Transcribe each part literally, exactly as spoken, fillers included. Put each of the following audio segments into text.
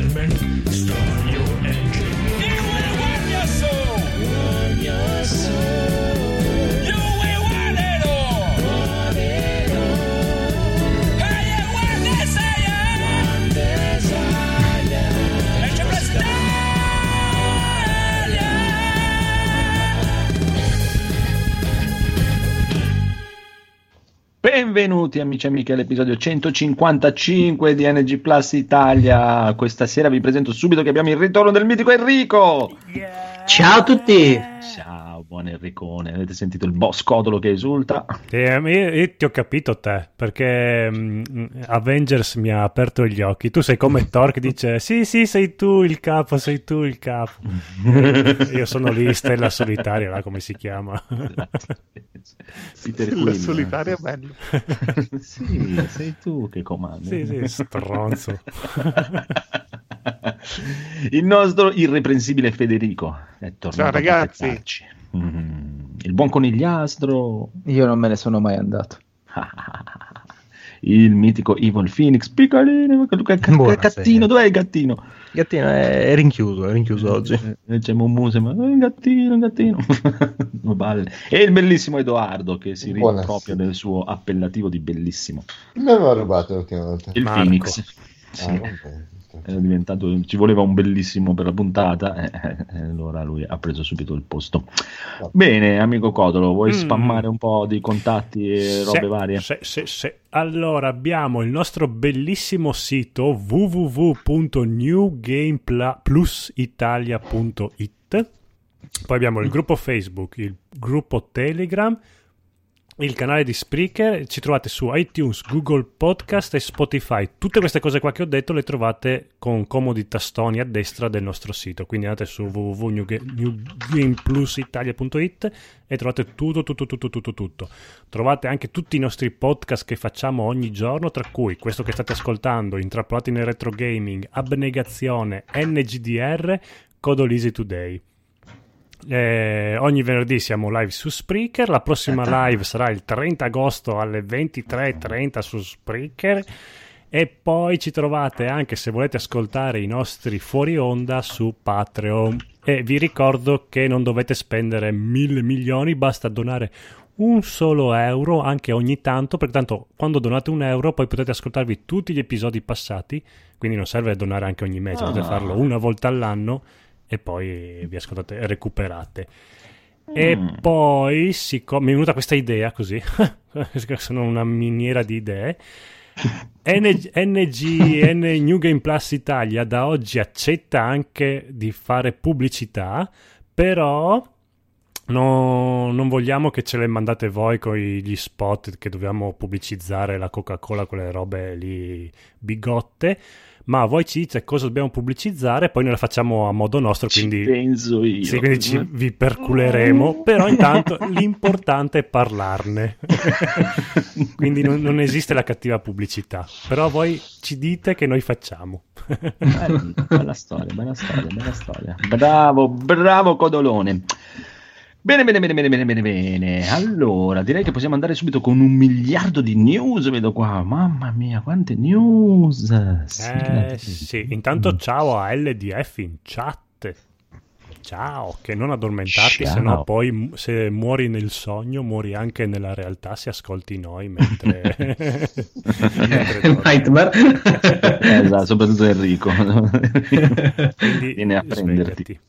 gentlemen, start your engine. You will warm your soul. Warm your soul. You will want it all. Want it all. Hey, you want desire. Want desire. And you must die. Benvenuti amici e amiche all'episodio centocinquantacinque di N G Plus Italia. Questa sera vi presento subito che abbiamo il ritorno del mitico Enrico. Yeah. Ciao a tutti. Ciao, buon Enricone. Avete sentito il boss Codolo che esulta? Sì, io, io ti ho capito te, perché um, Avengers mi ha aperto gli occhi. Tu sei come Thor che dice sì sì sei tu il capo, sei tu il capo. Io sono lì Stella Solitaria, là come si chiama. Peter Stella Quinn. Solitaria è bello. Sì, sei tu che comandi. Sì, sì, stronzo. Il nostro irreprensibile Federico è tornato. Ciao ragazzi. Mm, il buon conigliastro. Io non me ne sono mai andato. Il mitico Evil Phoenix, piccolino, che gattino, dov'è il gattino? Il gattino è, è rinchiuso, è rinchiuso oggi. E c'è Mumu, sembra un gattino, un gattino. E il bellissimo Edoardo che si rimpropria del suo appellativo di bellissimo. Chi mi aveva rubato l'ultima volta? Il Marco. Phoenix. Sì. Ah, okay. È diventato, ci voleva un bellissimo per la puntata e eh, eh, allora lui ha preso subito il posto. Bene, amico Codolo, vuoi Mm. spammare un po' di contatti e robe Sì, varie? sì, sì, sì. Allora abbiamo il nostro bellissimo sito w w w punto new game plus italia punto i t, poi abbiamo il gruppo Facebook, il gruppo Telegram, il canale di Spreaker. Ci trovate su iTunes, Google Podcast e Spotify. Tutte queste cose qua che ho detto le trovate con comodi tastoni a destra del nostro sito, quindi andate su w w w punto new game plus italia punto i t e trovate tutto tutto tutto tutto tutto. Trovate anche tutti i nostri podcast che facciamo ogni giorno, tra cui questo che state ascoltando, Intrappolati nel Retro Gaming, Abnegazione, N G D R, Codolisi Today. Eh, ogni venerdì siamo live su Spreaker. La prossima live sarà il trenta agosto alle ventitré e trenta su Spreaker. E poi ci trovate anche, se volete ascoltare i nostri fuori onda, su Patreon. E vi ricordo che non dovete spendere mille milioni, basta donare un solo euro anche ogni tanto, perché tanto quando donate un euro poi potete ascoltarvi tutti gli episodi passati, quindi non serve donare anche ogni mese, potete farlo una volta all'anno e poi vi ascoltate e recuperate. Mm. E poi siccome mi è venuta questa idea così, sono una miniera di idee, N- NGN New Game Plus Italia da oggi accetta anche di fare pubblicità, però no, non vogliamo che ce le mandate voi con gli spot che dobbiamo pubblicizzare la Coca-Cola, quelle robe lì bigotte, ma voi ci dite cosa dobbiamo pubblicizzare e poi noi la facciamo a modo nostro, quindi ci penso io. Sì, quindi ci, vi perculeremo, però intanto l'importante è parlarne. Quindi non, non esiste la cattiva pubblicità, però voi ci dite che noi facciamo. Bella, bella storia, bella storia, bella storia. Bravo, bravo Codolone. Bene, bene, bene, bene, bene, bene, bene. Allora, direi che possiamo andare subito con un miliardo di news, vedo qua. Mamma mia, quante news. Eh, sì, intanto ciao a L D F in chat. Ciao, che non addormentarti, Ciao. se no poi se muori nel sogno, muori anche nella realtà se ascolti noi mentre... mentre Nightmare. Esatto, soprattutto Enrico. Quindi viene a prenderti.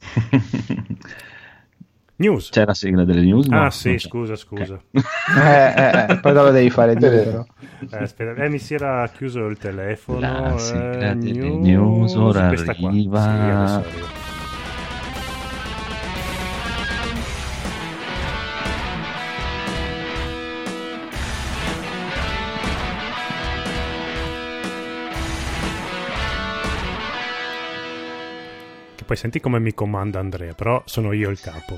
News. C'è la sigla delle news? No, Ah sì, non c'è. scusa, scusa. eh, eh, eh, poi lo devi fare dire, però. Eh, aspetta, eh, mi si era chiuso il telefono. La sigla eh, delle news, news ora questa qua. arriva. Sì, adesso arriva. Poi senti come mi comanda Andrea, però sono io il capo.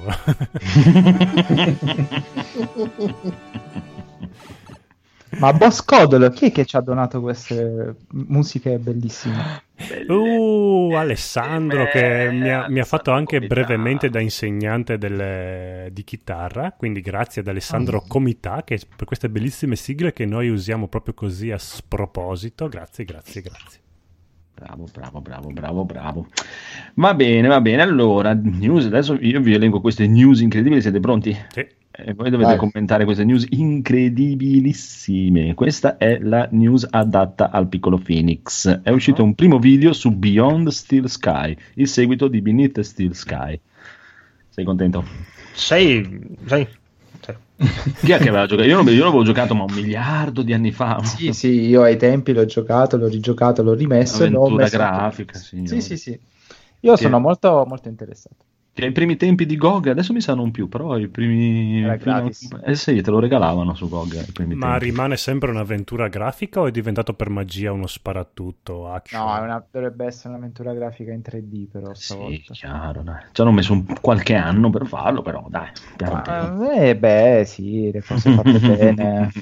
Ma Boss Codolo, chi è che ci ha donato queste musiche bellissime? Uh, Alessandro, che mi ha, mi ha fatto anche Comità. brevemente da insegnante delle, di chitarra, quindi grazie ad Alessandro Oh. Comità che per queste bellissime sigle che noi usiamo proprio così a sproposito. Grazie, grazie, grazie. bravo, bravo, bravo, bravo, bravo. Va bene, va bene. Allora, news, adesso io vi elenco queste news incredibili, siete pronti? Sì. E voi dovete Vai. commentare queste news incredibilissime. Questa è la news adatta al piccolo Phoenix. È uscito un primo video su Beyond Steel Sky, il seguito di Beneath Steel Sky. Sei contento? Sei, sei, sei. Chi è che aveva giocato? Io non io l'avevo giocato ma un miliardo di anni fa. Sì, sì, io ai tempi l'ho giocato, l'ho rigiocato, l'ho rimesso e l'ho Avventura messo... grafica, sì. Sì, sì, sì. Io Che- sono molto, molto interessato. Che ai primi tempi di G O G, adesso mi sa non più, però i primi... Era prima- gratis. eh sì, te lo regalavano su G O G ai primi Ma tempi. rimane sempre un'avventura grafica o è diventato per magia uno sparatutto action? No, è una- dovrebbe essere un'avventura grafica in tre D però Sì, stavolta. chiaro, dai. Ci hanno messo un- qualche anno per farlo, però dai, piano piano. Ma, eh, beh, sì, le cose fatte bene.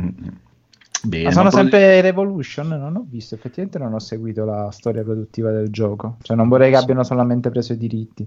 Bene, Ma sono ma pro- sempre Revolution? Non ho visto, effettivamente non ho seguito la storia produttiva del gioco. Cioè non vorrei che abbiano solamente preso i diritti.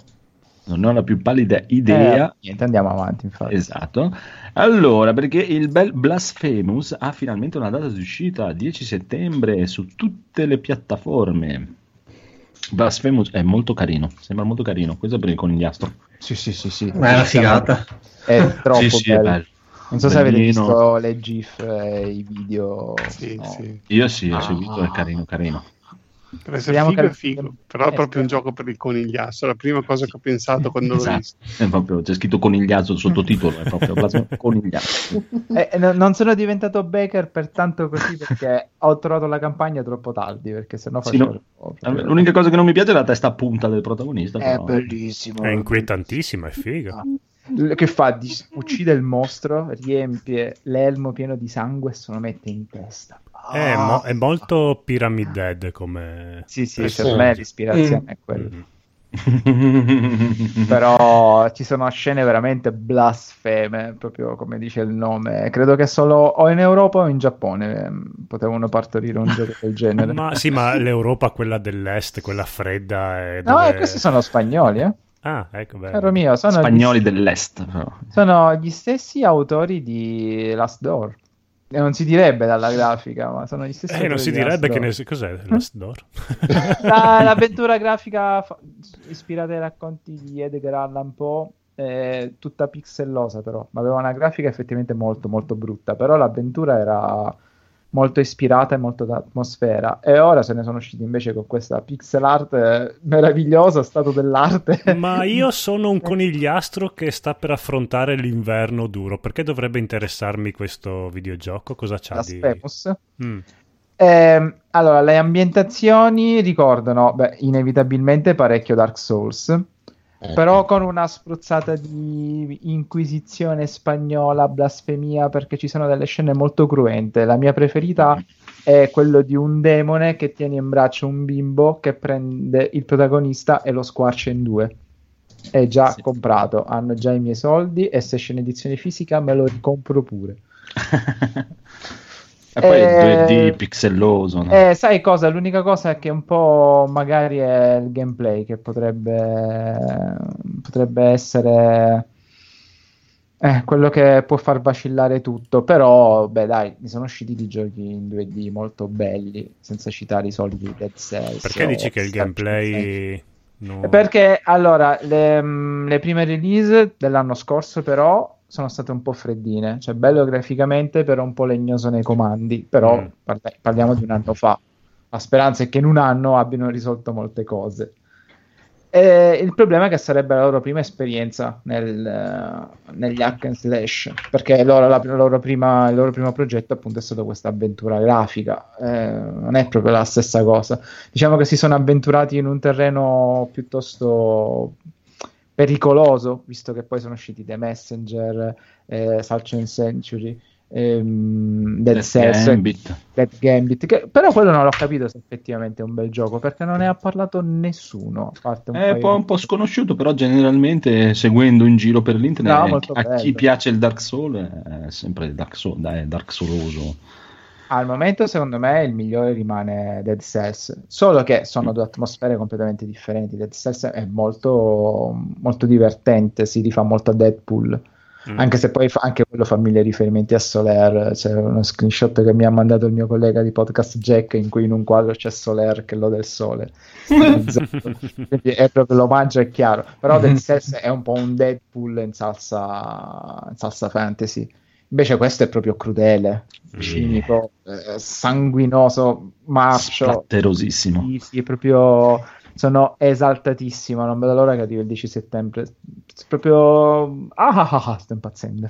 non ho la più pallida idea. Eh, niente, andiamo avanti, infatti. Esatto. Allora, perché il bel Blasphemous ha finalmente una data di uscita, dieci settembre, su tutte le piattaforme. Blasphemous è molto carino, sembra molto carino. Questo è per il conigliastro. Sì, sì, sì, sì. Ma è una figata. È troppo Sì, sì, è bello. bello. Non so se avete Bellino. visto le GIF e i video. Sì, no. sì. Io sì, ho Ah. seguito, è carino, carino. Per essere Speriamo figo che- è figo, però è eh, proprio un speriamo. gioco per il conigliasso. La prima cosa che ho pensato quando l'ho Esatto. visto. È proprio, c'è scritto conigliazzo, il sottotitolo è proprio Blasphemous conigliazzo. Eh, no- non sono diventato Baker per tanto così perché ho trovato la campagna troppo tardi perché sennò Sì, facevo no. proprio- L'unica cosa che non mi piace è la testa a punta del protagonista. è Però. bellissimo. È inquietantissima, è figa. L- Che fa? Dis- uccide il mostro, riempie l'elmo pieno di sangue e se lo mette in testa. È, mo- è molto Pyramid Head come... Sì, sì, Eh, per sì. me l'ispirazione Mm. è quella. Mm. Però ci sono scene veramente blasfeme, proprio come dice il nome. Credo che solo o in Europa o in Giappone ehm, potevano partorire un gioco del genere. Ma sì, ma l'Europa, quella dell'est, quella fredda... È No, dove- e questi sono spagnoli, eh? Ah, ecco, beh. Caro mio, sono Spagnoli gli, dell'est. Però. sono gli stessi autori di Last Door. E non si direbbe dalla grafica, ma sono gli stessi Eh, autori non si di direbbe Last che Door. ne... Cos'è? Last Door? La- l'avventura grafica fa- ispirata ai racconti di Edgar Allan Poe, eh, tutta pixellosa però, ma aveva una grafica effettivamente molto molto brutta, però l'avventura era molto ispirata e molto d'atmosfera, e ora se ne sono usciti invece con questa pixel art eh, meravigliosa, stato dell'arte. Ma io sono un conigliastro che sta per affrontare l'inverno duro. Perché dovrebbe interessarmi questo videogioco? Cosa c'ha di... Blasphemous. Mm. Ehm, allora, le ambientazioni ricordano, beh, inevitabilmente parecchio Dark Souls, Ecco. però con una spruzzata di inquisizione spagnola, blasfemia, perché ci sono delle scene molto cruente. La mia preferita è quello di un demone che tiene in braccio un bimbo che prende il protagonista e lo squarcia in due. È già Sì. comprato, hanno già i miei soldi e se esce in edizione fisica me lo ricompro pure. E poi Eh, il due D pixelloso. no? Eh, sai cosa? L'unica cosa è che un po' magari è il gameplay che potrebbe, potrebbe essere eh, quello che può far vacillare tutto. Però, beh, dai, mi sono usciti di giochi in due D molto belli, senza citare i soliti Dead Cells. Perché o dici che il Star gameplay... no- Perché allora le, mm, le prime release dell'anno scorso però sono state un po' freddine, cioè bello graficamente però un po' legnoso nei comandi, però Mm. parla- parliamo di un anno fa. La speranza è che in un anno abbiano risolto molte cose. E il problema è che sarebbe la loro prima esperienza nel, eh, negli hack and slash, perché loro, la, la loro prima, il loro primo progetto appunto è stato questa avventura grafica. Eh, non è proprio la stessa cosa. Diciamo che si sono avventurati in un terreno piuttosto pericoloso, visto che poi sono usciti The Messenger, eh, Salch Century, ehm, Dead Death Cells, Gambit. Dead Gambit, che, però quello non l'ho capito se effettivamente è un bel gioco, perché non ne ha parlato nessuno, a parte un È un paio po', di- un po' sconosciuto, però generalmente seguendo in giro per l'internet, No, eh, molto a bello. chi piace il Dark Souls è sempre Dark Souls, dai, Dark Souloso. Al momento secondo me il migliore rimane Dead Cells, solo che sono due atmosfere completamente differenti. Dead Cells è molto, molto divertente, si rifà molto a Deadpool, Mm. Anche se poi fa, anche quello fa mille riferimenti a Soler. C'è uno screenshot che mi ha mandato il mio collega di podcast Jack, in cui in un quadro c'è Soler che è lo del sole. Quindi è proprio l'omaggio, è chiaro. Però Dead Cells è un po' un Deadpool in salsa, in salsa fantasy. Invece questo è proprio crudele, cinico, eh, sanguinoso, marcio. Splatterosissimo. Sì, sì, proprio... Sono esaltatissimo, non vedo l'ora che arrivi il dieci settembre. È proprio... Ah, ah, ah, ah, sto impazzendo.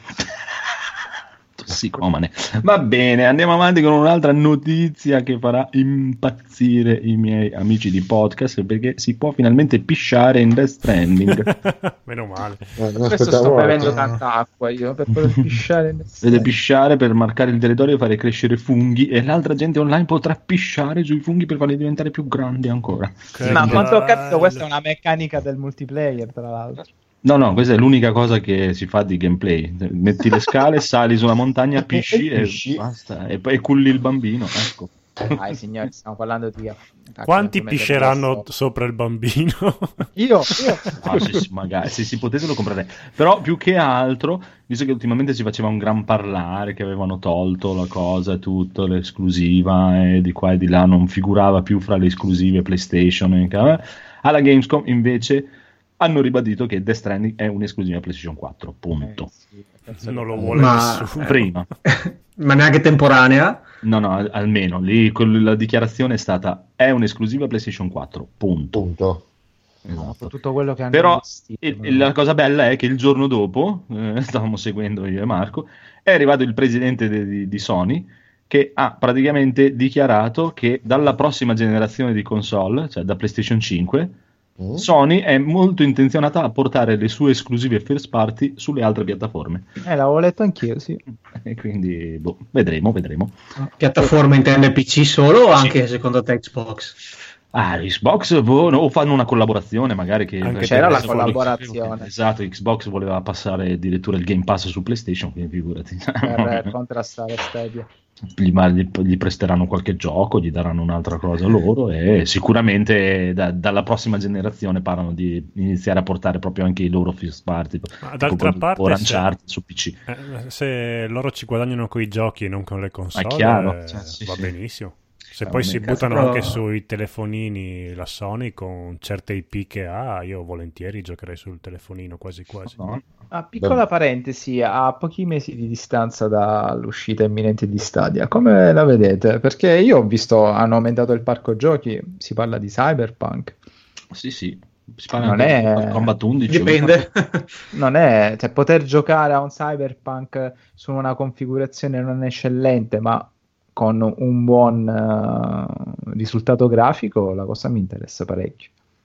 Tossicomane. Va bene, andiamo avanti con un'altra notizia che farà impazzire i miei amici di podcast, perché si può finalmente pisciare in Death Stranding. Meno male. Eh, non Questo aspettavo sto bevendo altro. tanta acqua io per poter pisciare. nel Vede pisciare per marcare il territorio e fare crescere funghi, e l'altra gente online potrà pisciare sui funghi per farli diventare più grandi ancora. Che Ma quanto ho capito, bello. questa è una meccanica del multiplayer, tra l'altro. No, no, questa è l'unica cosa che si fa di gameplay. Metti le scale, sali sulla montagna, pisci E e pisci. basta. E poi culli il bambino, ecco. Dai, signori, stiamo parlando di... Quanti Cacchio, pisceranno sopra il bambino? Io, io. Ah, sì, sì, magari, se si potesse lo comprerei. Però più che altro, visto che ultimamente si faceva un gran parlare, che avevano tolto la cosa e tutto, l'esclusiva, e di qua e di là non figurava più fra le esclusive PlayStation. E... alla Gamescom invece hanno ribadito che Death Stranding è un'esclusiva PlayStation quattro, punto. Eh, sì, Non lo vuole Ma- nessuno. Prima. Ma neanche temporanea? No, no, al- almeno lì quel- la dichiarazione è stata è un'esclusiva PlayStation quattro, punto. Punto. Esatto. tutto quello che hanno Però investito, il- no? il- la cosa bella è che il giorno dopo, eh, stavamo seguendo io e Marco, è arrivato il presidente de- di, di Sony, che ha praticamente dichiarato che dalla prossima generazione di console, cioè da PlayStation cinque, Mm. Sony è molto intenzionata a portare le sue esclusive first party sulle altre piattaforme. Eh, l'avevo letto anch'io, sì. E quindi, boh, vedremo, vedremo. Piattaforma intende P C solo o anche secondo te Xbox? Ah, Xbox boh, no, o fanno una collaborazione magari che Anche C'era la adesso quello- collaborazione. Esatto, Xbox voleva passare addirittura il Game Pass su PlayStation, quindi figurati. Per eh, contrastare Stadia. Gli, ma- gli- gli presteranno qualche gioco, gli daranno un'altra cosa loro, e sicuramente da- dalla prossima generazione parlano di iniziare a portare proprio anche i loro first party, Ma tipo d'altra God of parte, War, se- Uncharted su P C. Eh, se loro ci guadagnano con i giochi e non con le console, Ma è chiaro, eh, cioè, sì, va sì. benissimo. Se Ah, poi non si è cazzo, buttano però- anche sui telefonini la Sony con certe I P che ha, io volentieri giocherei sul telefonino quasi quasi. No? Ah, piccola parentesi, a pochi mesi di distanza dall'uscita imminente di Stadia, come la vedete? Perché io ho visto, hanno aumentato il parco giochi, si parla di Cyberpunk, Sì, sì. Si parla Non anche è- di Mortal Kombat undici. Dipende. non è, cioè poter giocare a un Cyberpunk su una configurazione non eccellente, ma con un buon eh, risultato grafico, la cosa mi interessa parecchio.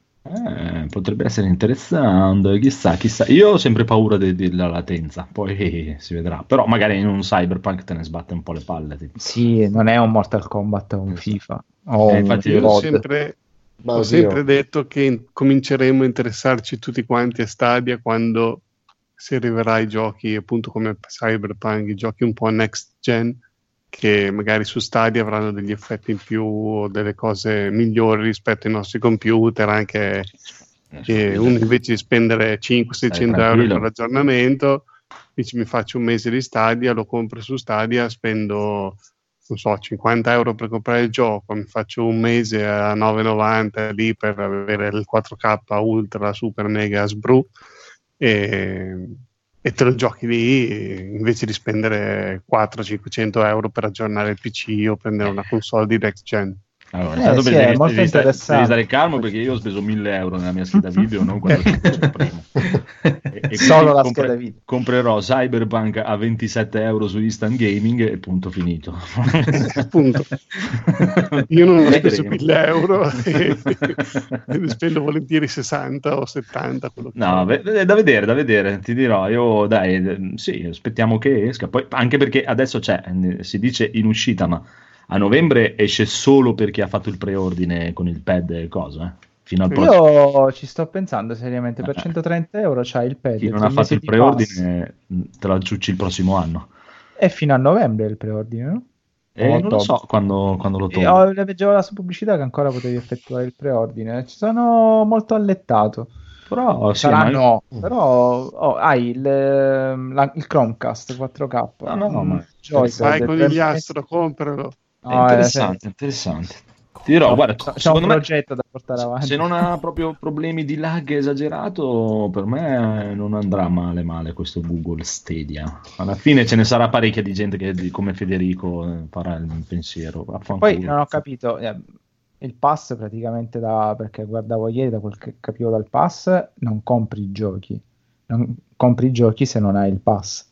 Eh, potrebbe essere interessante, chissà, chissà. Io ho sempre paura de- della latenza, poi si vedrà. Però magari in un Cyberpunk te ne sbatte un po' le palle. Tipo. Sì, non è un Mortal Kombat o un FIFA o Eh, un infatti Io ho C O D. sempre, Ma ho oddio. sempre detto che in- cominceremo a interessarci tutti quanti a Stadia quando si arriverà ai giochi, appunto come Cyberpunk, i giochi un po' next gen, che magari su Stadia avranno degli effetti in più o delle cose migliori rispetto ai nostri computer, anche che uno invece di spendere cinquecento seicento euro tranquillo. per l'aggiornamento, dici mi faccio un mese di Stadia, lo compro su Stadia, spendo non so, cinquanta euro per comprare il gioco, mi faccio un mese a nove e novanta lì per avere il quattro K ultra super mega sbru e, e te lo giochi lì invece di spendere quattrocento cinquecento euro per aggiornare il P C o prendere una console di next gen. Allora, Eh, intanto sì, devi, è devi molto stare, interessante. devi stare calmo, perché io ho speso mille euro nella mia scheda video, non quello che ho speso prima. E, e quindi Solo la compre- scheda video. comprerò Cyberpunk a ventisette euro su Instant Gaming e punto finito. Punto. Io non ho speso Vedremo. mille euro e, e ne spendo volentieri sessanta o settanta. Quello che No, ve- è da vedere, da vedere, ti dirò, io dai, eh, sì, aspettiamo che esca, poi, anche perché adesso c'è, eh, si dice in uscita, ma a novembre esce solo per chi ha fatto il preordine con il pad e cosa, eh? Fino al prossimo. Io ci sto pensando seriamente, per Eh. centotrenta euro c'hai il pad. Chi non tre ha fatto mesi il di pass. preordine mh, te la ciucci il prossimo anno. È fino a novembre il preordine, no? E non lo ottobre. so quando, quando lo E tolgo. ho- leggevo la sua pubblicità che ancora potevi effettuare il preordine. Ci sono molto allettato. Però sì, Saranno, ma- però oh, hai il, la- il Chromecast quattro K. Ah, no, no, mm, ma- Joy-Con, Vai del con tre gli mesi. astro, compralo. È No, eh, interessante, interessante. Ti dirò, c'è- guarda, c'è un secondo me, progetto da portare se- avanti. se non ha proprio problemi di lag esagerato, per me non andrà male male questo Google Stadia. Alla fine ce ne sarà parecchia di gente che di- come Federico eh, farà il pensiero. Vaffanculo. Poi non ho capito, eh, il pass praticamente da, perché guardavo ieri, da quel che capivo dal pass, non compri i giochi. Non compri i giochi se non hai il pass.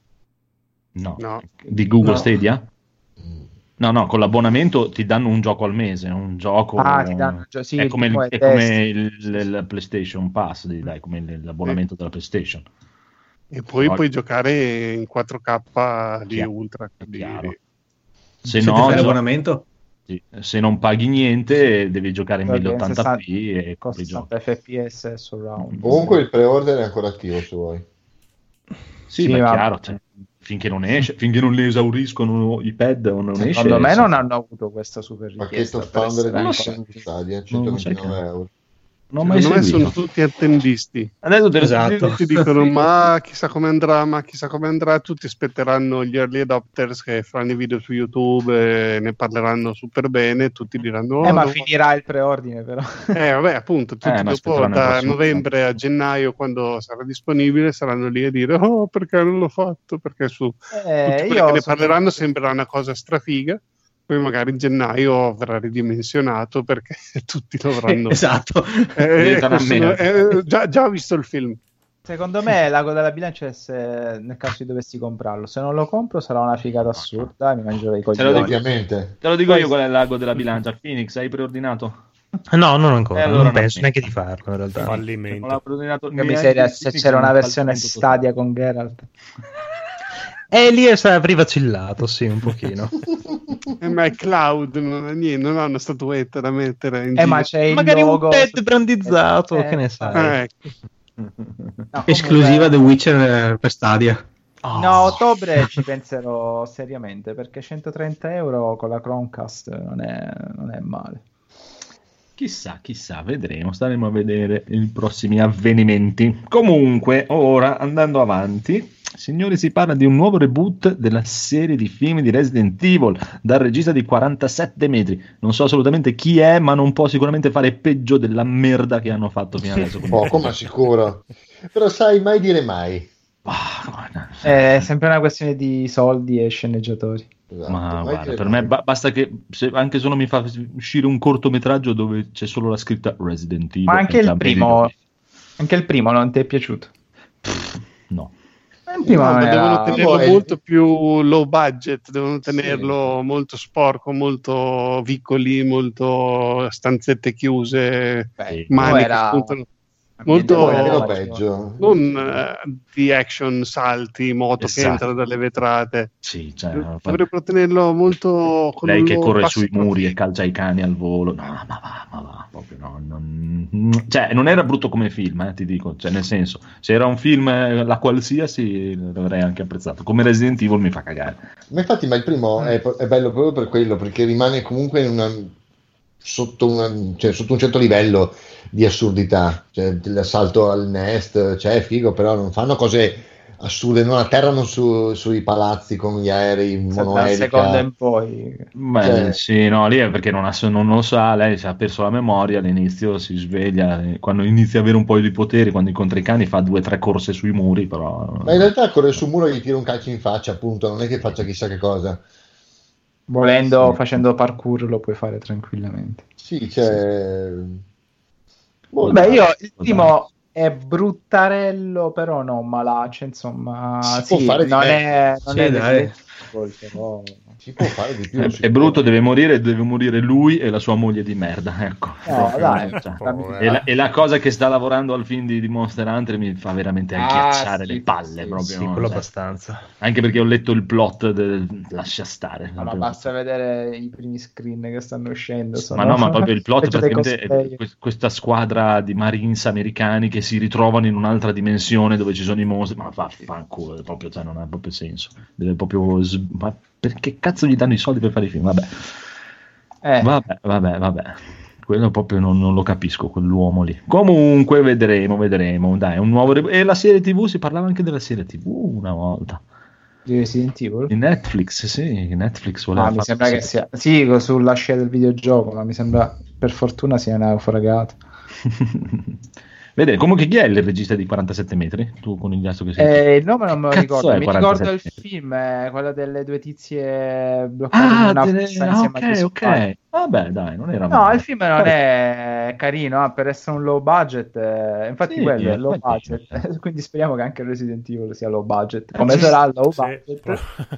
No. No. Di Google No. Stadia? No, no, con l'abbonamento ti danno un gioco al mese, un gioco Ah, ti danno il gio- sì, è come, il, tipo è è come test. il, Sì, il sì. PlayStation Pass, di- dai, come il- l'abbonamento della PlayStation. E poi No. puoi giocare in quattro K di Chiaro, Ultra. è di- chiaro. Se Se ti no, fai gio- l'abbonamento? sì, se non paghi niente devi giocare in Perché mille ottanta p sessanta e costa compri i giochi. sessanta F P S surround. Comunque il pre-order è ancora attivo se vuoi. Sì, Sì, ma è ma- chiaro, cioè, finché non esce, finché non li esauriscono i pad o non esce. Secondo me sì. non hanno avuto questa super richiesta Pacchetto per Founder essere Edition ancora- di Stadia, Non sai centoventinove che- euro. Non ho mai Secondo me seguito. sono tutti attendisti. Adesso te lo Esatto. Tutti dicono ma chissà come andrà, ma chissà come andrà. Tutti aspetteranno gli early adopters che faranno i video su YouTube e ne parleranno super bene. Tutti diranno oh, Eh, ma no. finirà il preordine però. Eh, vabbè, appunto, tutti Eh, ma dopo aspetteranno il da prossimo novembre a gennaio, quando sarà disponibile, saranno lì a dire oh, perché non l'ho fatto? Perché su Eh, tutti quelli io che ne sono- parleranno sembrerà una cosa strafiga. Poi magari in gennaio verrà ridimensionato perché tutti lo avranno. Esatto. Eh, Diventano ecco, sono- a meno. eh, già, già ho visto il film. Secondo me l'ago della bilancia è se nel caso di dovessi comprarlo. Se non lo compro sarà una figata assurda e mi mangerò i lo coglioni. dico. Ovviamente. Te lo dico Poi- io qual è il lago della bilancia. Phoenix, hai preordinato? No, non ancora, Eh, allora non no. penso neanche di farlo in realtà. Se non Fallimento. l'ha preordinato Che neanche miseria, se Phoenix, c'era è un una versione fallimento totale. Stadia con Geralt. E lì è avrei vacillato, sì, un pochino. Eh, ma è Cloud, non ha niente, non ha una statuetta da mettere in Eh, ma giro. c'è il Magari logo un pad su- brandizzato, Eh, che ne eh, sai. Ah, ecco. no, Esclusiva The comunque- Witcher per Stadia. Oh. No, a ottobre ci penserò seriamente perché centotrenta euro con la Chromecast non è, non è male. Chissà, chissà, vedremo, staremo a vedere i prossimi avvenimenti. Comunque, ora andando avanti, signori, si parla di un nuovo reboot della serie di film di Resident Evil dal regista di quarantasette metri. Non so assolutamente chi è, ma non può sicuramente fare peggio della merda che hanno fatto fino adesso. Poco, ma sicuro. Però sai mai dire mai. Ah, guarda. È sempre una questione di soldi e sceneggiatori. Esatto, Ma mai guarda, dire per mai. me ba- basta che se anche solo mi fa uscire un cortometraggio dove c'è solo la scritta Resident Evil. Ma anche e il già mi primo, rido. anche il primo non ti è piaciuto? No. Il primo No, non ma era- devono tenerlo Poi- molto più low budget, devono tenerlo molto sporco, molto vicoli, molto stanzette chiuse, Beh, mani poi che era spuntano. ambientato molto- nella Meno regione. peggio. Non eh, di action, salti, moto che Esatto. entrano dalle vetrate. Sì, cioè, Dovrebbero tenerlo molto con lei un che corre passo sui muri e proficuo. calcia i cani al volo. No, ma va, ma va, proprio no. Non... Cioè, non era brutto come film, eh, ti dico. Cioè, nel senso, se era un film eh, la qualsiasi, l'avrei anche apprezzato. Come Resident Evil mi fa cagare. Ma infatti, ma il primo è, è bello proprio per quello, perché rimane comunque in una, sotto, una, cioè, sotto un certo livello di assurdità. Cioè, l'assalto al Nest, cioè, è figo, però non fanno cose assurde, non atterrano su- sui palazzi con gli aerei Dal secondo monoelica. in poi. Beh, Cioè- sì, no, lì è perché non, ha, non lo sa, lei si ha perso la memoria, all'inizio si sveglia, e quando inizia a avere un po' di poteri, quando incontra i cani fa due o tre corse sui muri, però... Ma in realtà corre sul muro e gli tira un calcio in faccia, appunto, non è che faccia chissà che cosa. Volendo, Sì. facendo parkour lo puoi fare tranquillamente. Sì, c'è... Boh, Beh, dai. io il primo è bruttarello, però no, malaccio, insomma, Si può sì, fare di non me. è, non Sì, è dai. Resident Evil, però... Si può fare di più. È, si è può. brutto, deve morire, deve morire lui e la sua moglie di merda, ecco. No, Proprio, dai, cioè, povera. e, la, e la cosa che sta lavorando al film di, di Monster Hunter mi fa veramente Ah, agghiacciare sì, le palle, sì, proprio. Sì, no? quello Cioè, abbastanza. anche perché ho letto il plot del... lascia stare. No, ma basta vedere i primi screen che stanno uscendo. Ma sono no, ma proprio il plot peggio dei praticamente è cosplayer. que- questa squadra di Marines americani che si ritrovano in un'altra dimensione dove ci sono i mostri, ma vaffanculo, è proprio, cioè, non ha proprio senso. Deve proprio s- ma perché cazzo gli danno i soldi per fare i film? Vabbè. Eh, Vabbè, vabbè, vabbè. quello proprio non, non lo capisco, quell'uomo lì. Comunque vedremo, vedremo. Dai, un nuovo re- e la serie tivù, si parlava anche della serie tivù una volta. Di Resident Evil? Di Netflix, sì, Netflix voleva Ah, mi fare sembra che questa- sia sì, sulla scia del videogioco, ma mi sembra per fortuna sia naufragato. Vede, comunque chi è il regista di quarantasette metri? Tu con il gatto che sei. Eh, il nome non me lo Cazzo ricordo, è mi ricordo il quarantasette? film, eh, quello delle due tizie bloccate in Ah, una delle- busta ah, insieme a ok, due ok. spade. Vabbè, dai, non era No, male. il film non è carino, eh, per essere un low budget, eh, infatti Sì, quello è low infatti. budget, quindi speriamo che anche Resident Evil sia low budget, come ci sarà low Sì, budget. pro-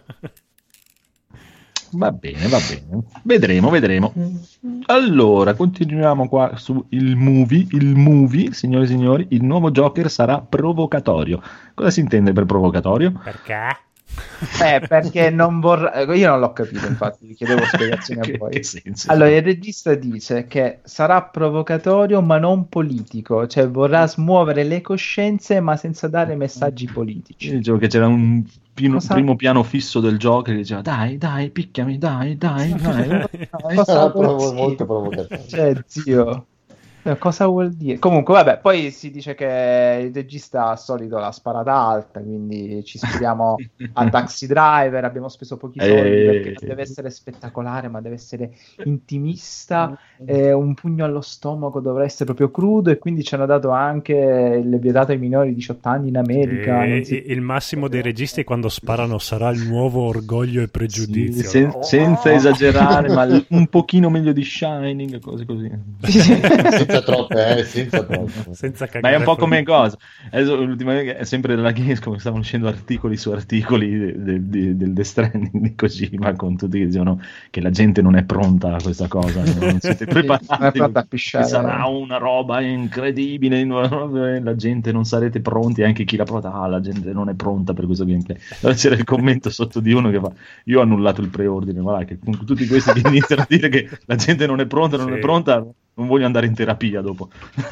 Va bene, va bene. Vedremo, vedremo. Allora, continuiamo qua su il movie. Il movie, signori e signori, il nuovo Joker sarà provocatorio. Cosa si intende per provocatorio? Perché? Eh, perché non vorrà, io non l'ho capito, infatti, vi chiedevo spiegazioni a Che- voi. che senso? Allora, il regista dice che sarà provocatorio ma non politico, cioè vorrà smuovere le coscienze ma senza dare messaggi politici. Io dicevo che c'era un pino- Cosa? primo piano fisso del Joker che diceva dai, dai, picchiami, dai, dai, dai. dai. Cosa Sarà vuol provo- dire? molto provocatorio. Cioè, zio, eh, cosa vuol dire? Comunque, vabbè, poi si dice che il regista al solito l'ha sparata alta, quindi ci ispiriamo a Taxi Driver, abbiamo speso pochi soldi Eh. perché non deve essere spettacolare, ma deve essere intimista, eh, un pugno allo stomaco dovrà essere proprio crudo e quindi ci hanno dato anche il vietato ai minori di diciotto anni in America. E- non si- il massimo dei registi è quando sparano sarà il nuovo Orgoglio e Pregiudizio. Sì, sen- no? senza esagerare, ma l- un pochino meglio di Shining, cose così. Senza troppe, eh, senza troppe. Senza Ma cagare è un po' fra- come cosa. Adesso, ultimamente, è sempre della Gamescom, stavano uscendo articoli su articoli de- de- de- del Death Stranding di Kojima, con tutti che dicono che la gente non è pronta a questa cosa, non siete preparati, Non è pronta a pisciare. che sarà una roba incredibile, una roba- la gente non sarete pronti, anche chi l'ha provata, ah, la gente non è pronta per questo gameplay. Allora c'era il commento sotto di uno che fa, io ho annullato il preordine, guarda che con tutti questi che iniziano a dire che la gente non è pronta, non Sì. è pronta, non voglio andare in terapia dopo.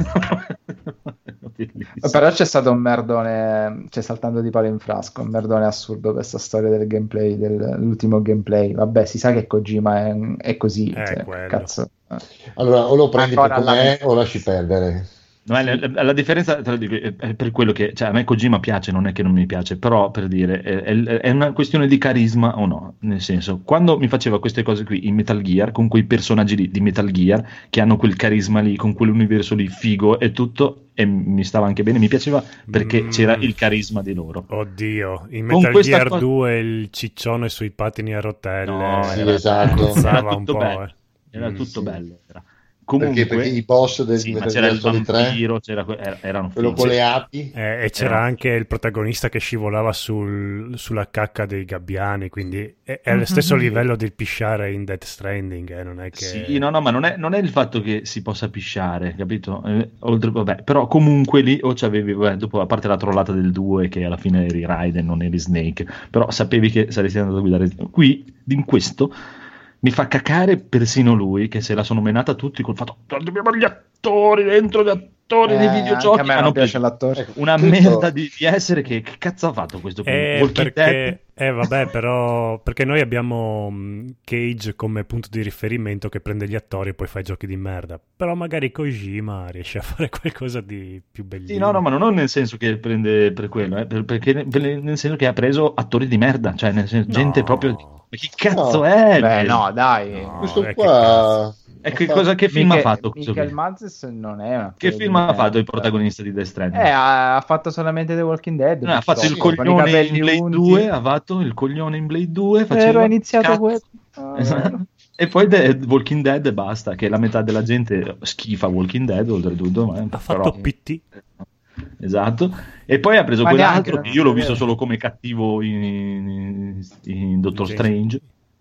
Però c'è stato un merdone, cioè saltando di palo in frasco, un merdone assurdo questa storia del gameplay, dell'ultimo gameplay. Vabbè, si sa che Kojima è, è così, Eh, cioè, quello. cazzo. Allora, o lo prendi per Ancora com'è la- o lasci perdere. No, la, la- la differenza te lo dico, è è per quello che, cioè, a me Kojima piace, non è che non mi piace, però per dire è, è- è una questione di carisma o no, nel senso, quando mi faceva queste cose qui in Metal Gear, con quei personaggi lì di Metal Gear che hanno quel carisma lì, con quell'universo lì figo e tutto, e mi stava anche bene, mi piaceva perché Mm. c'era il carisma di loro. Oddio, in Con Metal questa Gear cosa- due il ciccione sui patini a rotelle No, sì, era, esatto. puzzava era un tutto po', bello, eh. era Mm, tutto sì. bello. Era. Comunque, Perché, perché i boss del sì, ma Metal c'era Gear il Solid tre, vampiro, c'era que- er- erano quello fighi. con le api, Eh, e c'era Era- anche il protagonista che scivolava sul- sulla cacca dei gabbiani, quindi è, è Mhm. allo stesso livello del pisciare in Death Stranding, eh, non è che... Sì, no, no, ma non è, non è il fatto che si possa pisciare, capito? Eh, oltre, vabbè, però comunque lì o c'avevi, vabbè, dopo a parte la trollata del due che alla fine eri Raiden, non eri Snake, però sapevi che saresti andato a guidare. Qui, in questo, mi fa cacare persino lui, che se la sono menata tutti col fatto abbiamo gli attori dentro gli attori dei Eh, videogiochi. anche a me hanno non piace preso l'attore. Ecco, una tutto- merda di, di essere che, che cazzo ha fatto questo film? Eh, Walking Dead? perché, eh, vabbè, però perché noi abbiamo mh, Cage come punto di riferimento che prende gli attori e poi fa i giochi di merda. Però magari Kojima riesce a fare qualcosa di più bellino. Sì, no, no, ma non nel senso che prende per quello, eh, per- perché per- nel senso che ha preso attori di merda, cioè nel senso, No. gente proprio. Ma chi cazzo No. è? Beh, no, dai. No. questo è che qua E che, cosa, che film Michael- ha fatto questo Michael qui? Madsen non è un Che attore film di ha fatto il merda. protagonista di Death Stranding? Eh, ha, ha fatto solamente The Walking Dead. No, ha fatto il purtroppo, con i coglione capelli in Blade unti. due, ha fatto il coglione in Blade due, faceva Ero iniziato cazzo. questo. Ah, Esatto. E poi The Walking Dead e basta, che la metà della gente schifa Walking Dead oltretutto, ma Ha fatto però- P T. Esatto, e poi ha preso Ma quell'altro neanche, che io l'ho non è visto vero. solo come cattivo in, in, in Doctor James- Strange.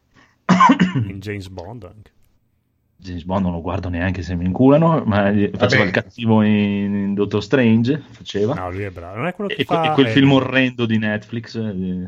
in James Bond anche. James Bond non lo guardo neanche se mi inculano, ma faceva Vabbè. il cattivo in, in Doctor Strange, faceva. No, lui è bravo. Non è quello che e, que- fa... e quel eh, film orrendo di Netflix. eh, No,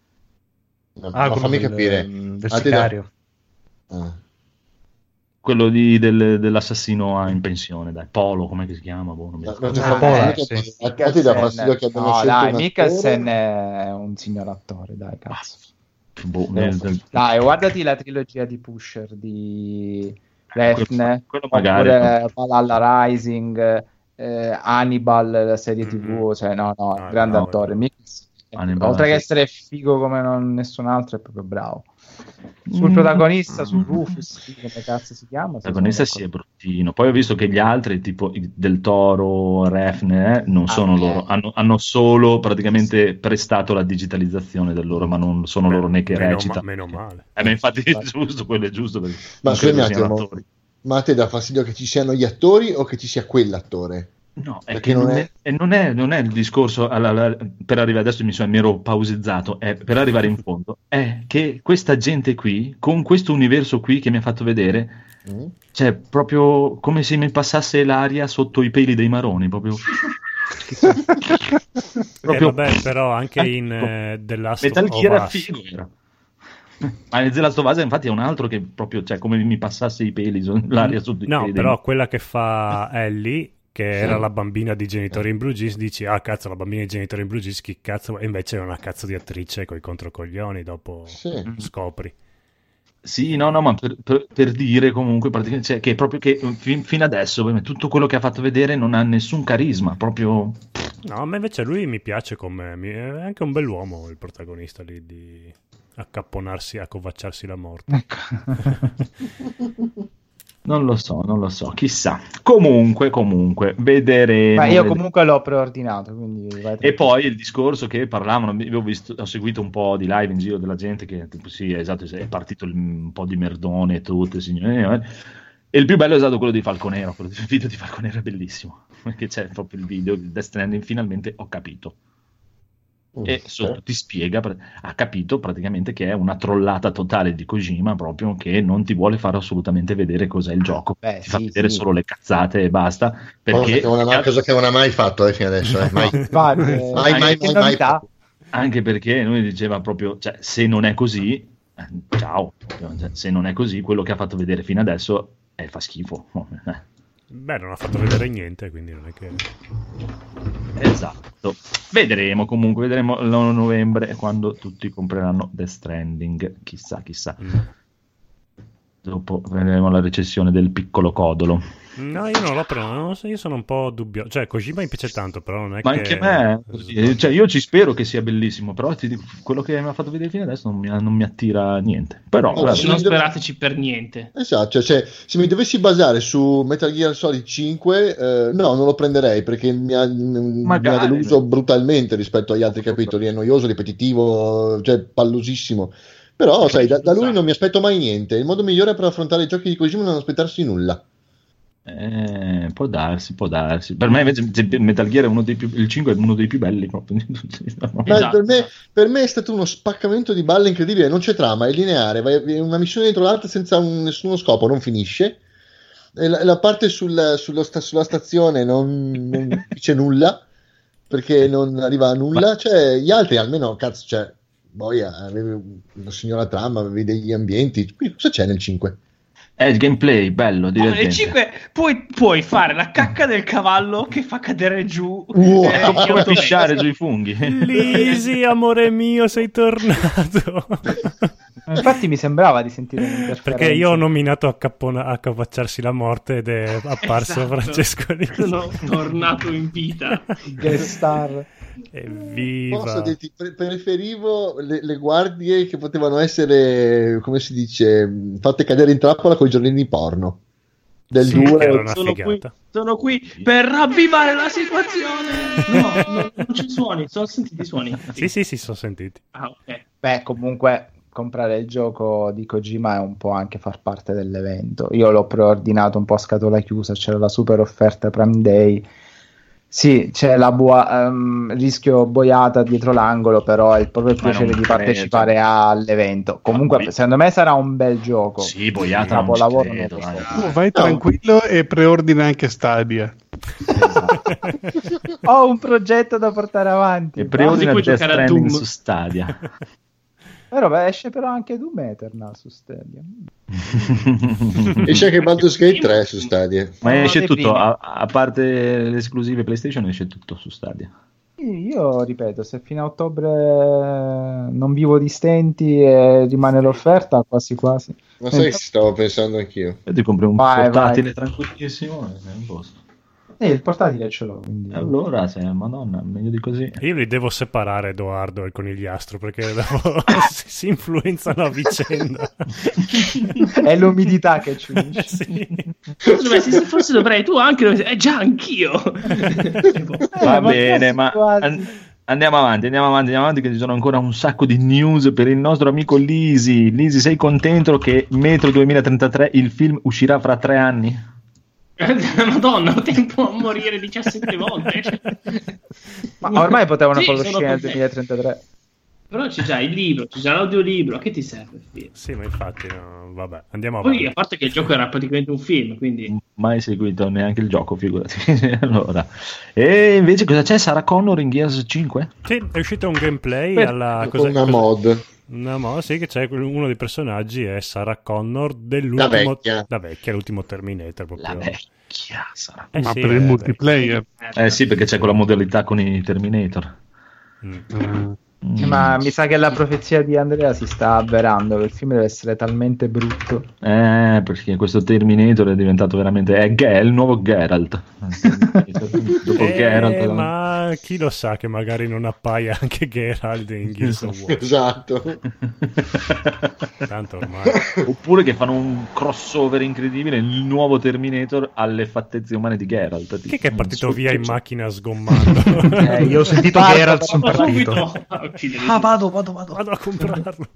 Ah, ma quello fammi del- capire. del Ah, ti sicario. do- ah. quello di- del- dell'assassino in pensione, dai, Polo, come si chiama? Boh, non mi No, ricordo. non ti Ah, fa Pola, eh, sì. sì. A te ti dà fastidio che abbiano no, scelto dai, un Mikkelsen attore? è un signor attore, dai, cazzo. Boh, No. nel- nel- Dai, guardati la trilogia di Pusher di Refne, quello magari, oppure Valhalla Rising, eh, Hannibal, la serie tivù, cioè no, no, Ah, grande bravo, attore. bravo. Mix, Hannibal, oltre che sì. essere figo come non, nessun altro, è proprio bravo. Sul Mm. protagonista, su Rufus, sì, come cazzo si chiama? Il protagonista Sì, sì è bruttino. Poi ho visto che gli altri, tipo i Del Toro, Refne, non Ah, sono eh. loro, hanno, hanno solo praticamente prestato la digitalizzazione del loro, ma non sono loro né che meno, ma- recitano. meno male. Eh, ma infatti è giusto, quello è giusto. Perché Ma non scusami credo un siano attimo, attori. ma a te dà fastidio che ci siano gli attori o che ci sia quell'attore? No, è Perché che non non è- è, e non è, non è il discorso alla- alla- per arrivare adesso mi, sono, mi ero pausizzato, è per arrivare in fondo, è che questa gente qui, con questo universo qui che mi ha fatto vedere, Mm? cioè proprio come se mi passasse l'aria sotto i peli dei maroni, proprio... Eh, vabbè, però anche in Ecco. eh, The Last Metal of Gear era Us. figo, era. Ma nel The Last of Us infatti è un altro che proprio, cioè come mi passasse i peli, so- l'aria sotto i No, peli dei però quella che fa Ellie, che Sì. era la bambina di Genitori in Blue Jeans, dici, ah cazzo, la bambina di Genitori in Blue Jeans, chi cazzo... E invece è una cazzo di attrice coi controcoglioni, dopo Sì. scopri. Sì, no, no, ma per, per- per dire comunque praticamente, cioè, che proprio che fin- fino adesso per me, tutto quello che ha fatto vedere non ha nessun carisma, proprio... No, a me invece lui mi piace come... mi- È anche un bell'uomo il protagonista lì di accapponarsi, accovacciarsi la morte. Non lo so, non lo so, chissà. Comunque, comunque, vedremo. Ma io vedremo. comunque l'ho preordinato, quindi vai E tranquillo. poi il discorso che parlavano, io ho, visto, ho seguito un po' di live in giro della gente che, tipo, sì, esatto, è partito il- un po' di merdone e tutto, signore. eh. E il più bello è stato quello di Falconero, quello del video di Falconero è bellissimo, perché c'è proprio il video di Death Stranding, finalmente ho capito. E sotto ti spiega, pra- ha capito praticamente che è una trollata totale di Kojima, proprio che non ti vuole fare assolutamente vedere cos'è il gioco, Beh, ti fa sì, vedere sì. solo le cazzate e basta, Cosa perché che non ha, cosa che non ha mai fatto eh, fino adesso. Eh. Mai. Infatti, mai, eh, mai, che mai, mai novità. fatto. anche perché noi diceva proprio, cioè, se non è così, eh, ciao, cioè, se non è così, quello che ha fatto vedere fino adesso eh, fa schifo. Eh. Beh, non ha fatto vedere niente, quindi non è che... Esatto, vedremo comunque, vedremo il nove novembre quando tutti compreranno Death Stranding, chissà, chissà. Mm. Dopo vedremo la recensione del piccolo codolo. No, io non l'ho preso, non lo so, io sono un po' dubbio. Cioè, Kojima mi piace tanto, però non è Ma che... anche me, così, cioè, io ci spero che sia bellissimo, però ti dico, quello che mi ha fatto vedere fino adesso non mi, non mi attira niente. Però, No, guarda, sì. Non sperateci per niente. Esatto, cioè se mi dovessi basare su Metal Gear Solid cinque, eh, no, non lo prenderei perché mi ha, mi ha Magari. deluso brutalmente rispetto agli altri capitoli. È noioso, ripetitivo, cioè pallosissimo. Però, sai, da, da lui non mi aspetto mai niente. Il modo migliore per affrontare i giochi di Kojima è non aspettarsi nulla. eh, può darsi, può darsi. Per me invece Metal Gear è uno dei più, il cinque è uno dei più belli proprio. Ma Esatto. per, me, per me è stato uno spaccamento di balle incredibile. Non c'è trama, è lineare, vai, è una missione dietro l'altra senza un- nessuno scopo, non finisce. E la, la parte sul- sullo sta- sulla stazione non, non dice nulla perché non arriva a nulla. Cioè, gli altri almeno, cazzo, cioè, boia, avevi una signora trama, avevi degli ambienti. Quindi cosa c'è nel cinque? È il gameplay bello, Oh, divertente. nel cinque puoi, puoi fare la cacca del cavallo che fa cadere giù. Wow. eh, È gli come automezzi. pisciare sui funghi. Lisi, amore mio, sei tornato. Infatti mi sembrava di sentire un'interferenza. Perché io ho nominato accappona- accavacciarsi la morte ed è apparso Esatto. Francesco Lisi. Sono tornato in vita. Guest star. Evviva. Posso dirti, pre- preferivo le, le guardie che potevano essere, come si dice, fatte cadere in trappola con i giornalini porno. Del Sì, due. che era una Sono qui, figata. sono qui per ravvivare la situazione. No, no, non ci suoni, sono sentiti i suoni. Sì, sì, sì, sono sentiti. Ah, ok. Beh, comunque comprare il gioco di Kojima è un po' anche far parte dell'evento. Io l'ho preordinato un po' a scatola chiusa, c'era la super offerta Prime Day. Sì, c'è la bua- um, rischio boiata dietro l'angolo, è il proprio il Ma piacere non di credo. partecipare all'evento. Comunque, poi- secondo me sarà un bel gioco. Sì, boiata non ci capolavoro credo, non lo so. dai. Tu vai tranquillo e preordina anche Stadia. Ho un progetto da portare avanti. E preordina puoi Death giocare a Stranding Doom. su Stadia. Però beh, esce però anche Doom Eternal su Stadia. Esce anche Baldur's Gate tre su Stadia. Ma Uno esce dei tutto, primi. a, a parte le esclusive PlayStation, esce tutto su Stadia. Io ripeto, se fino a ottobre non vivo di stenti e rimane l'offerta, quasi quasi. Ma sai che ci stavo pensando anch'io. E ti compri un Vai, portatile vai. tranquillissimo e sei in posto. Eh, il portatile ce l'ho, quindi... Allora, se, madonna, meglio di così. Io li devo separare, Edoardo e il conigliastro, perché dopo si, si influenzano a vicenda. È l'umidità che ci unisce. Sì. Beh, se forse dovrei, tu anche dovresti... Eh già, anch'io. Va Eh, ma bene, ma quasi- an- andiamo avanti, andiamo avanti, andiamo avanti, che ci sono ancora un sacco di news per il nostro amico Lisi. Lisi, sei contento che Metro duemilatrentatré, il film, uscirà fra tre anni? Madonna, ho tempo a morire diciassette volte. Ma ormai potevano Sì, farlo sono uscire nel contento. duemilatrentatré. Però c'è già il libro, c'è già l'audiolibro, a che ti serve il film? Sì, ma infatti, no, vabbè, andiamo Poi, avanti. a parte che il gioco era praticamente un film, quindi... Mai seguito neanche il gioco, figurati. Allora, e invece cosa c'è? Sarah Connor in Gears cinque? Sì, è uscito un gameplay Beh, alla... Con una cos'è- mod. Una mo- sì, che c'è uno dei personaggi è Sarah Connor La dell'ultimo... vecchia. La vecchia, l'ultimo Terminator proprio. La vecchia Sarah. Eh Ma sì, per il eh, multiplayer. Eh sì, perché c'è quella modalità con i Terminator. mm. Eh, Mm. Ma mi sa che la profezia di Andrea si sta avverando, che il film deve essere talmente brutto. Eh, perché questo Terminator è diventato veramente... È, Ge- è il nuovo Geralt. Dopo Eh, Geralt... ma chi lo sa che magari non appaia anche Geralt in Gears of War. Esatto. Tanto ormai. Oppure che fanno un crossover incredibile, il nuovo Terminator alle fattezze umane di Geralt. Chi è che è partito via in macchina sgommando? Eh, io ho sentito Guarda, Geralt, sono Ma partito. subito a uccidere Ah, tutti. vado, vado, vado. Vado a comprarlo.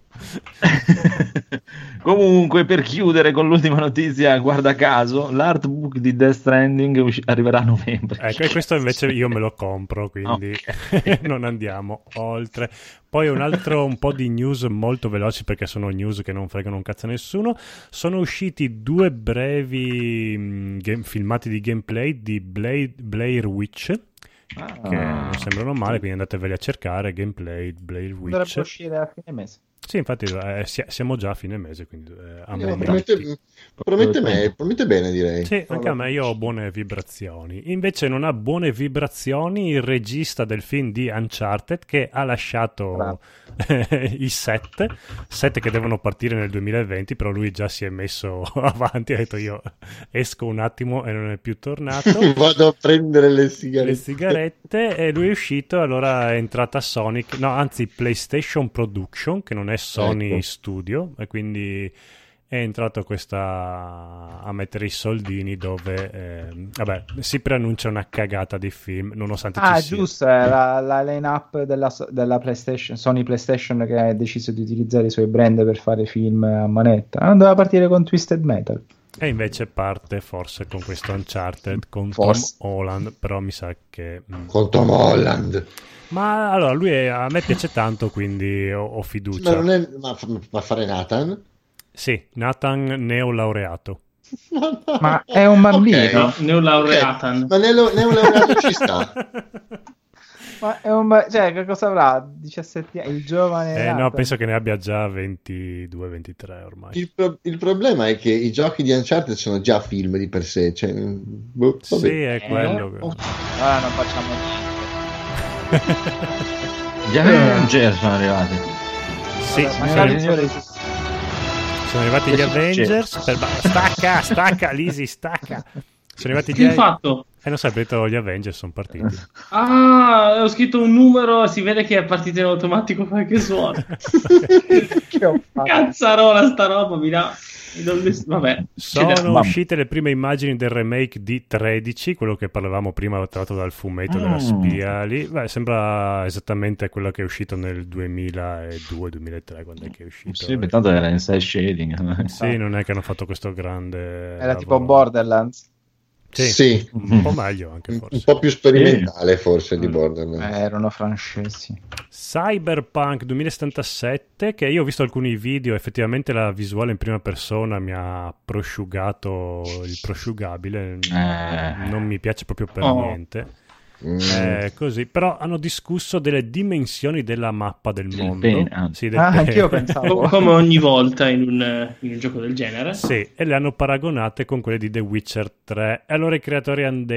Comunque, per chiudere con l'ultima notizia, guarda caso, l'artbook di Death Stranding usci- arriverà a novembre. Ecco, e questo invece io me lo compro, quindi Ok. non andiamo oltre. Poi un altro un po' di news molto veloci, perché sono news che non fregano un cazzo a nessuno. Sono usciti due brevi mh, game- filmati di gameplay di Blade, Blair Witch, che non sembrano male, quindi andateveli a cercare. Gameplay Blair Dovrebbe Witch. uscire a fine mese. Sì, infatti eh, si- siamo già a fine mese, quindi eh, a Eh, metà. promette, promette, me, promette bene, direi. Sì, anche a me, io ho buone vibrazioni. Invece non ha buone vibrazioni il regista del film di Uncharted, che ha lasciato i set, set che devono partire nel duemilaventi, però lui già si è messo avanti, ha detto io esco un attimo e non è più tornato. Vado a prendere le Le sigarette. sigarette, e lui è uscito, allora è entrata Sonic, no, anzi PlayStation Production, che non è Sony Ecco. Studio, e quindi è entrato questa a mettere i soldini dove eh, vabbè, si preannuncia una cagata di film, nonostante Ah, ci sia. giusto, è la, la line-up della, della PlayStation, Sony PlayStation, che ha deciso di utilizzare i suoi brand per fare film a manetta. Non doveva partire con Twisted Metal. E invece parte forse con questo Uncharted con Forse. Tom Holland, però mi sa che mm. Con Tom Holland. ma allora lui è- a me piace tanto, quindi ho, ho fiducia. Ma non è... Ma, ma fare Nathan? Sì, Nathan neolaureato. Ma è un bambino. Ok. No, neolaureatan. Ma neo, neolaureato ci sta. Ma è un ba- cioè, che cosa avrà? diciassette anni? Il giovane. Eh, no, Nathan? penso che ne abbia già ventidue ventitré ormai. Il, pro- il problema è che i giochi di Uncharted sono già film di per sé. Cioè, boh, vabbè. Sì, è quello. che- Ah, non facciamo niente. Gli Avengers sono arrivati. Sì, Vabbè, sono, magari arri- signori- sono arrivati gli Che Avengers. Per... ba- Stacca, stacca, Lisi, stacca. Sono arrivati Che gli hai fatto? Eh, non so, ho detto gli Avengers sono partiti. Ah, ho scritto un numero, si vede che è partito in automatico qualche suono. Che ho fatto? Cazzarola sta roba, mi dà... mi do le- Vabbè. Sono Succederà. uscite le prime immagini del remake di tredici, quello che parlavamo prima, tratto dal fumetto della Mm. spia lì. Beh, sembra esattamente quello che è uscito nel duemiladue duemilatré, quando è che è uscito. Sì, beh, tanto era in cell shading. Sì, non è che hanno fatto questo grande Era tipo lavoro. Borderlands. Sì, Sì, un po' meglio anche un, forse. un po' più sperimentale forse di Mm. Borderlands. Eh, erano francesi. Cyberpunk duemilasettantasette, che io ho visto alcuni video, effettivamente la visuale in prima persona mi ha prosciugato il prosciugabile, Eh. non mi piace proprio per Oh. niente. Mm. Eh, così, però hanno discusso delle dimensioni della mappa del Del mondo. pene, anzi. Sì, del Ah, pene. anch'io Co- pensavo. Come ogni volta in un, in un gioco del genere. Sì, e le hanno paragonate con quelle di The Witcher tre. E allora i creatori hanno detto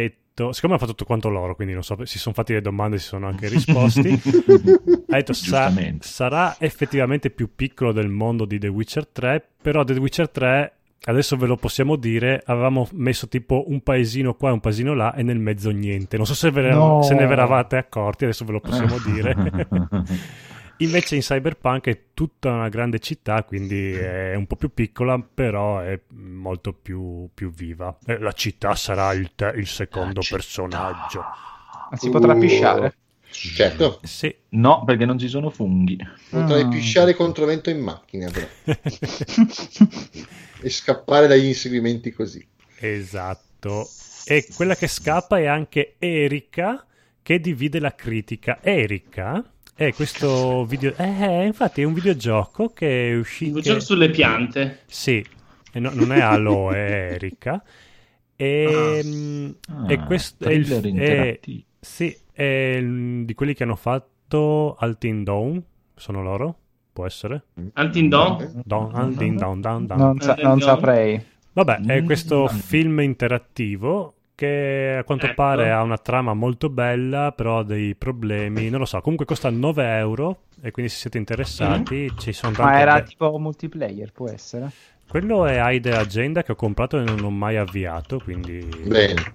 detto, siccome hanno fatto tutto quanto loro, quindi non so, si sono fatti le domande, si sono anche risposti, ha detto sa- Giustamente. sarà effettivamente più piccolo del mondo di The Witcher tre, però The Witcher tre, adesso ve lo possiamo dire, avevamo messo tipo un paesino qua e un paesino là e nel mezzo niente. Non so se, ve- No. se ne eravate accorti, adesso ve lo possiamo dire. Invece in Cyberpunk è tutta una grande città, quindi è un po' più piccola, però è molto più, più viva. E la città sarà il, te- il secondo La città. personaggio. Ma si potrà Uh, pisciare? Certo, Sì. No, perché non ci sono funghi. potrai Ah. pisciare contro vento in macchina però. E scappare dagli inseguimenti così. Esatto. E quella che scappa è anche Erika, che divide la critica. Erika è questo video... Eh, infatti è un videogioco che è uscito... Un gioco sulle piante. Sì, e no- non è Halo, è Erika. E, mm, Ah, e questo è il... thriller È, interattivo. sì, è il- di quelli che hanno fatto Altin Dawn, sono loro? Può essere? Until Dawn? Dawn, Altin Dawn, Dawn, Dawn. Non, sa- non saprei. Vabbè, è Mm, questo mm. film interattivo che a quanto Ecco. pare ha una trama molto bella, però ha dei problemi, non lo so, comunque costa nove euro e quindi se siete interessati ci sono tante Ma era be- tipo multiplayer, può essere? Quello è Aide Agenda che ho comprato e non ho mai avviato, quindi... Bene.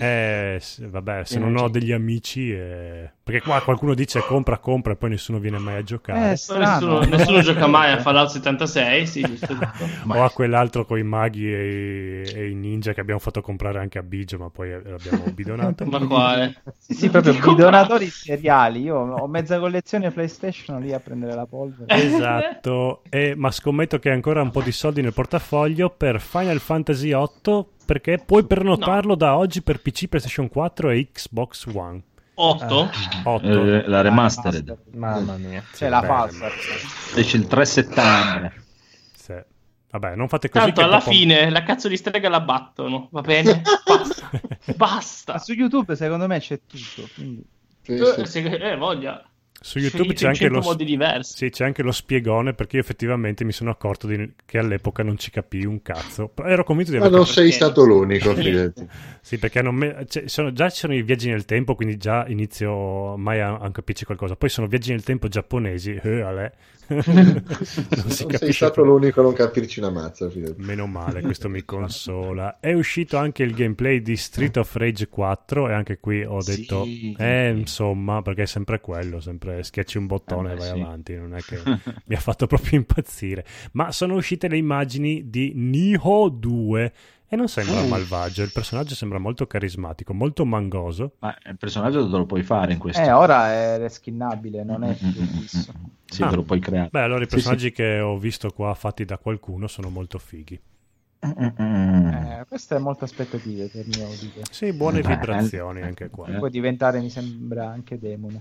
Eh, s- vabbè, se Eh, non ho sì. degli amici... eh, Perché qua qualcuno dice compra, compra e poi nessuno viene mai a giocare. Eh, Nessuno, strano. nessuno gioca mai a Fallout settantasei, sì, giusto. O a quell'altro con i maghi e i, e i ninja che abbiamo fatto comprare anche a Biggio, ma poi l'abbiamo bidonato. Ma quale? Sì, sì, proprio Dico, bidonatori seriali. Io ho mezza collezione PlayStation lì a prendere la polvere. Esatto, e, ma scommetto che hai ancora un po' di soldi nel portafoglio per Final Fantasy otto, perché puoi prenotarlo da oggi per P C, PlayStation quattro e Xbox One. otto? otto. Eh, la remastered. Mamma mia. C'è la bene, falsa. Esce il tre settembre. Sì. Vabbè, non fate così. Tanto che alla dopo- fine la cazzo di strega la battono, va bene? Basta. Ma Basta. su YouTube secondo me c'è tutto. Quindi... Sì, Eh, sì. se- eh, voglia. Su YouTube Scegliete c'è in anche, cento lo, modi diversi. sì, c'è anche lo spiegone, perché io effettivamente mi sono accorto di- che all'epoca non ci capii un cazzo. Però ero convinto di Ma aver non capito. sei stato l'unico, fidati. Sì, perché non me- cioè, sono- già ci sono i viaggi nel tempo, quindi già inizio mai a, a capirci qualcosa. Poi sono viaggi nel tempo giapponesi, eh, alè. non si Non capisce sei stato proprio. l'unico a non capirci una mazza, fidati. Meno male, questo mi consola. È uscito anche il gameplay di Street of Rage quattro e anche qui ho Sì. detto, eh, insomma, perché è sempre quello, sempre schiacci un bottone Eh e beh, vai sì. avanti, non è che mi ha fatto proprio impazzire. Ma sono uscite le immagini di Nioh due e non sembra Uh. malvagio, il personaggio sembra molto carismatico, molto mangoso. Ma il personaggio te lo puoi fare in questo. Eh, ora è reskinnabile, non è Mm, più mm, mm, fisso. mm. Sì, Ah. te lo puoi creare. Beh, allora i Sì, personaggi che ho visto qua fatti da qualcuno sono molto fighi. Mm, mm. Eh, queste è molte aspettative per mio audio. Sì, buone Beh, vibrazioni anche qua. eh. Può diventare, mi sembra, anche demone.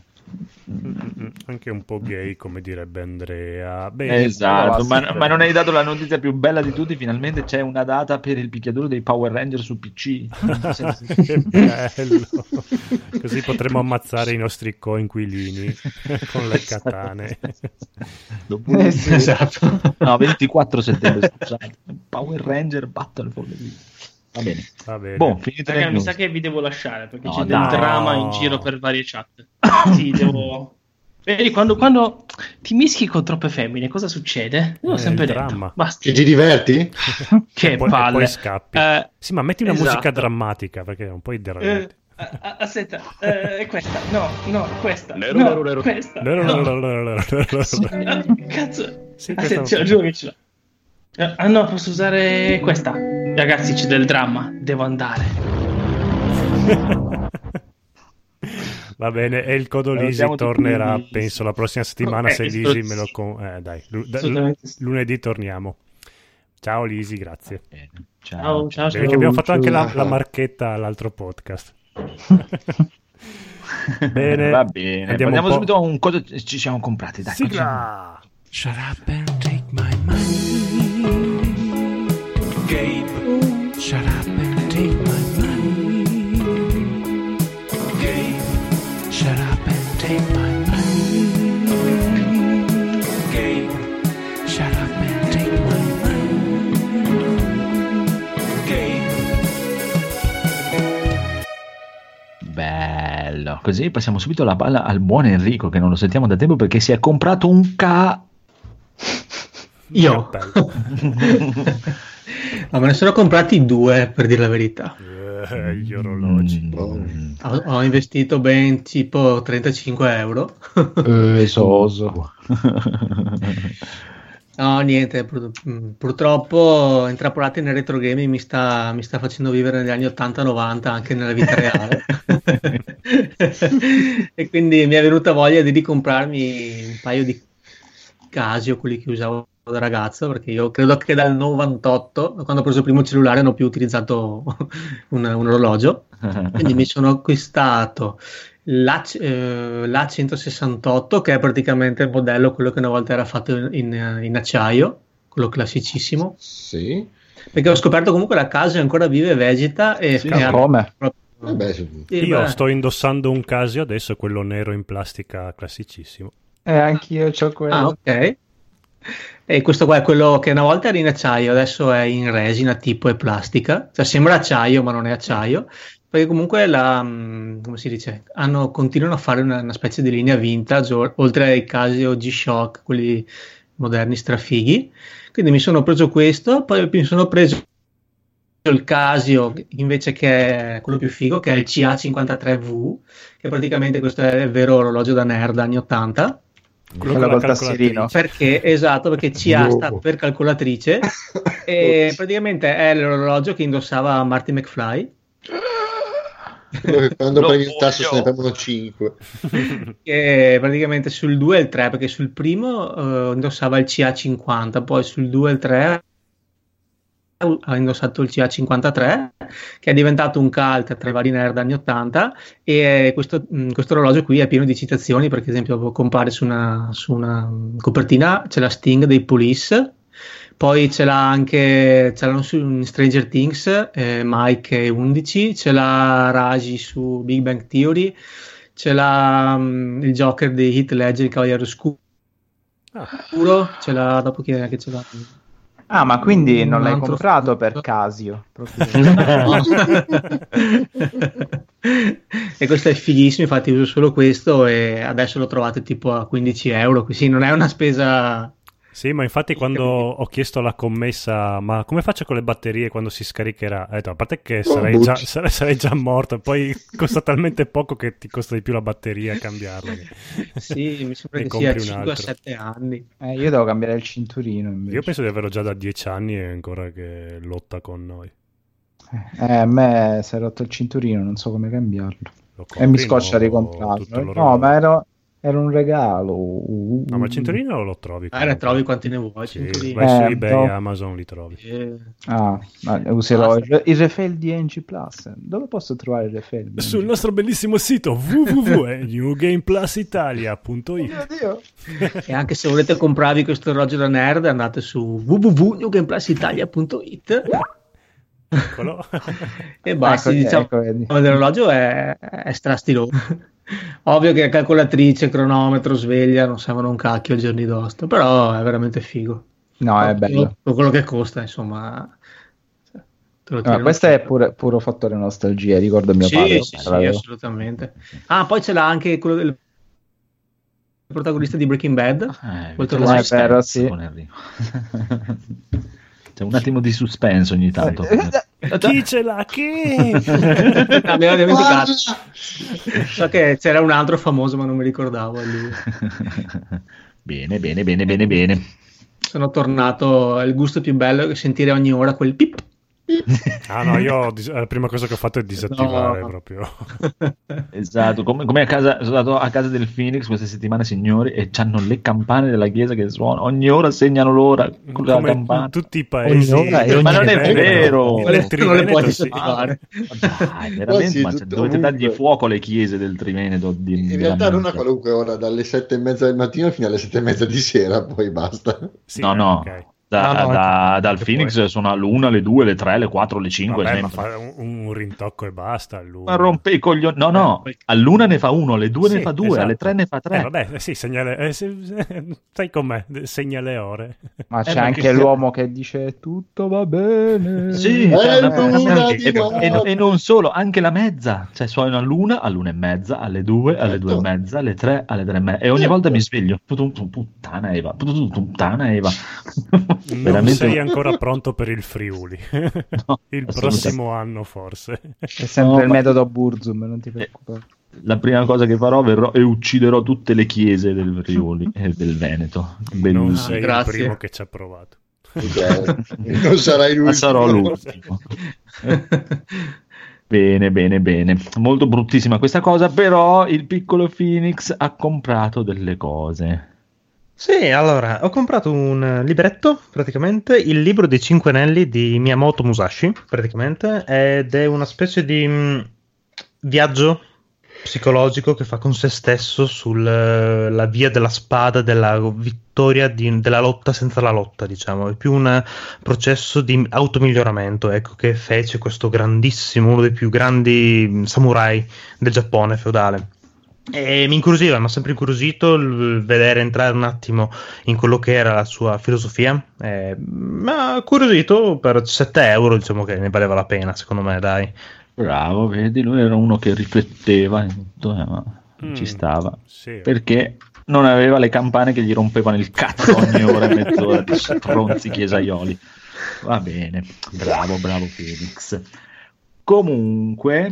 Mm-mm, anche un po' gay, come direbbe Andrea. Bene, Esatto, ma, Allora, ma non hai dato la notizia più bella di tutti. Finalmente c'è una data per il picchiaduro dei Power Ranger su P C. che bello! Così potremo ammazzare i nostri coinquilini con le katane. Dopo- Eh, sì. Esatto. No, ventiquattro settembre, scusate. Power Ranger Battle for the League. Va bene. Va bene. Boh, finite le Raga, mi news. sa che vi devo lasciare perché No, c'è dai. del dramma in giro per varie chat. Sì, devo. Vedi, quando, quando ti mischi con troppe femmine, cosa succede? Io l'ho Eh, sempre il detto. dramma. Basta. Che ti diverti? Che E poi, e palle. poi scappi. Eh, Sì, ma metti una esatto. musica drammatica perché è un po' ideale. eh, a- a- aspetta, eh, questa. No, no, questa. Nero, no, nero, nero. questa. No. Ah, cazzo. Sì, Aspetta, questa- ce l'ho, giuro che ce l'ho. Eh, Ah no, posso usare questa. Ragazzi, c'è del dramma. Devo andare. Va bene, e il codo Lo Lisi siamo tutti tornerà, Lisi. penso, la prossima settimana Eh, se questo Lisi sì. me lo... Con... Eh, dai, lu- da- Assolutamente sì. lunedì torniamo. Ciao Lisi, grazie. Bene. Ciao, ciao, Vedi ciao. che abbiamo fatto anche la, ciao. la marchetta all'altro podcast. Bene, Va bene. andiamo Andiamo un po'. subito a un cosa ci siamo comprati. Dai, Sigla! Shut up and take my money. Gabe, shut up and take my money. Gabe, shut up and take my money. Gabe, shut up and take my money. Gabe. così passiamo subito la palla al buon Enrico, che non lo sentiamo da tempo perché si è comprato un K. Io? No, me ne sono comprati due, per dire la verità. Eh, gli orologi. Mm. Ho, ho investito ben tipo trentacinque euro. Eh, esoso. No, niente, pur- purtroppo intrappolati nel retro gaming mi sta, mi sta facendo vivere negli anni ottanta novanta anche nella vita reale. E quindi mi è venuta voglia di ricomprarmi un paio di Casio, quelli che usavo da ragazzo, perché io credo che dal novantotto, quando ho preso il primo cellulare, non ho più utilizzato un, un orologio. Quindi mi sono acquistato l'A, eh, l'A centosessantotto, che è praticamente il modello, quello che una volta era fatto in, in acciaio, quello classicissimo. Sì. Perché ho scoperto comunque la Casio ancora vive e vegeta e Sì, e ha- come? Eh beh, sì. Sì, Io beh, sto indossando un Casio adesso, quello nero in plastica classicissimo. Eh, anch'io c'ho quello. Ah, ok. E questo qua è quello che una volta era in acciaio, adesso è in resina tipo e plastica, cioè sembra acciaio ma non è acciaio, perché comunque la, mh, come si dice, hanno, continuano a fare una, una specie di linea vintage, o- oltre ai Casio G-Shock, quelli moderni strafighi. Quindi mi sono preso questo, poi mi sono preso il Casio invece, che è quello più figo, che è il C A cinquantatré V, che praticamente questo è il vero orologio da nerd anni ottanta. Quello Quella con la col tastierino. calcolatrice. Perché, esatto, perché C A sta per calcolatrice e praticamente è l'orologio che indossava Marty McFly, Quello che quando Lo prendi il tasto voglio. se ne prendono cinque. che praticamente sul due e il tre, perché sul primo eh, indossava il C A cinquanta, poi sul due e il tre ha indossato il C A cinquantatré, che è diventato un cult tra i vari nerd anni ottanta, e questo, mh, questo orologio qui è pieno di citazioni, per esempio compare su una, su una copertina, c'è la Sting dei Police, poi ce l'ha anche ce l'hanno su in Stranger Things, eh, Mike e undici, ce l'ha Raji su Big Bang Theory, ce l'ha mh, il Joker di Heath Ledger, il Cavaliere Oscuro, ce l'ha dopo chi è che ce l'ha? Ah, ma quindi non Un l'hai altro- comprato per Casio? Proprio. E questo è fighissimo, infatti uso solo questo e adesso lo trovate tipo a quindici euro, così non è una spesa. Sì, ma infatti quando ho chiesto alla commessa ma come faccio con le batterie quando si scaricherà? Ha detto, a parte che sarei Oh, già, bucci. sarei, sarei già morto, poi costa talmente poco che ti costa di più la batteria a cambiarla. Sì, mi sembra Ne che sia compri un cinque a altro. sette anni. Eh, io devo cambiare il cinturino invece. Io penso di averlo già da dieci anni e ancora che lotta con noi. Eh, a me si è rotto il cinturino, non so come cambiarlo. Lo E mi compri, scoccia no, ricomprarlo. tutto No, l'orologio. ma era, era un regalo. Uh, No, ma il cinturino lo trovi. Ah, ne comunque. trovi quanti ne vuoi, Sì, cinturini. vai su Eh, eBay no. e Amazon li trovi. Eh, Ah, ma userò Basta. il, il refill di N G Plus. Dove posso trovare il refill? di Sul N G? nostro bellissimo sito w w w punto new game plus italia punto it. Mio Dio. E anche se volete comprarvi questo orologio da nerd, andate su w w w punto new game plus italia punto it Eccolo. e basta. Ecco, Diciamo ecco, vedi. l'orologio è, è strastiloso. Ovvio che calcolatrice, cronometro, sveglia non servono un cacchio ai giorni d'osto, però è veramente figo. No, è bello. Per quello che costa, insomma. Cioè, te lo No, tirano questo su. è pure, puro fattore nostalgia, ricordo mio Sì, padre. sì, sì, l'avevo. assolutamente. Ah, poi ce l'ha anche quello del protagonista di Breaking Bad. Eh, Molto c'è bello. suspenso È vero, sì. con Enrico. C'è un attimo di suspenso ogni tanto. Chi ce l'ha? Chi? Abbiamo dimenticato. So che c'era un altro famoso, ma non mi ricordavo. è lui. Bene, bene, bene, bene, bene. Sono tornato. Il gusto più bello è sentire ogni ora quel pip. Ah no, io ho dis- la prima cosa che ho fatto è disattivare No. proprio. Esatto, come, come a casa, sono andato a casa del Phoenix queste settimane, signori, e c'hanno le campane della chiesa che suonano, ogni ora segnano l'ora con la Come campana. in tutti i paesi. Ogni ora e ogni Ma non è Veneto, vero! nel Non le Triveneto puoi sì. disattivare. Dai, veramente, sì, ma tutto cioè, dovete ovunque. dargli fuoco alle chiese del Triveneto. Di, In della realtà non a minchia. qualunque ora, dalle sette e mezza del mattino fino alle sette e mezza di sera, poi basta. Sì, No, eh, no. ok. Da, Ah, no, da- anche- dal anche Phoenix poi. sono all'una, alle due, alle tre, alle quattro, alle cinque. Vabbè, ma sempre. fa un, un rintocco e basta. Lui. Ma rompe i coglioni. No, no, poi- all'una ne fa uno, alle due Sì, ne fa due, esatto. alle tre ne fa tre. Eh, vabbè, eh, sì, segnale, eh, se- se- stai con me, segna le ore. Ma c'è ma anche che- l'uomo che dice tutto va bene. Sì, Eh, cioè, una- l'una una- di e, notte. e- e non solo, anche la mezza, cioè suona all'una, all'una e mezza, alle due, alle due e mezza, alle tre, alle tre e mezza, e ogni volta mi sveglio. Putum, Puttana Eva, putum, puttana Eva. Non Veramente- sei ancora pronto per il Friuli. No, il assolutamente. prossimo anno, forse. È sempre No, il ma- metodo Burzum, non ti preoccupare. La prima cosa che farò, verrò e ucciderò tutte le chiese del Friuli e del Veneto. Non Bellissimo. sei Grazie. il primo che ci ha provato. Ok. Non sarai lui. Ma sarò l'ultimo. Bene, bene, bene. Molto bruttissima questa cosa, però il piccolo Phoenix ha comprato delle cose. Sì, allora, ho comprato un libretto, praticamente, il libro dei cinque anelli di Miyamoto Musashi, praticamente, ed è una specie di mh, viaggio psicologico che fa con se stesso sulla via della spada, della vittoria, di- della lotta senza la lotta, diciamo. È più un processo di automiglioramento, ecco, che fece questo grandissimo, uno dei più grandi mh, samurai del Giappone feudale. E mi incuriosiva, mi ha sempre incuriosito il vedere entrare un attimo in quello che era la sua filosofia. Eh, mi ha curiosito per sette euro, diciamo che ne valeva la pena, secondo me, dai. Bravo, vedi, lui era uno che rifletteva in tutto, eh, ma Mm, ci stava. Sì. Perché non aveva le campane che gli rompevano il cazzo ogni ora e mezz'ora di stronzi chiesaioli. Va bene, bravo, bravo Phoenix. Comunque,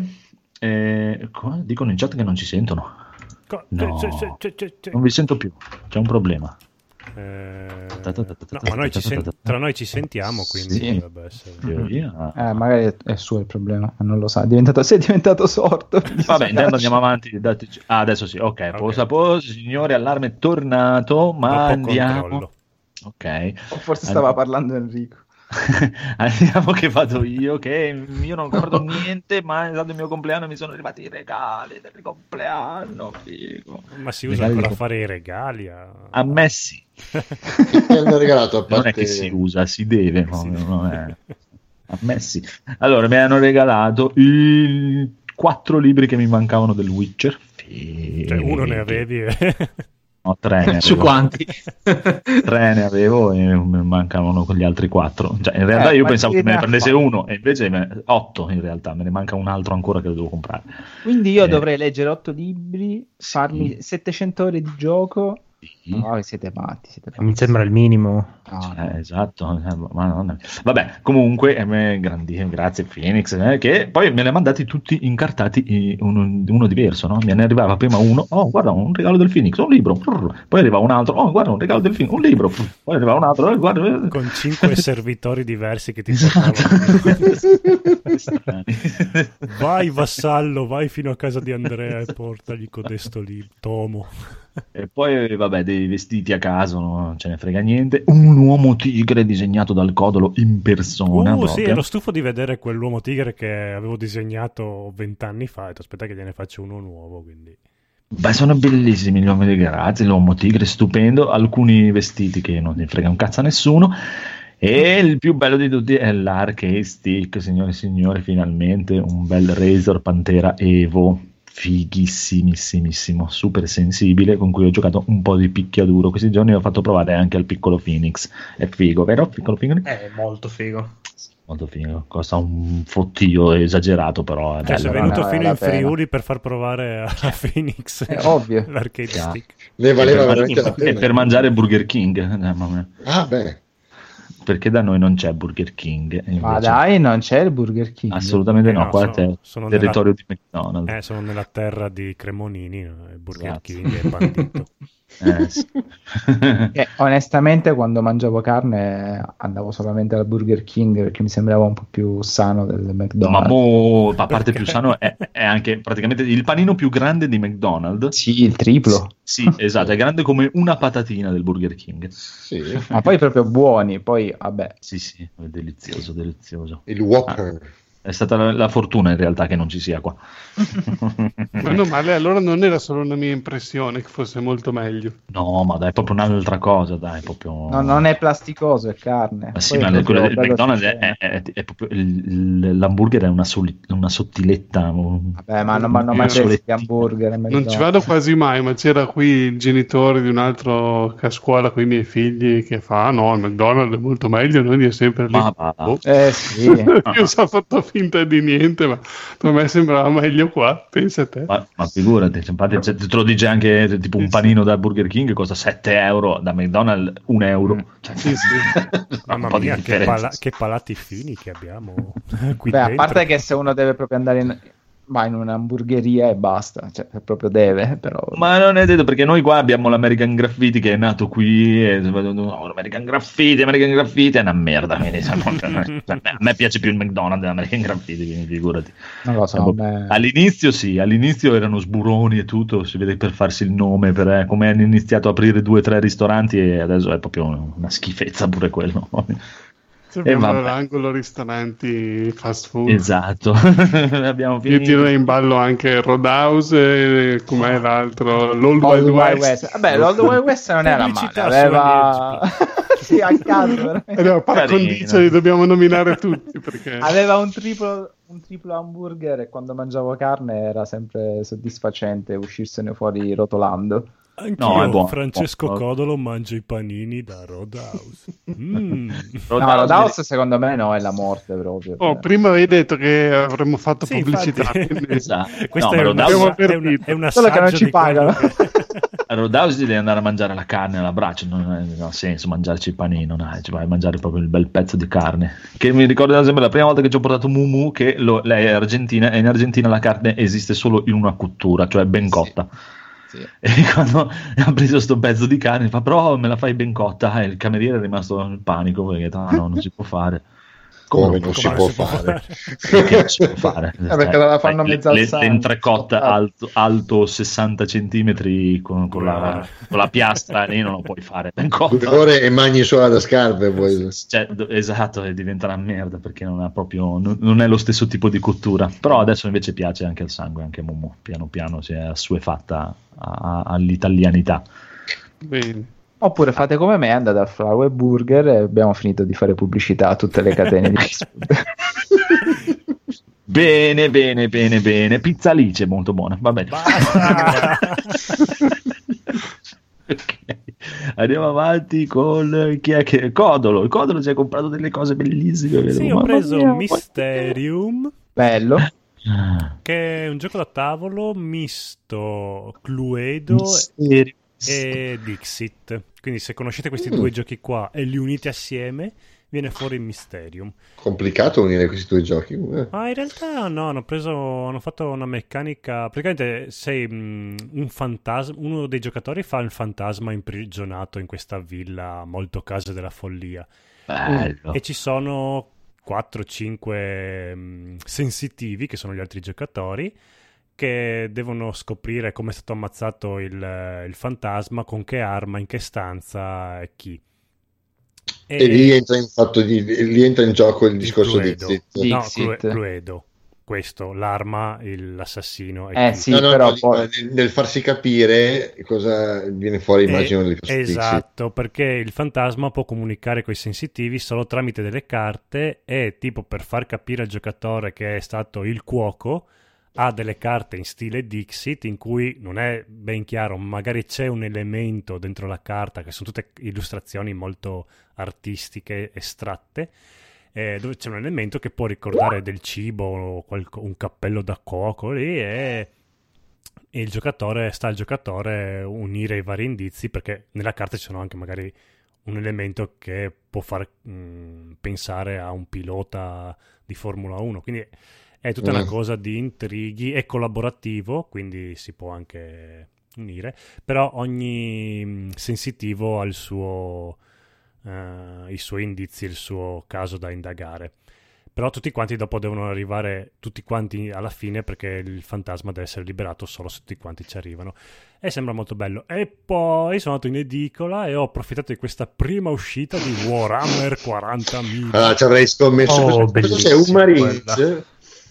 eh, co- dicono in chat che non ci sentono. Co- No. c'è- c'è- c'è- c'è- c'è- Non vi sento più, c'è un problema. Eh, no, ma noi ci sen- tra noi ci sentiamo, quindi Sì. dovrebbe essere. Teoria. Eh, magari è, è suo il problema, ma non lo sa. È diventato, sei diventato sordo. Vabbè, intanto andiamo avanti. dateci- Ah, adesso sì, ok. Ok. Posa posa, signore, allarme è tornato, ma Dopo andiamo. controllo. Ok. O forse stava parlando Enrico. Andiamo che vado io, che io non ricordo niente, ma è stato il mio compleanno e mi sono arrivati i regali del compleanno. Figo. Ma si usa Regali ancora a di- fare i regali? A... A me sì. Mi hanno regalato a Non è parte che si usa, si deve. no, Sì. non è- A me sì. Allora, mi hanno regalato i quattro libri che mi mancavano del Witcher. Cioè, uno ne avevi. No, tre ne Su avevo. quanti? Tre ne avevo e mi mancavano con gli altri quattro. Cioè, in realtà Eh, io ma pensavo chi che me ne ne ha prendesse fatto? uno e invece me- otto in realtà, me ne manca un altro ancora che lo devo comprare. Quindi io Eh. dovrei leggere otto libri, farmi settecento ore di gioco. Sì. No, siete matti, siete pazzi. Mi sembra il minimo. No, Eh, esatto, eh, madonna. Vabbè, comunque, eh, me- grandi, grazie Phoenix, eh, che poi me ne ha mandati tutti incartati eh, uno, uno diverso, no? Me ne arrivava prima uno, oh guarda un regalo del Phoenix, un libro, prr. Poi arriva un altro, oh guarda un regalo del Phoenix, un libro, prr. Poi arriva un altro, oh, guarda... Con cinque servitori diversi che ti Esatto. portavano. Strani. Vai vassallo, vai fino a casa di Andrea e portagli codesto lì, tomo. E poi, vabbè, dei vestiti a caso, non ce ne frega niente. Un uomo tigre disegnato dal Codolo in persona. Uh, sì, proprio. ero stufo di vedere quell'uomo tigre che avevo disegnato vent'anni fa. Ho detto, aspetta che gliene faccio uno nuovo, quindi... Beh, sono bellissimi gli uomini tigre, ragazzi. L'uomo tigre stupendo. Alcuni vestiti che non ne frega un cazzo a nessuno. E il più bello di tutti è l'arcade stick, signore e signori. Finalmente un bel Razer Pantera Evo. Fighissimissimissimo, super sensibile, con cui ho giocato un po' di picchiaduro questi giorni e ho fatto provare anche al piccolo Phoenix. È figo, vero? Piccolo Phoenix? È molto figo. Molto figo, costa un fottio esagerato, però è Cioè, sei bello, venuto no, fino è in la pena. Friuli per far provare a, a Phoenix È ovvio. l'arcade Chiaro. stick. ne valeva E per- veramente la e pena. per mangiare Burger King, eh, mamma mia. Ah, beh. Perché da noi non c'è Burger King. e ma invece- dai, non c'è il Burger King. assolutamente Eh no, no, qua sono- c'è sono il territorio di McDonald's. Eh, sono nella terra di Cremonini, no? Il Burger Esatto. King è bandito. Eh, sì. Eh, onestamente, quando mangiavo carne andavo solamente al Burger King perché mi sembrava un po' più sano del Ma McDonald's. mo, a parte più sano, è, è anche praticamente il panino più grande di McDonald's. Sì, il triplo. Sì, esatto, è grande come una patatina del Burger King. Sì. Ma poi proprio buoni. Poi, vabbè, Sì, sì, è delizioso, delizioso. Il Whopper. È stata la, la fortuna in realtà che non ci sia qua. Meno male, allora non era solo una mia impressione che fosse molto meglio. No, ma dai, è proprio un'altra cosa, dai, proprio... No, non è plasticoso, è carne. Ma sì, Poi ma è quello del proprio McDonald's bello è, è, è, è proprio il- il- l'hamburger è una, soli- una sottiletta. un- Vabbè, ma non vanno Io- mai gli soletti. hamburger. al Non McDonald's. ci vado quasi mai, ma c'era qui il genitore di un altro che a scuola con i miei figli che fa: "Ah, no, il McDonald's è molto meglio, noi è sempre lì." Ma va. Oh. Eh sì. Io so fatto finta di niente, ma per me sembrava meglio qua, pensa a te. Ma, ma figurati, cioè, infatti, cioè, te lo dice anche tipo un panino da Burger King che costa sette euro, da McDonald's un euro. Cioè, Sì, sì. un Mamma po' di mia, che, differenza. pala- che palati fini che abbiamo qui Beh, a dentro. parte che se uno deve proprio andare in, va in un'hamburgeria e basta, cioè se proprio deve, però... Ma non è detto, perché noi qua abbiamo l'American Graffiti che è nato qui e no, l'American Graffiti, American Graffiti è una merda, quindi, cioè, a me piace più il McDonald's dell'American Graffiti, quindi figurati. Non lo so, Cioè, beh, all'inizio sì, all'inizio erano sburoni e tutto, si vede, per farsi il nome, per eh, come hanno iniziato a aprire due o tre ristoranti e adesso è proprio una schifezza pure quello. Abbiamo vabbè. l'angolo ristoranti fast food. Esatto, abbiamo Io finito. tirerei in ballo anche Roadhouse e com'è l'altro? L'Old Old Wild Wild West. West. Vabbè, l'Old Wild West non era male, Pubblicità aveva... sì, a caso, veramente. Eh no, par Carino. condicio li dobbiamo nominare tutti perché Aveva un triplo, un triplo hamburger e quando mangiavo carne era sempre soddisfacente uscirsene fuori rotolando. Anch'io, No, è buono, Francesco buono. Codolo, mangio i panini da Roadhouse. Mm. No, Roadhouse secondo me no, è la morte proprio. Oh, prima avevi detto che avremmo fatto Sì, pubblicità. infatti. quindi- Esatto. Questa No, è, ma una, Roadhouse- è, una, è un Solo che non assaggio ci di quello pagano. che- A Roadhouse devi andare a mangiare la carne alla brace, non ha, non ha senso mangiarci i panini, non ha, ci vai a mangiare proprio il bel pezzo di carne. Che mi ricordo ad esempio la prima volta che ci ho portato Mumu, che lo- lei è argentina e in Argentina la carne esiste solo in una cottura, cioè ben cotta. Sì. E quando ha preso sto pezzo di carne fa: però me la fai ben cotta, e il cameriere è rimasto in panico perché ah, no, non si può fare. Come non si come può si può fare? Perché non si può fare? Eh, perché la fanno le- mezza le- alzata. l'entrecote alto, alto sessanta centimetri con, con la, con la piastra lì non lo puoi fare ben Due cotta. ore e mangi solo da scarpe poi. Cioè, do- esatto, e diventa una merda perché non ha proprio non, non è lo stesso tipo di cottura. Però adesso invece piace anche il sangue, anche Mumu piano piano si è assuefatta a- a- all'italianità. Bene. Oppure fate come me, andate al Flower Burger e abbiamo finito di fare pubblicità a tutte le catene di fast food. Bene, bene, bene, bene. Pizza Alice, molto buona. Va bene. Basta! Ok. Andiamo avanti con chi è che Codolo. Il Codolo ci ha comprato delle cose bellissime. vedo. Sì, ho Mamma preso mia, Mysterium, Bello. Ah, che è un gioco da tavolo misto Cluedo misteri. e Dixit. Quindi se conoscete questi Mm. due giochi qua e li unite assieme, viene fuori Mysterium. Complicato unire questi due giochi. Eh. Ma in realtà no, hanno preso, hanno fatto una meccanica. Praticamente sei mm, un fantasma. Uno dei giocatori fa il fantasma imprigionato in questa villa molto casa della follia. Bello. E ci sono quattro cinque sensitivi, che sono gli altri giocatori, che devono scoprire come è stato ammazzato il, il fantasma, con che arma, in che stanza e chi. E lì entra in, fatto di, lì entra in gioco il il discorso di Cluedo. Zit. No, Dixit. Clue- Cluedo. Questo, l'arma, il- l'assassino. e Eh chi. sì, No, no, però no, poi... nel, nel farsi capire cosa viene fuori, immagino, Eh, del discorso di Zit. esatto, perché il fantasma può comunicare con i sensitivi solo tramite delle carte e tipo per far capire al giocatore che è stato il cuoco ha delle carte in stile Dixit in cui non è ben chiaro, magari c'è un elemento dentro la carta che sono tutte illustrazioni molto artistiche estratte, eh, dove c'è un elemento che può ricordare del cibo o qualco- un cappello da cuoco lì e e il giocatore sta al giocatore unire i vari indizi, perché nella carta ci sono anche magari un elemento che può far mh, pensare a un pilota di Formula uno, quindi è tutta una Mm. cosa di intrighi, è collaborativo, quindi si può anche unire, però ogni mh, sensitivo ha il suo eh, i suoi indizi, il suo caso da indagare. Però tutti quanti dopo devono arrivare tutti quanti alla fine, perché il fantasma deve essere liberato solo se tutti quanti ci arrivano, e sembra molto bello. E poi sono andato in edicola e ho approfittato di questa prima uscita di Warhammer quarantamila. Ah, ci avrei scommesso. Oh, Cosa c'è? Un bellissimo Marines? quella.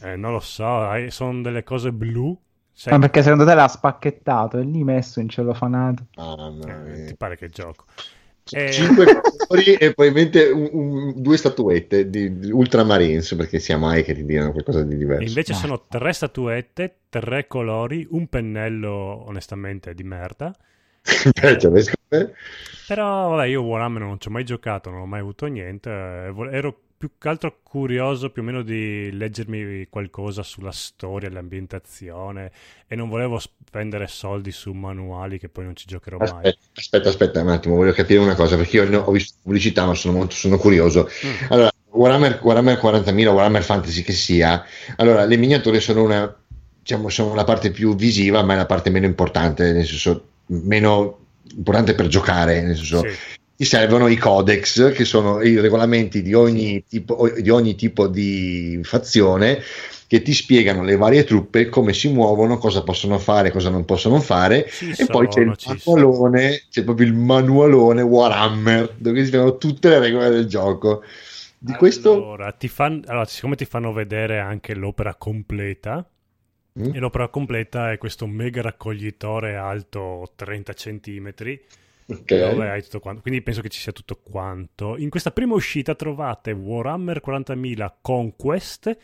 Eh, non lo so, hai- sono delle cose blu. Sai- Ma perché secondo te l'ha spacchettato e lì messo in cellofanato? Mamma eh, mia. ti pare che gioco? Eh, Cinque colori e probabilmente un- un- due statuette di, di Ultramarines, perché sia mai che ti diano qualcosa di diverso. invece Dai. sono tre statuette, tre colori, un pennello onestamente di merda. Cioè, cioè, secondo me- Però vabbè, io Warhammer non ci ho mai giocato, non ho mai avuto niente. eh, vo- Ero più che altro curioso più o meno di leggermi qualcosa sulla storia, l'ambientazione e non volevo spendere soldi su manuali che poi non ci giocherò mai. Aspetta, aspetta, aspetta un attimo, voglio capire una cosa, perché io ne ho visto pubblicità, ma sono molto sono curioso. Mm. Allora, Warhammer, Warhammer quarantamila, Warhammer Fantasy che sia, allora, le miniature sono una, diciamo, sono la parte più visiva, ma è la parte meno importante, nel senso, meno importante per giocare, nel senso, Sì. ti servono i codex, che sono i regolamenti di ogni tipo, di ogni tipo di fazione, che ti spiegano le varie truppe, come si muovono, cosa possono fare, cosa non possono fare, Ci e poi c'è il sono, ci manualone, c'è proprio il manualone Warhammer, dove si spiegano tutte le regole del gioco. Di questo... Allora, ti fan- allora, siccome ti fanno vedere anche l'opera completa, Mm? e l'opera completa è questo mega raccoglitore alto trenta centimetri, Ok. dove hai tutto quanto. Quindi penso che ci sia tutto quanto. In questa prima uscita trovate Warhammer quarantamila Conquest,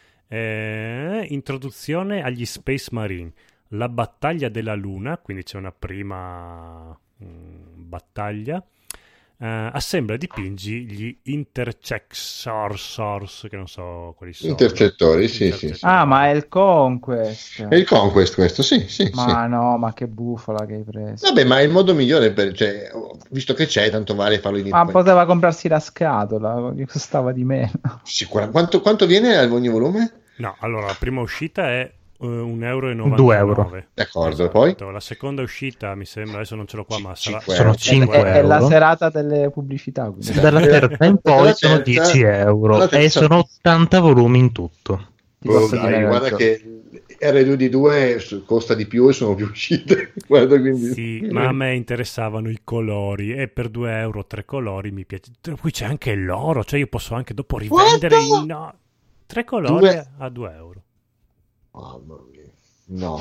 eh, introduzione agli Space Marine, la battaglia della Luna, quindi c'è una prima mm, battaglia. Eh, assembla e dipingi gli Intercessors, che non so quali sono. Intercettori, sì, sì, sì. Ah, ma è il Conquest. È il Conquest questo, sì, sì, Ma sì. no, ma che bufala che hai preso. Vabbè, ma è il modo migliore per, cioè, visto che c'è, tanto vale farlo in Ma poteva comprarsi la scatola, gli costava di meno. Sicuramente. Quanto, quanto viene ogni volume? No, allora la prima uscita è uh, un euro e novantanove. due euro. D'accordo, poi? La seconda uscita mi sembra, adesso non ce l'ho qua, ma sarà cinque Sono euro. cinque È, è la euro. serata delle pubblicità. quindi. Dalla terza in Dalla poi sono terza- dieci euro dalla e terza- sono ottanta volumi in tutto. Ti Oh, posso dai, dire guarda ragione. che R due D due costa di più e sono più uscite. Guarda, quindi... Sì, ma a me interessavano i colori e per due euro tre colori mi piace. Qui c'è anche l'oro, cioè io posso anche dopo rivendere Quanto? i no, tre colori Due- a due euro. Mamma mia. No.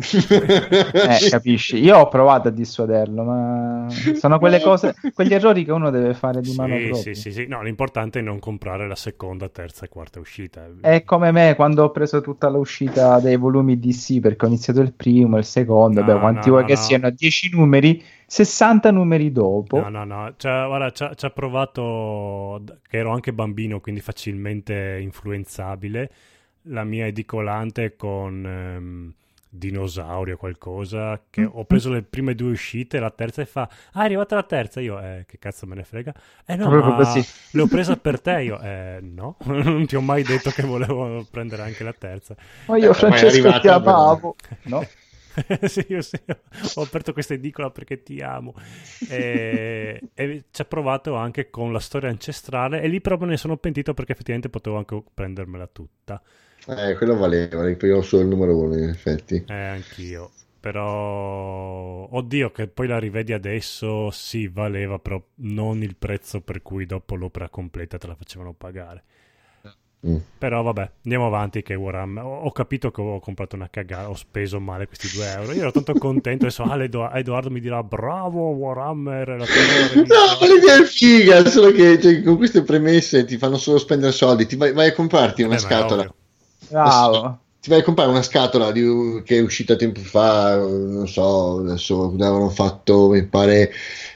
Eh, capisci? Io ho provato a dissuaderlo, ma sono quelle cose, quegli errori che uno deve fare di mano Sì, propria. sì, sì, sì. No, l'importante è non comprare la seconda, terza e quarta uscita. È come me quando ho preso tutta l'uscita dei volumi D C, perché ho iniziato il primo, il secondo, No, beh, quanti no, vuoi no, che no. siano? dieci numeri, sessanta numeri dopo. No, no, no, cioè, guarda, ci ha- ci ha provato d- che ero anche bambino, quindi facilmente influenzabile, la mia edicolante con ehm, dinosauri o qualcosa, che ho preso le prime due uscite, la terza e fa, ah, è arrivata la terza, io, eh, che cazzo me ne frega? Eh no, Proprio ma così. l'ho presa per te, io, eh, no, non ti ho mai detto che volevo prendere anche la terza. Ma io, Eh, Francesco, ma è arrivata, ti amavo. No? Sì, io sì, ho aperto questa edicola perché ti amo e, e ci ha provato anche con la storia ancestrale e lì proprio ne sono pentito perché effettivamente potevo anche prendermela tutta. Eh, quello valeva, io ho solo il numero uno in effetti. Eh, anch'io, però oddio che poi la rivedi adesso, sì, valeva, però non il prezzo per cui dopo l'opera completa te la facevano pagare. Mm. Però vabbè, andiamo avanti che Warhammer, ho, ho capito che ho comprato una cagata, ho speso male questi due euro, io ero tanto contento, adesso ah, Edo- Edoardo mi dirà bravo Warhammer, è la tua nuova No, rivista." l'idea è figa, solo che cioè, con queste premesse ti fanno solo spendere soldi. Ti vai, vai a comprarti una Eh, ma è scatola. ovvio. Bravo. Ti vai a comprare una scatola di- che è uscita tempo fa, non so, adesso avevano fatto, mi pare,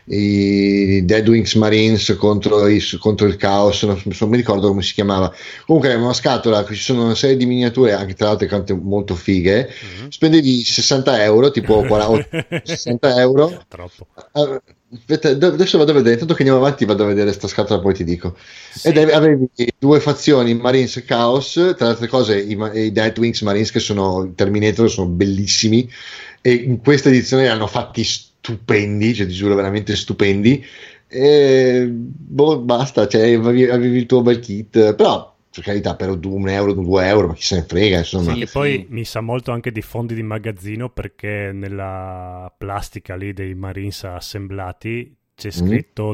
i Dead Wings Marines contro, i- contro il Chaos, non, non mi ricordo come si chiamava. Comunque è una scatola, ci sono una serie di miniature, anche tra l'altro cante molto fighe. Mhm. Spendevi sessanta euro, tipo quaranta, sessanta euro. Troppo. Ah, aspetta, do- adesso vado a vedere, tanto che andiamo avanti vado a vedere sta scatola, poi ti dico. Sì. Ed ave- avevi due fazioni, Marines e Chaos, tra le altre cose i, ma- i Dead Wings Marines che sono Terminator, sono bellissimi e in questa edizione li hanno fatti stupendi, cioè ti giuro veramente stupendi e boh, basta, cioè avevi, avevi il tuo bel kit, però per carità per un euro, due euro, ma chi se ne frega, insomma. Sì. E poi mi sa molto anche di fondi di magazzino perché nella plastica lì dei Marines assemblati c'è scritto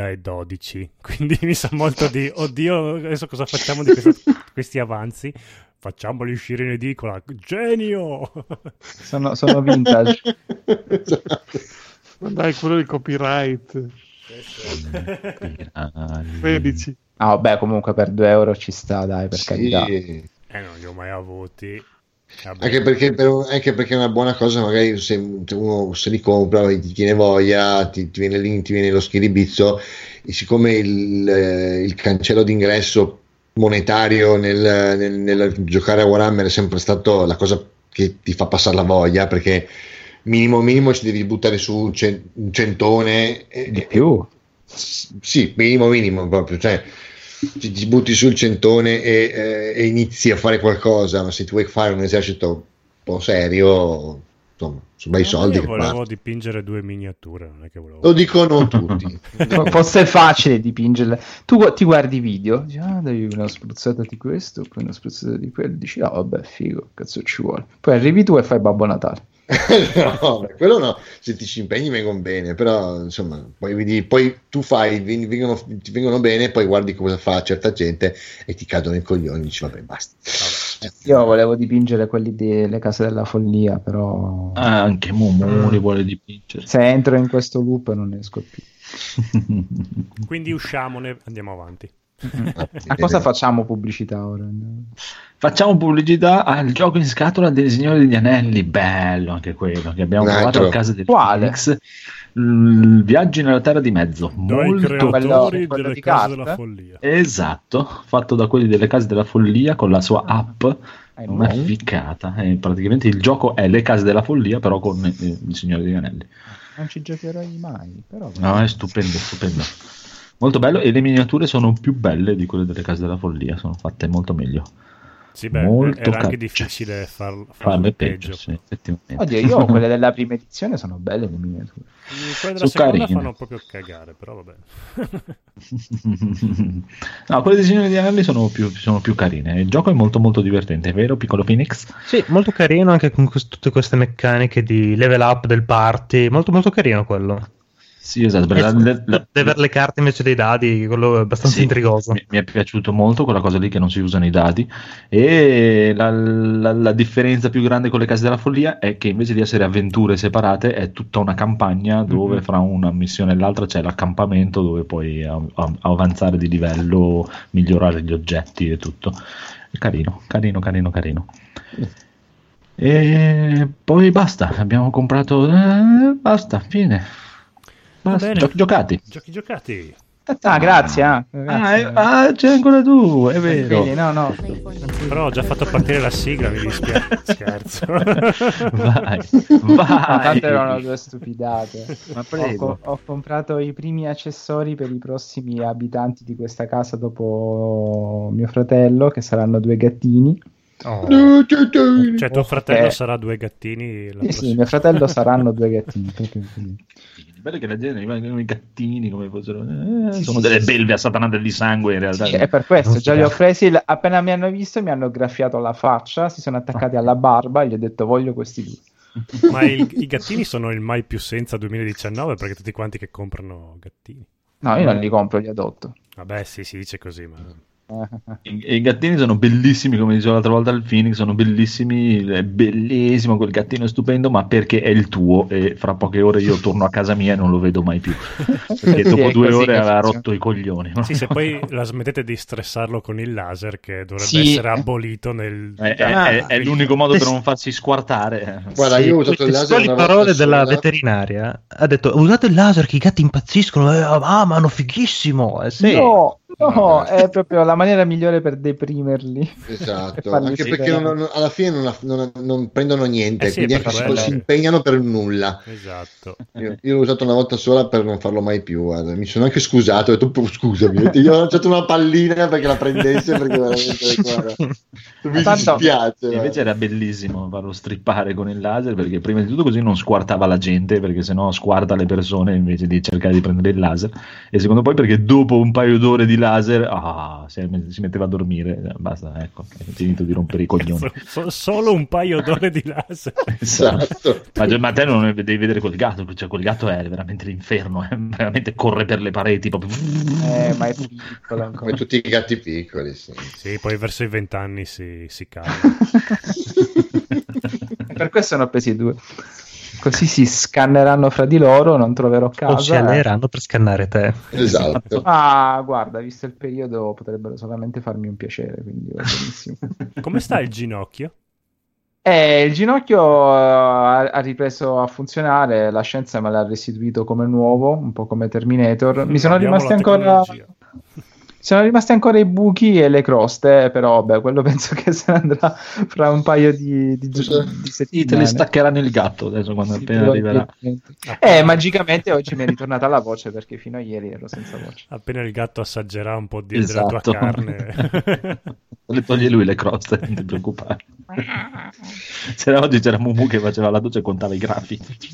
duemiladodici, quindi mi sa molto di oddio adesso cosa facciamo di questa- questi avanzi, facciamoli uscire in edicola, genio. Sono, sono vintage. Esatto. Ma dai, quello di copyright tredici. Ah, vabbè, comunque per due euro ci sta, dai, per Sì. carità. Eh, non li ho mai avuti. Vabbè. Anche perché, per, anche perché è una buona cosa, magari se uno se li compra e ti tiene voglia, ti, ti viene lì, ti viene lo schiribizzo, e siccome il, eh, il cancello d'ingresso monetario nel, nel, nel giocare a Warhammer è sempre stato la cosa che ti fa passare la voglia, perché minimo minimo ci devi buttare su un, cen- un centone e, Di più. sì, minimo minimo proprio, cioè ti, ti butti sul centone e, eh, e inizi a fare qualcosa, ma se tu vuoi fare un esercito un po' serio, insomma, sono bei No, soldi io che volevo basta. dipingere due miniature, non è che volevo... Lo dicono tutti. Forse è facile dipingerle. Tu gu- ti guardi i video, dici, ah, dai una spruzzata di questo, poi una spruzzata di quello, dici, ah, vabbè, figo, cazzo ci vuole. Poi arrivi tu e fai Babbo Natale. No, beh, quello no, se ti ci impegni vengono bene, però insomma, poi, vedi, poi tu fai, veng- vengono, ti vengono bene, poi guardi cosa fa certa gente e ti cadono i coglioni, dici vabbè basta. Io volevo dipingere quelli delle case della follia, però Ah, anche Mumu li vuole dipingere. se entro in questo loop non ne esco più. Quindi usciamone, andiamo avanti. A cosa facciamo pubblicità ora? Facciamo pubblicità al gioco in scatola del Signore degli Anelli, bello anche quello, che abbiamo Un provato altro. a casa del Quale? Phoenix. Il Viaggi nella Terra di Mezzo, Dai molto creatori bello, quello delle di case carta? della follia. esatto, fatto da quelli delle Case della Follia con la sua app, Hai una nuovo? ficcata. E praticamente il gioco è le Case della Follia, però con eh, il Signore degli Anelli. Non ci giocherei mai, però No, è stupendo, stupendo. Molto bello, e le miniature sono più belle di quelle delle Case della Follia, sono fatte molto meglio. Sì, beh, Molto era anche carino. difficile far, Farle farle peggio, peggio. sì, effettivamente. oddio, io quelle della prima edizione sono belle le miniature. Quelle della Sono seconda carine. fanno proprio cagare, però vabbè. No, quelle di Signore degli Anelli sono più, sono più carine. Il gioco è molto molto divertente, è vero, piccolo Phoenix? Sì, molto carino anche con quest- tutte queste meccaniche di level up del party. Molto molto carino quello. Sì, esatto. E La- la- la- di avere le carte invece dei dadi, quello è abbastanza Sì, intrigoso. Mi, mi è piaciuto molto quella cosa lì che non si usano i dadi, e la, la- la differenza più grande con le Case della Follia è che invece di essere avventure separate è tutta una campagna dove Mhm. fra una missione e l'altra c'è l'accampamento dove puoi a- a- avanzare di livello, migliorare gli oggetti e tutto. È carino, carino, carino, carino. E poi basta, abbiamo comprato, eh, basta, fine. Va Basta, bene. giochi giocati. Giochi giocati. Ah, grazie, ah, Ah, grazie. eh, ah, c'è ancora tu, è vero. Vedi, no, no. Però ho già fatto partire la sigla, mi dispiace. Scherzo. Vai, No, vai. tanto erano due stupidate. Ma Ho, prego. co- ho comprato i primi accessori per i prossimi abitanti di questa casa dopo mio fratello, che saranno due gattini. Oh. Cioè, tuo fratello Eh. sarà due gattini. La Sì, sì, prossima- mio fratello saranno due gattini. proprio così. Bello che la gente rimangono i gattini come fossero, eh, Sì, sono sì, delle sì, belve assatanate di sangue in realtà. Sì, è per questo, Non già si li ho sa. presi, l- appena mi hanno visto mi hanno graffiato la faccia, si sono attaccati alla barba e gli ho detto voglio questi due. Ma il- i gattini sono il mai più senza duemiladiciannove, perché tutti quanti che comprano gattini. No, io non li compro, li adotto. Vabbè, sì, si dice così, ma... I, i gattini sono bellissimi, come dicevo l'altra volta al Phoenix, sono bellissimi, è bellissimo, quel gattino è stupendo, ma perché è il tuo e fra poche ore io torno a casa mia e non lo vedo mai più, perché Sì, dopo è due così ore che aveva funziona. rotto i coglioni. Sì, se poi la smettete di stressarlo con il laser, che dovrebbe Sì. essere abolito nel... È, è- Ah, è- è l'unico modo per non farsi squartare. Guarda, Sì, io ho usato il le laser testuali una parole volta della sola. veterinaria. Ha detto: usate il laser che i gatti impazziscono. Eh, ah, ma hanno fighissimo. Eh, sì. No, no, No, è proprio la maniera migliore per deprimerli. Per Esatto, farli anche uscire. perché non- non- alla fine non, non- non prendono niente, Eh sì, quindi per anche si, quello. si impegnano per nulla. Esatto. Io, io l'ho usato una volta sola per non farlo mai più. Guarda. Mi sono anche scusato, ho detto "Oh, scusami, io ho lanciato una pallina perché la prendesse perché veramente guarda, mi Tanto- dispiace. guarda. Invece era bellissimo farlo strippare con il laser, perché prima di tutto così non squartava la gente, perché sennò squarta le persone invece di cercare di prendere il laser, e secondo poi perché dopo un paio d'ore di laser laser, ah, si, si metteva a dormire, basta, ecco, hai finito di rompere i coglioni. So- solo un paio d'ore di laser. Esatto. ma, ma te non devi vedere quel gatto, cioè quel gatto è veramente l'inferno, eh, veramente corre per le pareti proprio. Eh, ma è piccolo ancora. Come tutti i gatti piccoli, sì. Sì, poi verso i vent'anni si, si calma. Per questo ne ho presi due. Così si scanneranno fra di loro, non troverò casa. O si alleeranno per scannare te. Esatto. Ah, guarda, visto il periodo potrebbero solamente farmi un piacere, quindi va benissimo. Come sta il ginocchio? Eh, il ginocchio uh, ha, ha ripreso a funzionare, la scienza me l'ha restituito come nuovo, un po' come Terminator. Mi sono Abbiamo rimasti la ancora... tecnologia. Sono rimasti ancora i buchi e le croste, però beh, quello penso che se ne andrà fra un paio di, di, di settimane. Sì, te le staccheranno il gatto adesso quando Sì, appena arriverà. Eh, magicamente oggi mi è ritornata la voce perché fino a ieri ero senza voce. Appena il gatto assaggerà un po' di Esatto. della tua carne. Le toglie lui le croste, non ti preoccupare. C'era, oggi c'era Mumu che faceva la doccia e contava i grafi.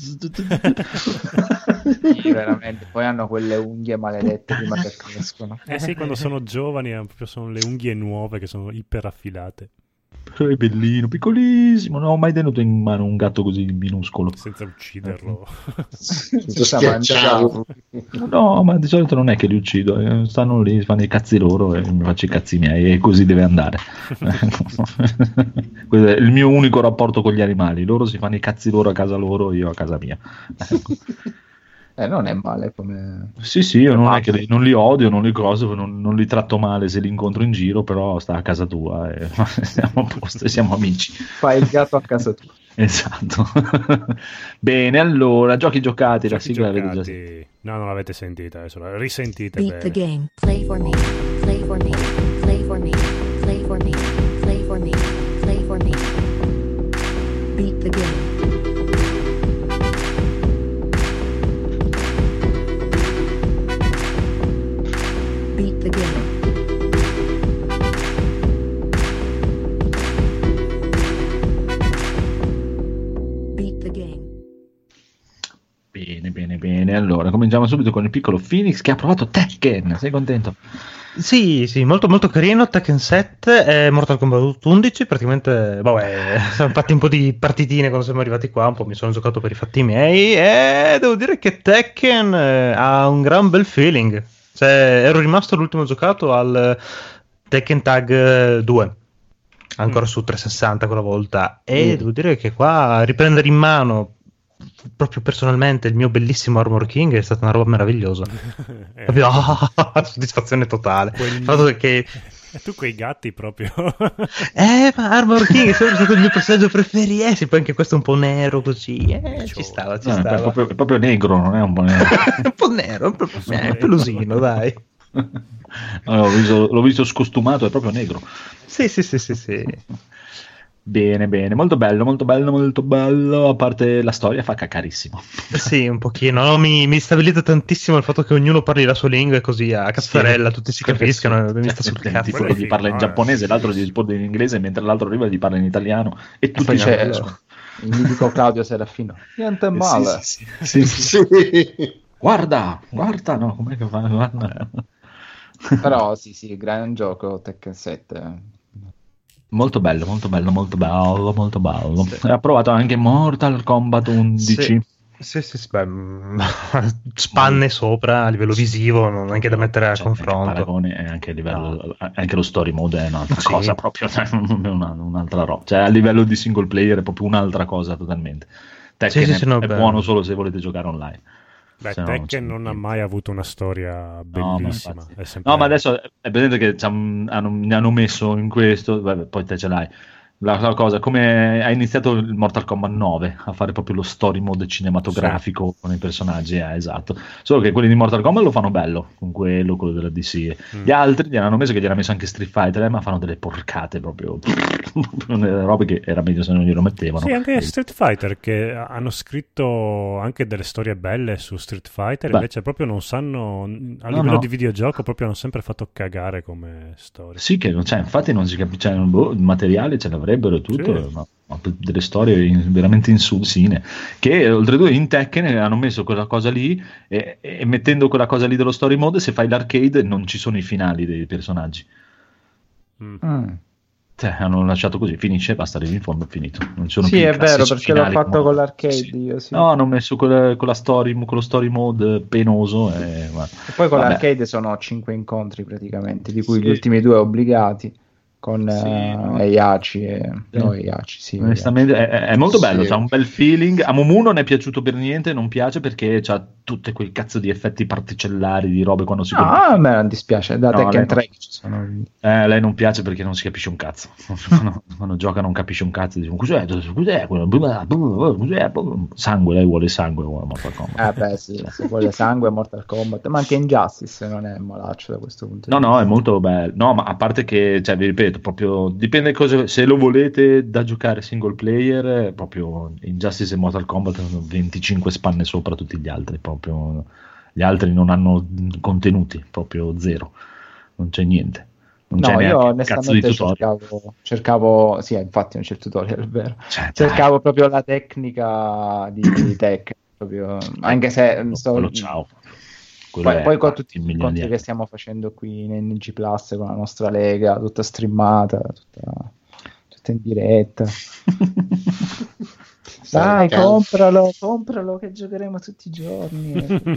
Sì, veramente. Poi hanno quelle unghie maledette prima che crescono. Eh sì, quando sono giovani eh, proprio sono le unghie nuove che sono iper affilate. Però è bellino, piccolissimo. Non ho mai tenuto in mano un gatto così minuscolo. Senza ucciderlo. Senza mangiarlo. No, ma di solito non è che li uccido, eh, stanno lì, fanno i cazzi loro e mi faccio i cazzi miei e così deve andare. Questo è il mio unico rapporto con gli animali. Loro si fanno i cazzi loro a casa loro, io a casa mia. Eh, non è male come... Sì, sì, io non è che li, non li odio, non li cose, non, non li tratto male se li incontro in giro, però sta a casa tua e siamo a posto e siamo amici. Fai il gatto a casa tua. Esatto. Bene, allora, giochi giocati, la Giochi sigla l'avete già giocati. sentita. No, non l'avete sentita, adesso la risentite Beat the bene. game. Play for me. Play for me. Play for me. Play for me. Play for me. Play for me. Beat the game. Beat the game. Beat the game. Bene, bene, bene. Allora, cominciamo subito con il piccolo Phoenix che ha provato Tekken. Sei contento? Sì, sì, molto molto carino. Tekken sette e Mortal Kombat undici. Praticamente, vabbè, siamo fatti un po' di partitine quando siamo arrivati qua. Un po' mi sono giocato per i fatti miei. E devo dire che Tekken eh, ha un gran bel feeling. Cioè, ero rimasto l'ultimo giocato al Tekken Tag due, ancora mm. su trecentosessanta quella volta. E mm. devo dire che qua riprendere in mano proprio personalmente il mio bellissimo Armor King è stata una roba meravigliosa. eh. Proprio, oh, soddisfazione totale. Quel... Il fatto che E tu quei gatti proprio. eh, ma Armor King è sempre stato il mio personaggio preferito. Eh, sì, poi anche questo è un po' nero così. Eh, ci stava, ci No, stava. È, proprio, è proprio negro, non è un po' nero. un po' nero, proprio, eh, pelusino, dai. No, l'ho, visto, l'ho visto scostumato, è proprio negro. Sì, sì, sì, sì, sì. Bene, bene, molto bello, molto bello, molto bello. A parte la storia, fa cacarissimo. Sì, un pochino. No? Mi, mi stabilizza tantissimo il fatto che ognuno parli la sua lingua e così a cazzarella, sì, tutti si capiscono. Mi sta sul cazzo. Tipo che gli parla in giapponese, l'altro gli risponde in inglese, mentre l'altro arriva e gli parla in italiano. E tutti poi c'è il mitico Claudio Serafino. Niente male. Sì, sì, sì, sì, sì. Guarda, guarda, no, com'è che fa? Guarda. Però sì, sì, gran gioco Tekken sette. Molto bello, molto bello, molto bello, molto bello. Sì. Ha provato anche Mortal Kombat undici. Sì, sì, sì, sì beh, spanne sopra a livello visivo, non anche da mettere a cioè, confronto. Paragone è anche a livello, no. Anche lo story mode è un'altra sì. cosa proprio, cioè, una, un'altra roba. Cioè a livello di single player è proprio un'altra cosa totalmente. Tekken sì, sì, è, sì, no, è buono solo se volete giocare online. Beh, se Tekken non, non ha mai avuto una storia bellissima. No, ma, è sempre... no, ma adesso è presente che hanno, mi hanno messo in questo, vabbè, poi te ce l'hai. La, la cosa, come ha iniziato il Mortal Kombat nove a fare proprio lo story mode cinematografico sì. con i personaggi, eh, esatto. Solo che quelli di Mortal Kombat lo fanno bello, con quello, quello della D C. Mm. Gli altri gli hanno messo che gli hanno messo anche Street Fighter, eh, ma fanno delle porcate proprio, delle robe che era meglio se non glielo mettevano. Sì, anche Street Fighter, che hanno scritto anche delle storie belle su Street Fighter, Beh. invece proprio non sanno, a livello no, no. di videogioco, proprio hanno sempre fatto cagare come storia. Sì, che cioè, infatti non si capisce, cioè, boh, il materiale ce l'avrebbe avrebbero tutto, sì. ma ma delle storie in- veramente insulsine, che oltretutto in Tekken hanno messo quella cosa lì e, e mettendo quella cosa lì dello story mode, se fai l'arcade non ci sono i finali dei personaggi. Mm. Cioè, hanno lasciato così, finisce, basta, arrivi in fondo, finito. Non ci sono Sì, più i è vero, classici perché l'ho finali fatto come- con l'arcade Sì. io, sì. No, hanno messo quella- con la story, con lo story mode penoso e, guarda. E poi con Vabbè. l'arcade sono cinque incontri praticamente, di cui Sì. gli ultimi due obbligati con Sì, eh, no. Heihachi e... Sì. No, Heihachi, sì. Onestamente è, è- è molto bello, Sì. c'ha un bel feeling. A Mumu non è piaciuto per niente, non piace perché c'ha tutti quei cazzo di effetti particellari di robe quando si No, a me non dispiace, da No, Tekken lei tre non- che ci sono... Eh, lei non piace perché non si capisce un cazzo. Quando, quando gioca non capisce un cazzo. Dice, cos'è? Cos'è? quello? Cos'è? Sangue, lei vuole sangue. Vuole Mortal Kombat. Eh beh sì, se vuole sangue Mortal Kombat, ma anche Injustice non è malaccio da questo punto No, di no, vista. è molto bello. No, ma a parte che, cioè, vi ripeto, proprio dipende cosa, se lo volete da giocare single player, proprio Injustice e Mortal Kombat hanno venticinque spanne sopra tutti gli altri, proprio gli altri non hanno contenuti, proprio zero. Non c'è niente. Non c'è No, io neanche un cazzo di onestamente tutorial. cercavo, cercavo, sì, infatti non c'è il tutorial, è vero. Cioè, dai. Cercavo proprio la tecnica di, di Tekken, proprio, anche se Quello- sto- quello ciao. Quello poi, è poi con fatti tutti i milioni incontri di che anni. stiamo facendo qui in N G Plus con la nostra lega, tutta streamata, tutta, tutta in diretta. Dai, Sarcasmo. compralo, compralo che giocheremo tutti i giorni.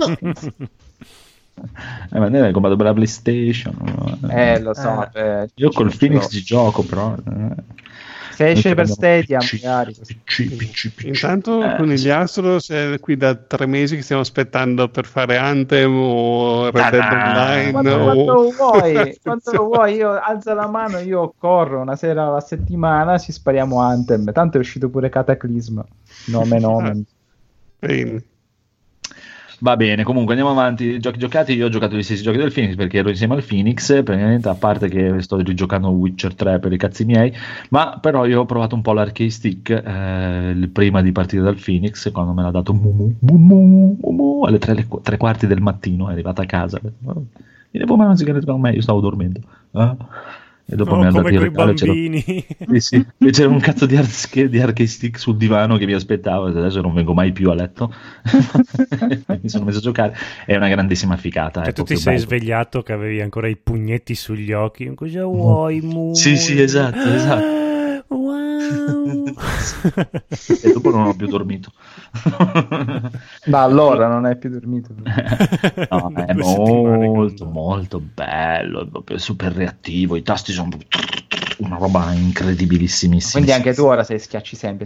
Eh, ma noi abbiamo comprato per la PlayStation. Eh, lo so, Eh. eh, Io col ce Phoenix l'ho. ci gioco, però. eh. Se esce Noi per abbiamo Stadia, P C, magari così. P C, P C, P C. Intanto Eh, con sì. gli Astro è qui da tre mesi che stiamo aspettando per fare Anthem o Red Dead Ta-da! Online. Quando, o- quando vuoi, quando lo vuoi, io alzo la mano, io corro una sera alla settimana, ci spariamo Anthem. Tanto è uscito pure Cataclysm. Nome nome. Bene. Va bene, comunque andiamo avanti. Giochi giocati, io ho giocato gli stessi giochi del Phoenix perché ero insieme al Phoenix, praticamente, a parte che sto rigiocando Witcher tre per i cazzi miei, ma però io ho provato un po' l'arcade stick eh, il- prima di partire dal Phoenix, quando me l'ha dato Mumu, Mumu, Mumu, alle tre, le qu- tre quarti del mattino, è arrivata a casa. Ha detto, "Oh, vieni a fumare una sigaretta con me", io stavo dormendo. Eh? E dopo Oh, mi ha dato come il quei regalo, c'era- bambini. Sì, sì. E c'era un cazzo di, arcade, di arcade stick sul divano che mi aspettavo, e adesso non vengo mai più a letto. Mi sono messo a giocare, è una grandissima ficata. Cioè, è tu ti proprio sei bello. svegliato che avevi ancora i pugnetti sugli occhi. Cosa vuoi, Mu? Sì, sì, esatto, esatto. Ah, wow. E dopo non ho più dormito. Da allora non hai più dormito. No, è Due settimane che molto non- molto bello, è proprio super reattivo, i tasti sono una roba incredibilissimissima. Quindi anche tu ora sei schiacci sempre.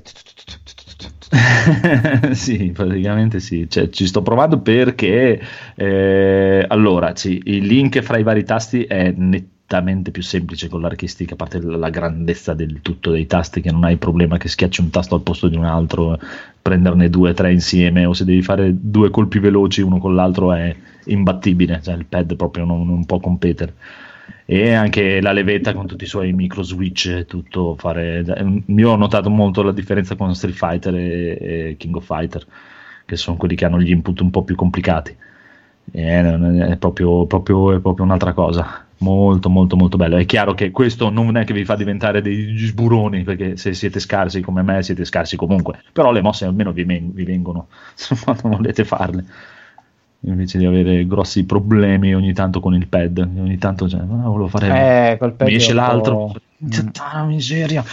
Sì, praticamente sì, cioè, ci sto provando perché eh, allora sì, il link fra i vari tasti è nettamente più semplice con l'arcade stick, a parte la grandezza del tutto dei tasti, che non hai il problema che schiacci un tasto al posto di un altro, prenderne due o tre insieme, o se devi fare due colpi veloci uno con l'altro è imbattibile, cioè il pad proprio non, non può competere. E anche la levetta con tutti i suoi micro switch e tutto fare. Io ho notato molto la differenza con Street Fighter e, e King of Fighter, che sono quelli che hanno gli input un po' più complicati. E è proprio, proprio, è proprio un'altra cosa, molto molto molto bello. È chiaro che questo non è che vi fa diventare dei sburoni, perché se siete scarsi come me siete scarsi comunque, però le mosse almeno vi, men- vi vengono quando volete farle, invece di avere grossi problemi ogni tanto con il pad. Ogni tanto, cioè, ah, volevo fare Eh, col pad mi esce è un l'altro, po'- puttana miseria.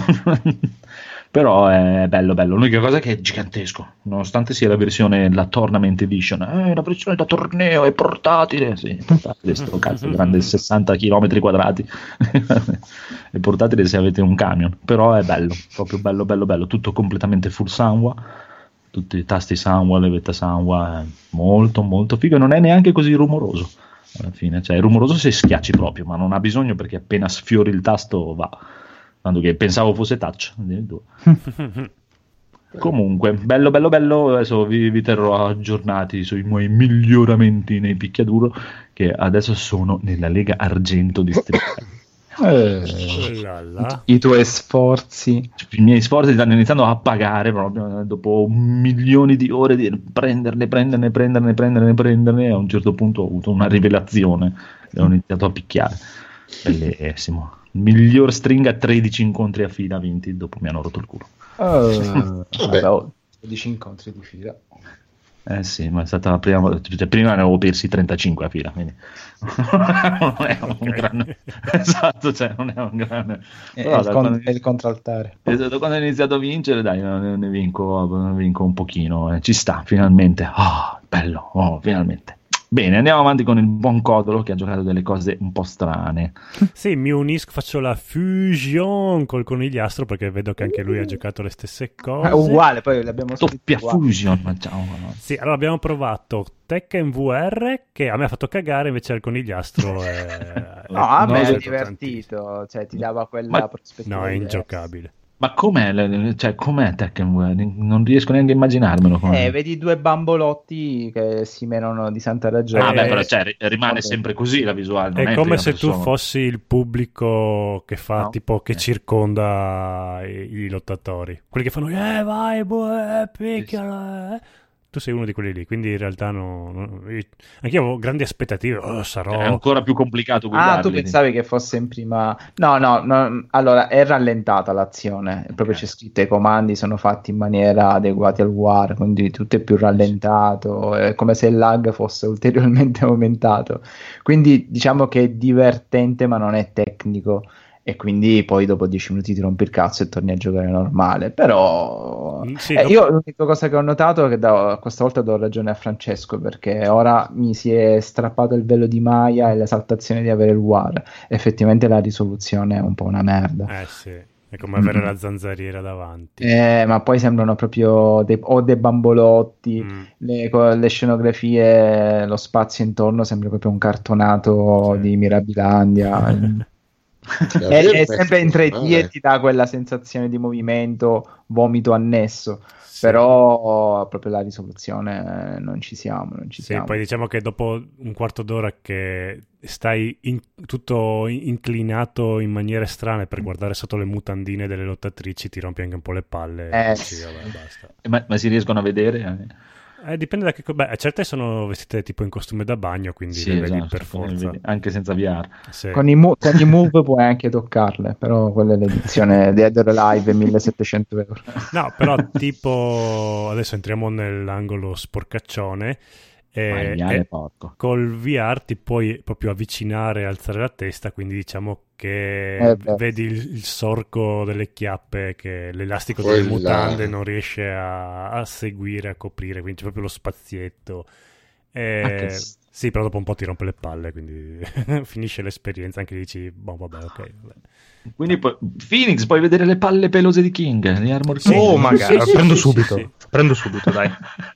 Però è bello bello. L'unica cosa è che è gigantesco, nonostante sia la versione, la Tournament Edition, eh, la versione da torneo è portatile, sì, portatile sto cazzo grande, sessanta chilometri quadrati. È portatile se avete un camion, però è bello, proprio bello bello bello, tutto completamente full Sanwa, tutti i tasti Sanwa, levetta Sanwa, è molto molto figo e non è neanche così rumoroso alla fine, cioè è rumoroso se schiacci proprio, ma non ha bisogno, perché appena sfiori il tasto va, tanto che pensavo fosse touch addirittura. Comunque bello bello bello, adesso vi, vi terrò aggiornati sui miei miglioramenti nei picchiaduro, che adesso sono nella Lega Argento di Street Fighter. Eh, là là. I tuoi sforzi. I miei sforzi stanno iniziando a pagare proprio, eh, dopo milioni di ore di prenderne, prenderne, prenderne, prenderne, prenderne, a un certo punto ho avuto una rivelazione e ho iniziato a picchiare. Bellissimo, Miglior stringa, tredici incontri a fila vinti, dopo mi hanno rotto il culo. Uh, Vabbè. vabbè, tredici incontri di fila. Eh sì, ma è stata la prima volta, cioè, prima ne avevo persi trentacinque a fila, quindi non è un Ok. grande, esatto, cioè non è un grande, È, però il, da con- quando, è il contraltare. esatto, quando ho iniziato a vincere, dai, ne, ne vinco, ne vinco un pochino, eh, ci sta, finalmente, oh, bello, oh, finalmente. Bene, andiamo avanti con il buon Codolo che ha giocato delle cose un po' strane. Sì, mi unisco, faccio la fusion col conigliastro perché vedo che anche lui ha giocato le stesse cose. È uguale, poi l'abbiamo scritto Doppia uguale. fusion, ma ciao. Sì, allora abbiamo provato Tekken V R che a me ha fatto cagare, invece al conigliastro è... No, a No, me è è stato divertito, cioè ti dava quella Ma- prospettiva. No, è diversa. ingiocabile. Ma com'è, le- cioè, com'è Tekken V R? Non riesco neanche a immaginarmelo. com'è. Eh, vedi due bambolotti che si menano di santa ragione. Ah, beh, Eh, però cioè, ri- rimane molto- sempre così la visuale. non È in come prima se tu persona. fossi il pubblico che fa, No. tipo, che Eh. circonda i, i lottatori. Quelli che fanno, eh, vai, boh, eh, picchiala, eh. Tu sei uno di quelli lì, quindi in realtà no, no- io- anch'io avevo grandi aspettative, oh, sarò... È ancora più complicato Ah, guidarli. tu pensavi che fosse in prima... No, no, no, allora è rallentata l'azione, proprio Ok. c'è scritto i comandi sono fatti in maniera adeguati al War, quindi tutto è più rallentato, è come se il lag fosse ulteriormente aumentato. Quindi diciamo che è divertente ma non è tecnico e quindi poi dopo dieci minuti ti rompi il cazzo e torni a giocare normale. Però Mm, sì, eh, dopo- io l'unica cosa che ho notato è che da, questa volta do ragione a Francesco perché ora mi si è strappato il velo di Maya e l'esaltazione di avere il War. Effettivamente la risoluzione è un po' una merda. Eh sì, è come avere Mm. la zanzariera davanti. Eh, ma poi sembrano proprio dei, o dei bambolotti, Mm. le, co- le scenografie, lo spazio intorno sembra proprio un cartonato Sì. di Mirabilandia. È, Davvero è sempre in tre D male. e ti dà quella sensazione di movimento, vomito annesso, Sì. però proprio la risoluzione eh, non ci siamo, non ci Sì, siamo. poi diciamo che dopo un quarto d'ora che stai in- tutto in- inclinato in maniere strane per guardare sotto le mutandine delle lottatrici, ti rompi anche un po' le palle. Eh, e dici, vabbè, basta. Ma, ma si riescono a vedere? Eh, dipende da che co- beh, certe sono vestite tipo in costume da bagno, quindi Sì, le vedi esatto, per forza. vedi, anche senza V R. Sì. Con i, mu- con i move puoi anche toccarle, però quella è l'edizione Dead or Alive millesettecento euro. No, però tipo adesso entriamo nell'angolo sporcaccione. eh, Maiale e porco. col V R ti puoi proprio avvicinare e alzare la testa, quindi diciamo che Eh, beh. vedi il, il sorco delle chiappe che l'elastico Quella- delle mutande non riesce a, a seguire, a coprire, quindi c'è proprio lo spazietto. Eh, Ah, che s- sì, però dopo un po' ti rompe le palle, quindi finisce l'esperienza, anche lì dici, boh, vabbè, ok. Vabbè. Quindi poi, Phoenix, puoi vedere le palle pelose di King, di Armor King. Oh, magari, sì, sì, prendo sì, subito. sì, sì. Prendo subito, dai.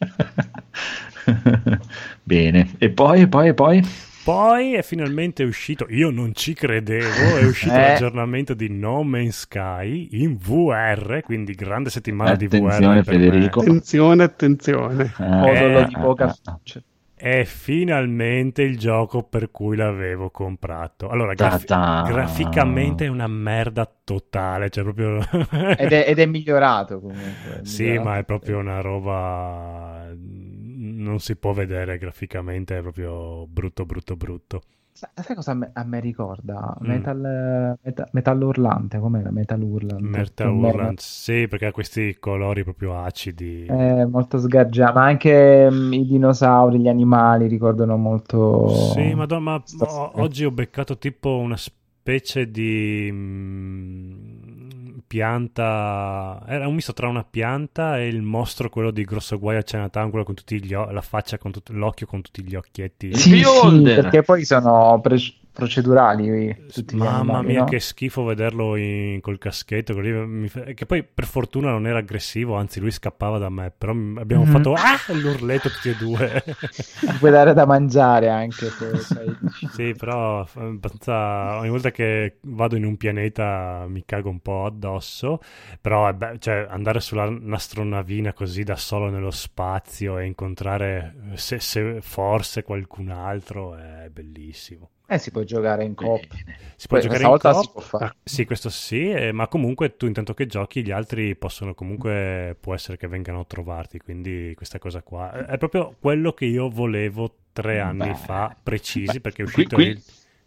Bene, e poi, e poi, e poi? Poi è finalmente uscito, io non ci credevo, è uscito Eh. l'aggiornamento di No Man's Sky in V R, quindi grande settimana di V R Attenzione, per me. Federico. Attenzione, attenzione. Codolo Eh, di poca ah, ah. fiducia. È finalmente il gioco per cui l'avevo comprato. Allora, graf- Ta-ta. graficamente è una merda totale, cioè proprio... Ed è, ed è migliorato comunque. è Sì, migliorato. ma è proprio una roba... non si può vedere graficamente, è proprio brutto, brutto, brutto. Sai, sai cosa a me, a me ricorda? Mm. Metal, meta- Metal Urlante, com'era? Metal Urlante. Merta Più o meno. Urland, sì, perché ha questi colori proprio acidi. È molto sgargiato, ma anche mm, i dinosauri, gli animali ricordano molto... Sì, madonna, ma sta o- storia. oggi ho beccato tipo una specie di mm, pianta. Era un misto tra una pianta e il mostro, quello di Grosso Guai a Chinatown, quello con tutti gli occhi, la faccia con tut- l'occhio con tutti gli occhietti. Sì, sì, Beholder. perché poi sono pre- procedurali tutti gli Mamma animali, mia, no? che schifo vederlo in- col caschetto. Così mi fa- che poi per fortuna non era aggressivo, anzi, lui scappava da me. Però m- abbiamo Mhm. fatto ah, l'urletto tutti e due. Ti puoi dare da mangiare anche se sei... Sì, però f- abbastanza- ogni volta che vado in un pianeta mi cago un po' addosso, però è be- cioè, andare sulla un'astronavina così da solo nello spazio e incontrare se, se forse qualcun altro è bellissimo. Eh, si può giocare in coppia. Si può Poi giocare questa in volta coop, si può fare. sì, questo sì, eh, ma comunque tu intanto che giochi gli altri possono comunque, può essere che vengano a trovarti, quindi questa cosa qua è, è proprio quello che io volevo tre anni Beh, fa, precisi, beh, perché è qui- uscito qui- il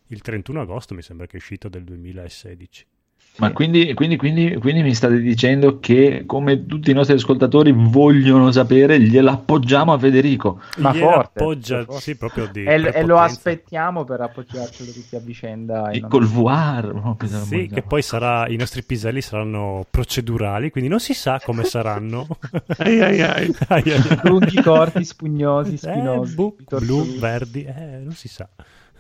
il trentuno agosto mi sembra che è uscito del duemilasedici. Ma quindi, quindi, quindi, quindi mi state dicendo che, come tutti i nostri ascoltatori vogliono sapere, gliel'appoggiamo a Federico. Ma Gliela forte, appoggia, forte. sì, proprio di E, e lo prepotenza. aspettiamo per appoggiarcelo tutti a vicenda. E in col ogni- V R. no, che Sì, che poi sarà, i nostri piselli saranno procedurali, quindi non si sa come saranno. Ai, ai, ai. Ai, ai, ai. Lunghi, corti, spugnosi, Eh, spinosi. bu- tortuosi. blu, verdi, eh, non si sa.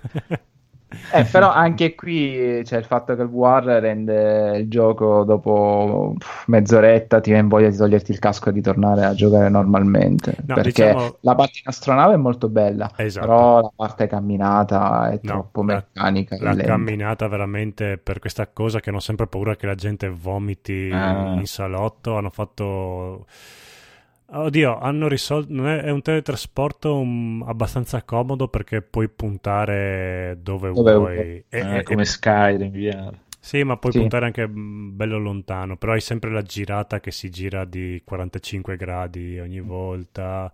Eh, però anche qui c'è il fatto che il V R rende il gioco dopo pff, mezz'oretta ti viene voglia di toglierti il casco e di tornare a giocare normalmente. No, perché diciamo- la parte in astronave è molto bella, Esatto. però la parte camminata è No, troppo la- meccanica. e La lenta. camminata veramente, per questa cosa che hanno sempre paura che la gente vomiti Ah. in salotto, hanno fatto... Oddio, hanno risolto... non è, è un teletrasporto um, abbastanza comodo perché puoi puntare dove, Dove vuoi. vuoi. E- Eh, e- come Skyrim, via. Sì, ma puoi Sì. puntare anche mm, bello lontano, però hai sempre la girata che si gira di quarantacinque gradi ogni volta.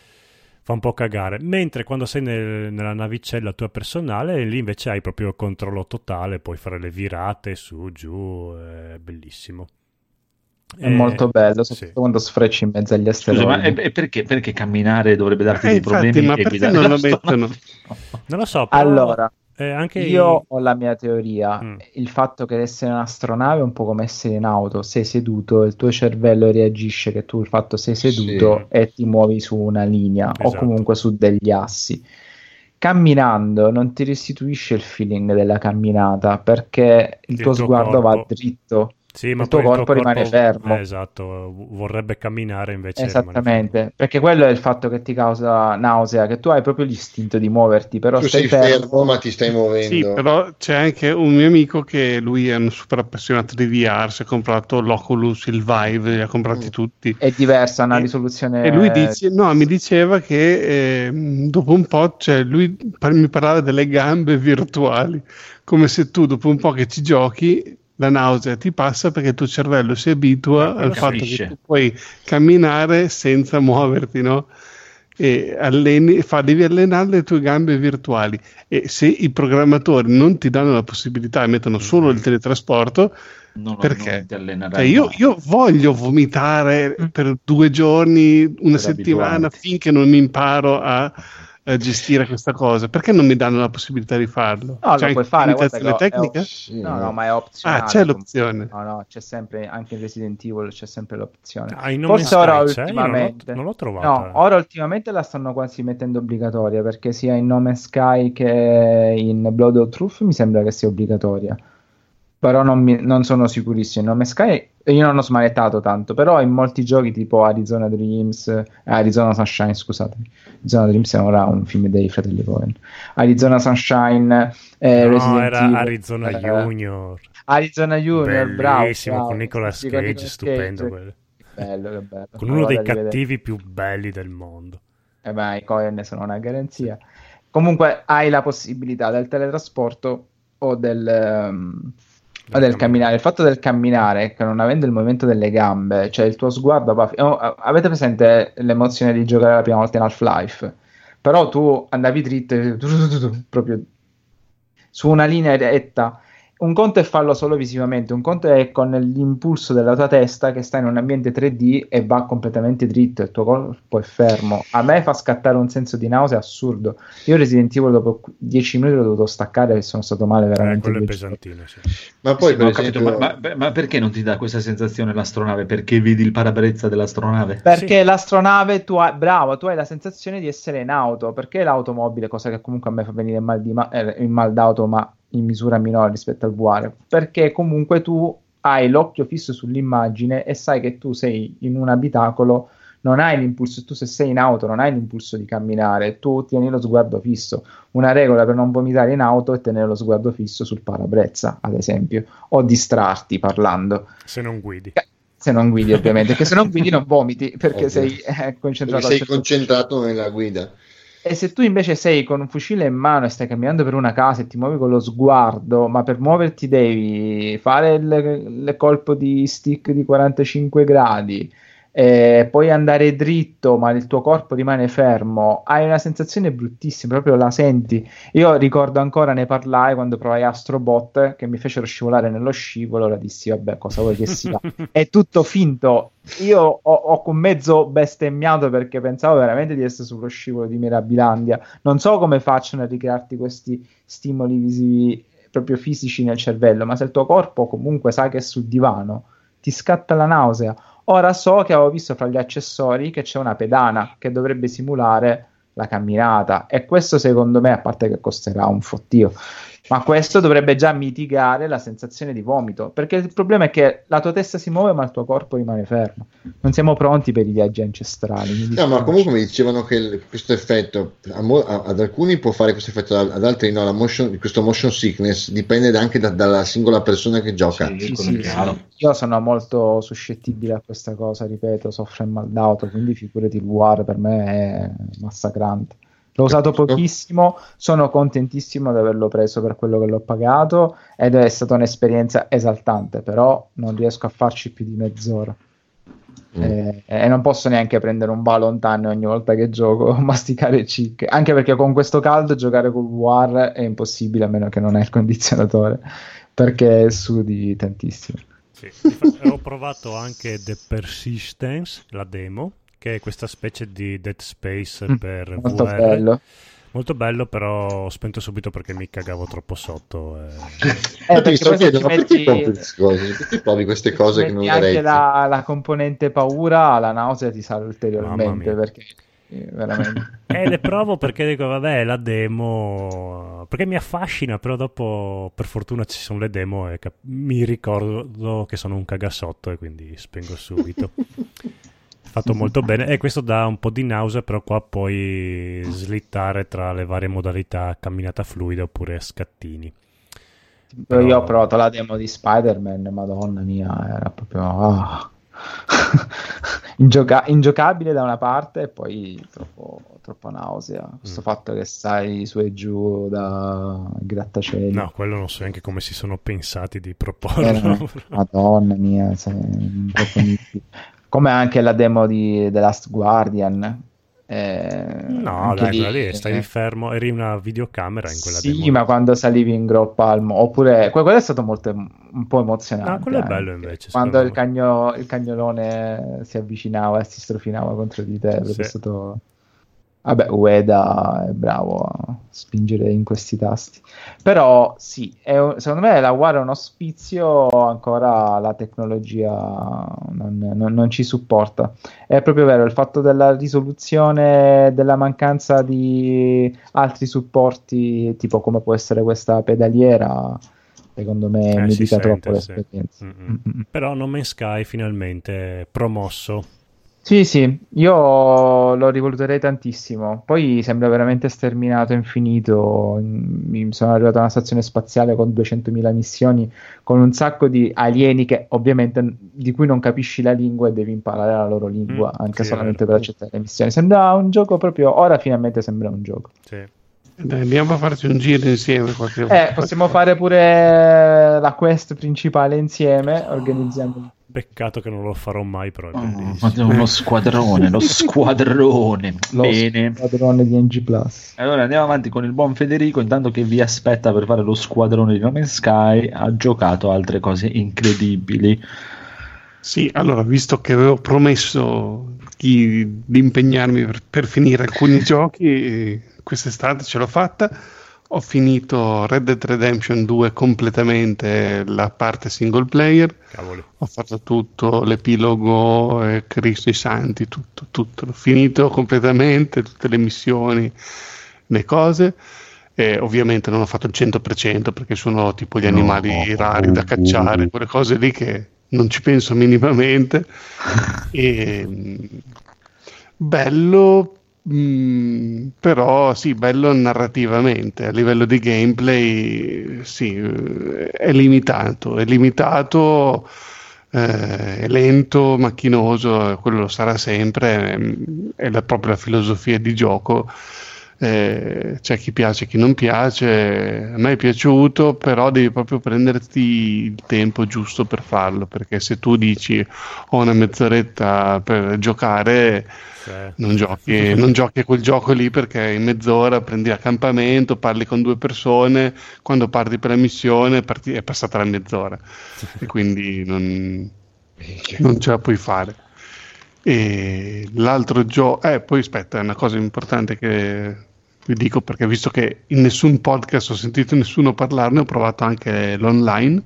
Fa un po' cagare. Mentre quando sei nel- nella navicella tua personale, lì invece hai proprio il controllo totale, puoi fare le virate su, giù, è bellissimo. È molto bello, sì. soprattutto quando sfrecci in mezzo agli Scusa, asteroidi. ma è, è perché, perché camminare dovrebbe darti Eh, dei infatti, problemi ma e perché guidare non lo l'astronave? mettono? Non lo so, però Allora, eh, anche io i- ho la mia teoria. Mm. Il fatto che essere in un'astronave è un po' come essere in auto. Sei seduto, il tuo cervello reagisce che tu il fatto sei seduto Sì. e ti muovi su una linea o Esatto. comunque su degli assi. Camminando non ti restituisce il feeling della camminata perché il, Il tuo tuo sguardo va corpo. dritto. Sì, ma il tuo poi corpo rimane fermo. eh, esatto, vorrebbe camminare invece rimane fermo. Esattamente, perché quello è il fatto che ti causa nausea, che tu hai proprio l'istinto di muoverti, però Tu stai sei fermo. fermo, ma ti stai muovendo. Sì, però c'è anche un mio amico che lui è un super appassionato di V R, si è comprato l'Oculus, il Vive, li ha comprati Mm. tutti. È diversa, ha una E- risoluzione. E lui dice, no, mi diceva che eh, dopo un po', cioè lui par- mi parlava delle gambe virtuali, come se tu dopo un po' che ci giochi la nausea ti passa perché il tuo cervello si abitua Eh, quello al fatto capisce. che tu puoi camminare senza muoverti, no? E alleni, fa, devi allenare le tue gambe virtuali, e se i programmatori non ti danno la possibilità e mettono solo il teletrasporto, Non, perché? non ti allenerai Cioè, io, mai. io voglio vomitare per due giorni, una Per settimana, abituarti. finché non mi imparo a, a gestire questa cosa. Perché non mi danno la possibilità di farlo? No, C'è lo puoi anche fare, guarda limitazione che è- tecnica? Sì, No, no, ma è opzionale. Ah, c'è l'opzione. No, no, c'è sempre, anche in Resident Evil c'è sempre l'opzione. Ah, in No Forse Man's ora Sky c'è? Io non l'ho- ultimamente. non l'ho trovata. No, ora ultimamente la stanno quasi mettendo obbligatoria, perché sia in No Man's Sky che in Blood of Truth mi sembra che sia obbligatoria. Però non, mi- non sono sicurissimo. In No Man's Sky io non ho smanettato tanto, però in molti giochi tipo Arizona Dreams, eh, Arizona Sunshine, scusatemi. Arizona Dreams è ora un film dei fratelli Coen. Arizona Sunshine, eh, No, Resident era Evil, Arizona eh, Junior. Arizona Junior, bravo, Bellissimo, bravo. con Nicolas Sì, con Cage, Nicolas stupendo Cage. quello. Che bello, che bello. Con uno dei Guarda di vedere. cattivi più belli del mondo. Eh beh, i Coen sono una garanzia. Comunque hai la possibilità del teletrasporto o del, ehm, o del camminare. Il fatto del camminare, che non avendo il movimento delle gambe, cioè il tuo sguardo va- oh, avete presente l'emozione di giocare la prima volta in Half-Life? Però tu andavi dritto e- proprio su una linea retta. Un conto è farlo solo visivamente, un conto è con l'impulso della tua testa che sta in un ambiente tre D e va completamente dritto, il tuo corpo è fermo. A me fa scattare un senso di nausea assurdo. Io Resident Evil dopo dieci minuti l'ho dovuto staccare e sono stato male Eh, veramente. quello è due giorni. pesantino, sì. Ma poi, Sì, per ma, ho capito, esempio, ma- ma- ma perché non ti dà questa sensazione l'astronave? Perché vedi il parabrezza dell'astronave? Perché l'astronave, tu hai, bravo, tu hai la sensazione di essere in auto, perché l'automobile, cosa che comunque a me fa venire il mal, di ma- eh, il mal d'auto, ma in misura minore rispetto al V R, perché comunque tu hai l'occhio fisso sull'immagine e sai che tu sei in un abitacolo, non hai l'impulso, tu se sei in auto non hai l'impulso di camminare, tu tieni lo sguardo fisso. Una regola per non vomitare in auto è tenere lo sguardo fisso sul parabrezza, ad esempio, o distrarti parlando. Se non guidi. Se non guidi, ovviamente, perché se non guidi non vomiti, perché Ovvio. sei eh, concentrato perché al sei cento per cento. concentrato nella guida. E se tu invece sei con un fucile in mano e stai camminando per una casa e ti muovi con lo sguardo, ma per muoverti devi fare il, il colpo di stick di quarantacinque gradi, e puoi andare dritto ma il tuo corpo rimane fermo, hai una sensazione bruttissima, proprio la senti. Io ricordo ancora, ne parlai quando provai Astrobot, che mi fecero scivolare nello scivolo, ora dissi vabbè, cosa vuoi che sia, è tutto finto. Io ho, ho con mezzo bestemmiato perché pensavo veramente di essere sullo scivolo di Mirabilandia. Non so come facciano a ricrearti questi stimoli visivi proprio fisici nel cervello, ma se il tuo corpo comunque sa che è sul divano, ti scatta la nausea. Ora so che avevo visto fra gli accessori che c'è una pedana che dovrebbe simulare la camminata, e questo secondo me, a parte che costerà un fottio, ma questo dovrebbe già mitigare la sensazione di vomito, perché il problema è che la tua testa si muove ma il tuo corpo rimane fermo. Non siamo pronti per i viaggi ancestrali. Mi No, dispiace. ma comunque mi dicevano che il- questo effetto a mo- a- ad alcuni può fare questo effetto, ad ad altri no. La motion, questo motion sickness dipende anche da- dalla singola persona che gioca. Sì, sì, sì. Io sono molto suscettibile a questa cosa, ripeto, soffro il mal d'auto, quindi figurati, il V R per me è massacrante. L'ho usato pochissimo, sono contentissimo di averlo preso per quello che l'ho pagato ed è stata un'esperienza esaltante, però non riesco a farci più di mezz'ora. Mm. Eh, e non posso neanche prendere un balontan ogni volta che gioco, masticare cicche, anche perché con questo caldo giocare col V R è impossibile a meno che non hai il condizionatore, perché sudi tantissimo. Sì. Infatti, ho provato anche The Persistence, la demo, che è questa specie di Dead Space Mm, per molto V R. bello. Molto bello, però ho spento subito perché mi cagavo troppo sotto. E... Eh, Io ti perché sto poi se chiedendo, ci ma perché metti- provi queste cose? Perché provi queste cose che metti non anche darei? la, la componente paura, la nausea ti sale Mamma ulteriormente, mia. perché eh, veramente E le provo perché dico, vabbè, la demo... Perché mi affascina, però dopo, per fortuna, ci sono le demo e cap- mi ricordo che sono un cagasotto e quindi spengo subito. Fatto molto bene, e questo dà un po' di nausea, però qua puoi slittare tra le varie modalità, camminata fluida oppure scattini. Però io ho provato la demo di Spider-Man, madonna mia, era proprio ah. Ingioca- ingiocabile da una parte e poi troppo, troppo nausea. Questo Mm. fatto che stai su e giù da grattacieli. No, quello non so neanche come si sono pensati di Eh, proporlo. no, madonna mia, sei improponibile. Come anche la demo di The Last Guardian. Eh, No, anche dai, lì, quella lì, stavi eh, fermo, eri una videocamera in quella sì, demo. ma quando salivi in groppa al mo- oppure que- quello è stato molto un po' emozionante. No, quello è anche. bello invece, Quando secondo il, cagno- il cagnolone si avvicinava e si strofinava contro di te, Sì. è stato. Vabbè, Ueda è bravo a spingere in questi tasti. Però sì, è un- secondo me la War è un ospizio, ancora la tecnologia non, non- non ci supporta. È proprio vero, il fatto della risoluzione, della mancanza di altri supporti, tipo come può essere questa pedaliera, secondo me Eh, mi si dica sente, troppo sì. l'esperienza. Mm-mm. Mm-mm. Però No Man's Sky finalmente promosso. Sì, sì, io lo rivaluterei tantissimo. Poi sembra veramente sterminato, infinito. Mi sono arrivato a una stazione spaziale con duecentomila missioni, con un sacco di alieni che ovviamente di cui non capisci la lingua e devi imparare la loro lingua, Mm, anche sì, è solamente vero. per accettare le missioni. Sembra un gioco proprio. Ora finalmente sembra un gioco. Sì. Dai, andiamo a farci un giro insieme qualche Eh, possiamo fare pure la quest principale insieme, organizziamo. Peccato che non lo farò mai, però è Oh, bellissimo. ma uno squadrone, lo squadrone. Lo Bene. squadrone di N G Plus. Allora andiamo avanti con il buon Federico, intanto che vi aspetta per fare lo squadrone di No Man's Sky, ha giocato altre cose incredibili. Sì, allora, visto che avevo promesso di, di impegnarmi per, per finire alcuni giochi, eh, quest'estate ce l'ho fatta. Ho finito Red Dead Redemption due completamente, la parte single player. Cavoli. Ho fatto tutto, l'epilogo, eh, Cristo i Santi, tutto, tutto. L'ho finito completamente, tutte le missioni, le cose. E ovviamente non ho fatto il cento per cento perché sono tipo gli animali No. rari da cacciare, quelle cose lì che non ci penso minimamente. E, mh, bello, mh, però sì, bello narrativamente. A livello di gameplay, sì, eh, è limitato, è limitato, eh, è lento, macchinoso, quello lo sarà sempre, è, è la, proprio la filosofia di gioco. Eh, c'è chi piace, chi non piace. A me è piaciuto, però devi proprio prenderti il tempo giusto per farlo, perché se tu dici ho una mezz'oretta per giocare, Sì. non giochi, non giochi a quel gioco lì, perché in mezz'ora prendi l'accampamento, parli con due persone, quando parti per la missione parti- è passata la mezz'ora e quindi non, non ce la puoi fare. E l'altro gioco, eh, poi aspetta, è una cosa importante che vi dico, perché visto che in nessun podcast ho sentito nessuno parlarne, ho provato anche l'online.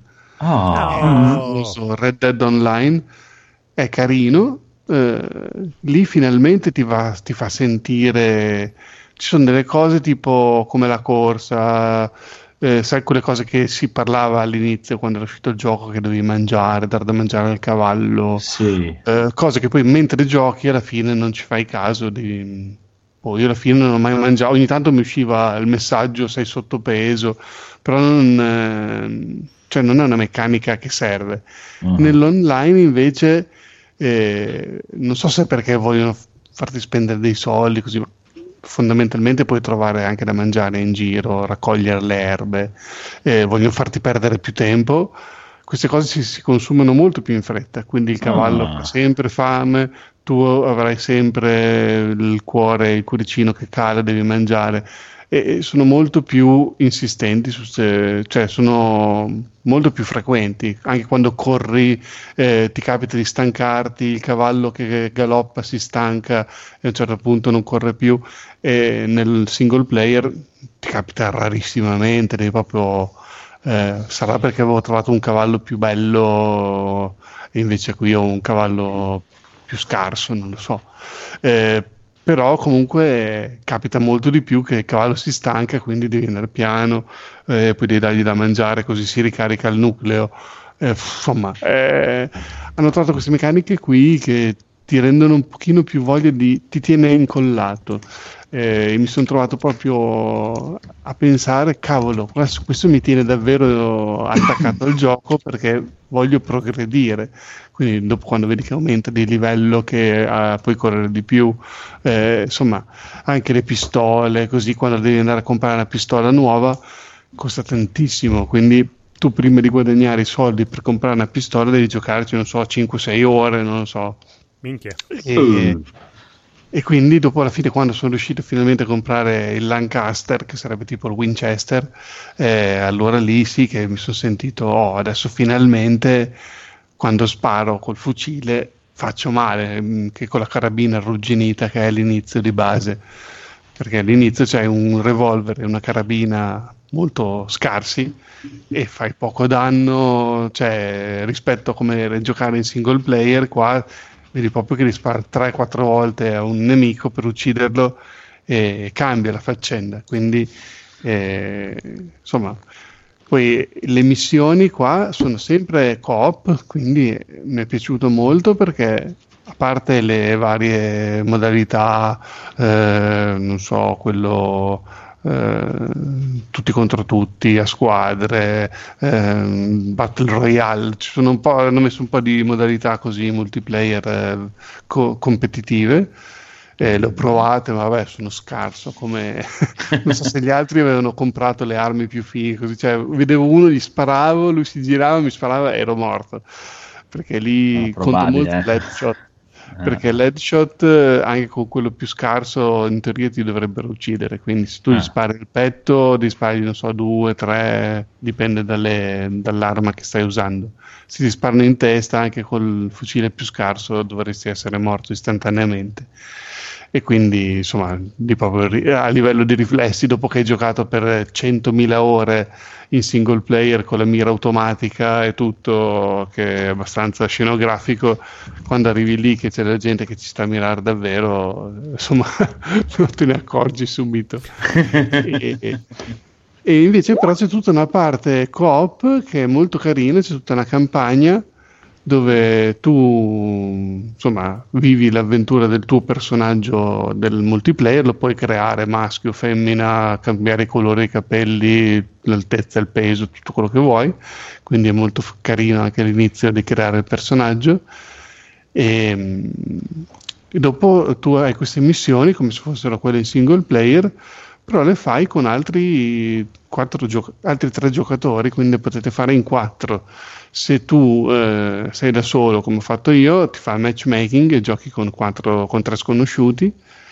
Oh. Lo so, Red Dead Online è carino, eh, lì finalmente ti, va, ti fa sentire, ci sono delle cose tipo come la corsa, eh, sai quelle cose che si parlava all'inizio quando era uscito il gioco, che dovevi mangiare, dar da mangiare al cavallo, Sì. eh, cose che poi mentre giochi alla fine non ci fai caso di... Oh, io alla fine non ho mai mangiato, ogni tanto mi usciva il messaggio sei sottopeso, però non, eh, cioè non è una meccanica che serve. Uh-huh. Nell'online invece eh, non so se perché vogliono farti spendere dei soldi così, ma fondamentalmente puoi trovare anche da mangiare in giro, raccogliere le erbe, eh, vogliono farti perdere più tempo. Queste cose si, si consumano molto più in fretta, quindi il cavallo Ah. ha sempre fame, tu avrai sempre il cuore, il cuoricino che cala, devi mangiare, e, e sono molto più insistenti, su se, cioè sono molto più frequenti, anche quando corri eh, ti capita di stancarti, il cavallo che galoppa si stanca e a un certo punto non corre più, e nel single player ti capita rarissimamente, devi proprio... Eh, sarà perché avevo trovato un cavallo più bello e invece qui ho un cavallo più scarso, non lo so, eh, però comunque capita molto di più che il cavallo si stanca, quindi devi andare piano, eh, poi devi dargli da mangiare così si ricarica il nucleo, eh, insomma eh, hanno trovato queste meccaniche qui che ti rendono un pochino più voglia di, ti tiene incollato. Eh, mi sono trovato proprio a pensare, cavolo, questo, questo mi tiene davvero attaccato al gioco, perché voglio progredire. Quindi dopo, quando vedi che aumenta di livello, che uh, puoi correre di più, eh, insomma anche le pistole, così quando devi andare a comprare una pistola nuova costa tantissimo, quindi tu prima di guadagnare i soldi per comprare una pistola devi giocarci, non so, cinque sei ore, non lo so. Minchia. E, Mm. e quindi dopo, alla fine, quando sono riuscito finalmente a comprare il Lancaster, che sarebbe tipo il Winchester, eh, allora lì sì che mi sono sentito, oh, adesso finalmente quando sparo col fucile faccio male, mh, che con la carabina arrugginita che è all'inizio di base, perché all'inizio c'è un revolver e una carabina molto scarsi e fai poco danno, cioè rispetto a come era giocare in single player, qua vedi proprio che rispara tre quattro volte a un nemico per ucciderlo e cambia la faccenda. Quindi eh, insomma, poi le missioni qua sono sempre co-op, quindi mi è piaciuto molto, perché a parte le varie modalità, eh, non so, quello eh, tutti contro tutti, a squadre, ehm, Battle Royale, ci sono un po', hanno messo un po' di modalità così multiplayer eh, co- competitive. Eh, le ho provate, ma vabbè, sono scarso, come non so se gli altri avevano comprato le armi più fighe, così, cioè, vedevo uno, gli sparavo, lui si girava, mi sparava e ero morto, perché lì No, conta probabile, molto eh. l'headshot, Eh. perché l'headshot eh, anche con quello più scarso in teoria ti dovrebbero uccidere, quindi se tu Ah. gli spari il petto, gli spari, non so, due, tre, dipende dalle- dall'arma che stai usando. Se ti sparano in testa anche col fucile più scarso dovresti essere morto istantaneamente. E quindi insomma, di proprio ri- a livello di riflessi, dopo che hai giocato per centomila ore in single player con la mira automatica e tutto, che è abbastanza scenografico, quando arrivi lì che c'è la gente che ci sta a mirare davvero, insomma non te ne accorgi subito. e, e- e invece però c'è tutta una parte co-op che è molto carina, c'è tutta una campagna dove tu insomma vivi l'avventura del tuo personaggio del multiplayer, lo puoi creare maschio, femmina, cambiare i colori dei capelli, l'altezza, il peso, tutto quello che vuoi, quindi è molto f- carino anche all'inizio di creare il personaggio. E, e dopo tu hai queste missioni come se fossero quelle in single player, però le fai con altri, quattro gioc- altri tre giocatori, quindi le potete fare in quattro. Se tu eh, sei da solo, come ho fatto io, ti fa il matchmaking e giochi con, quattro, con tre sconosciuti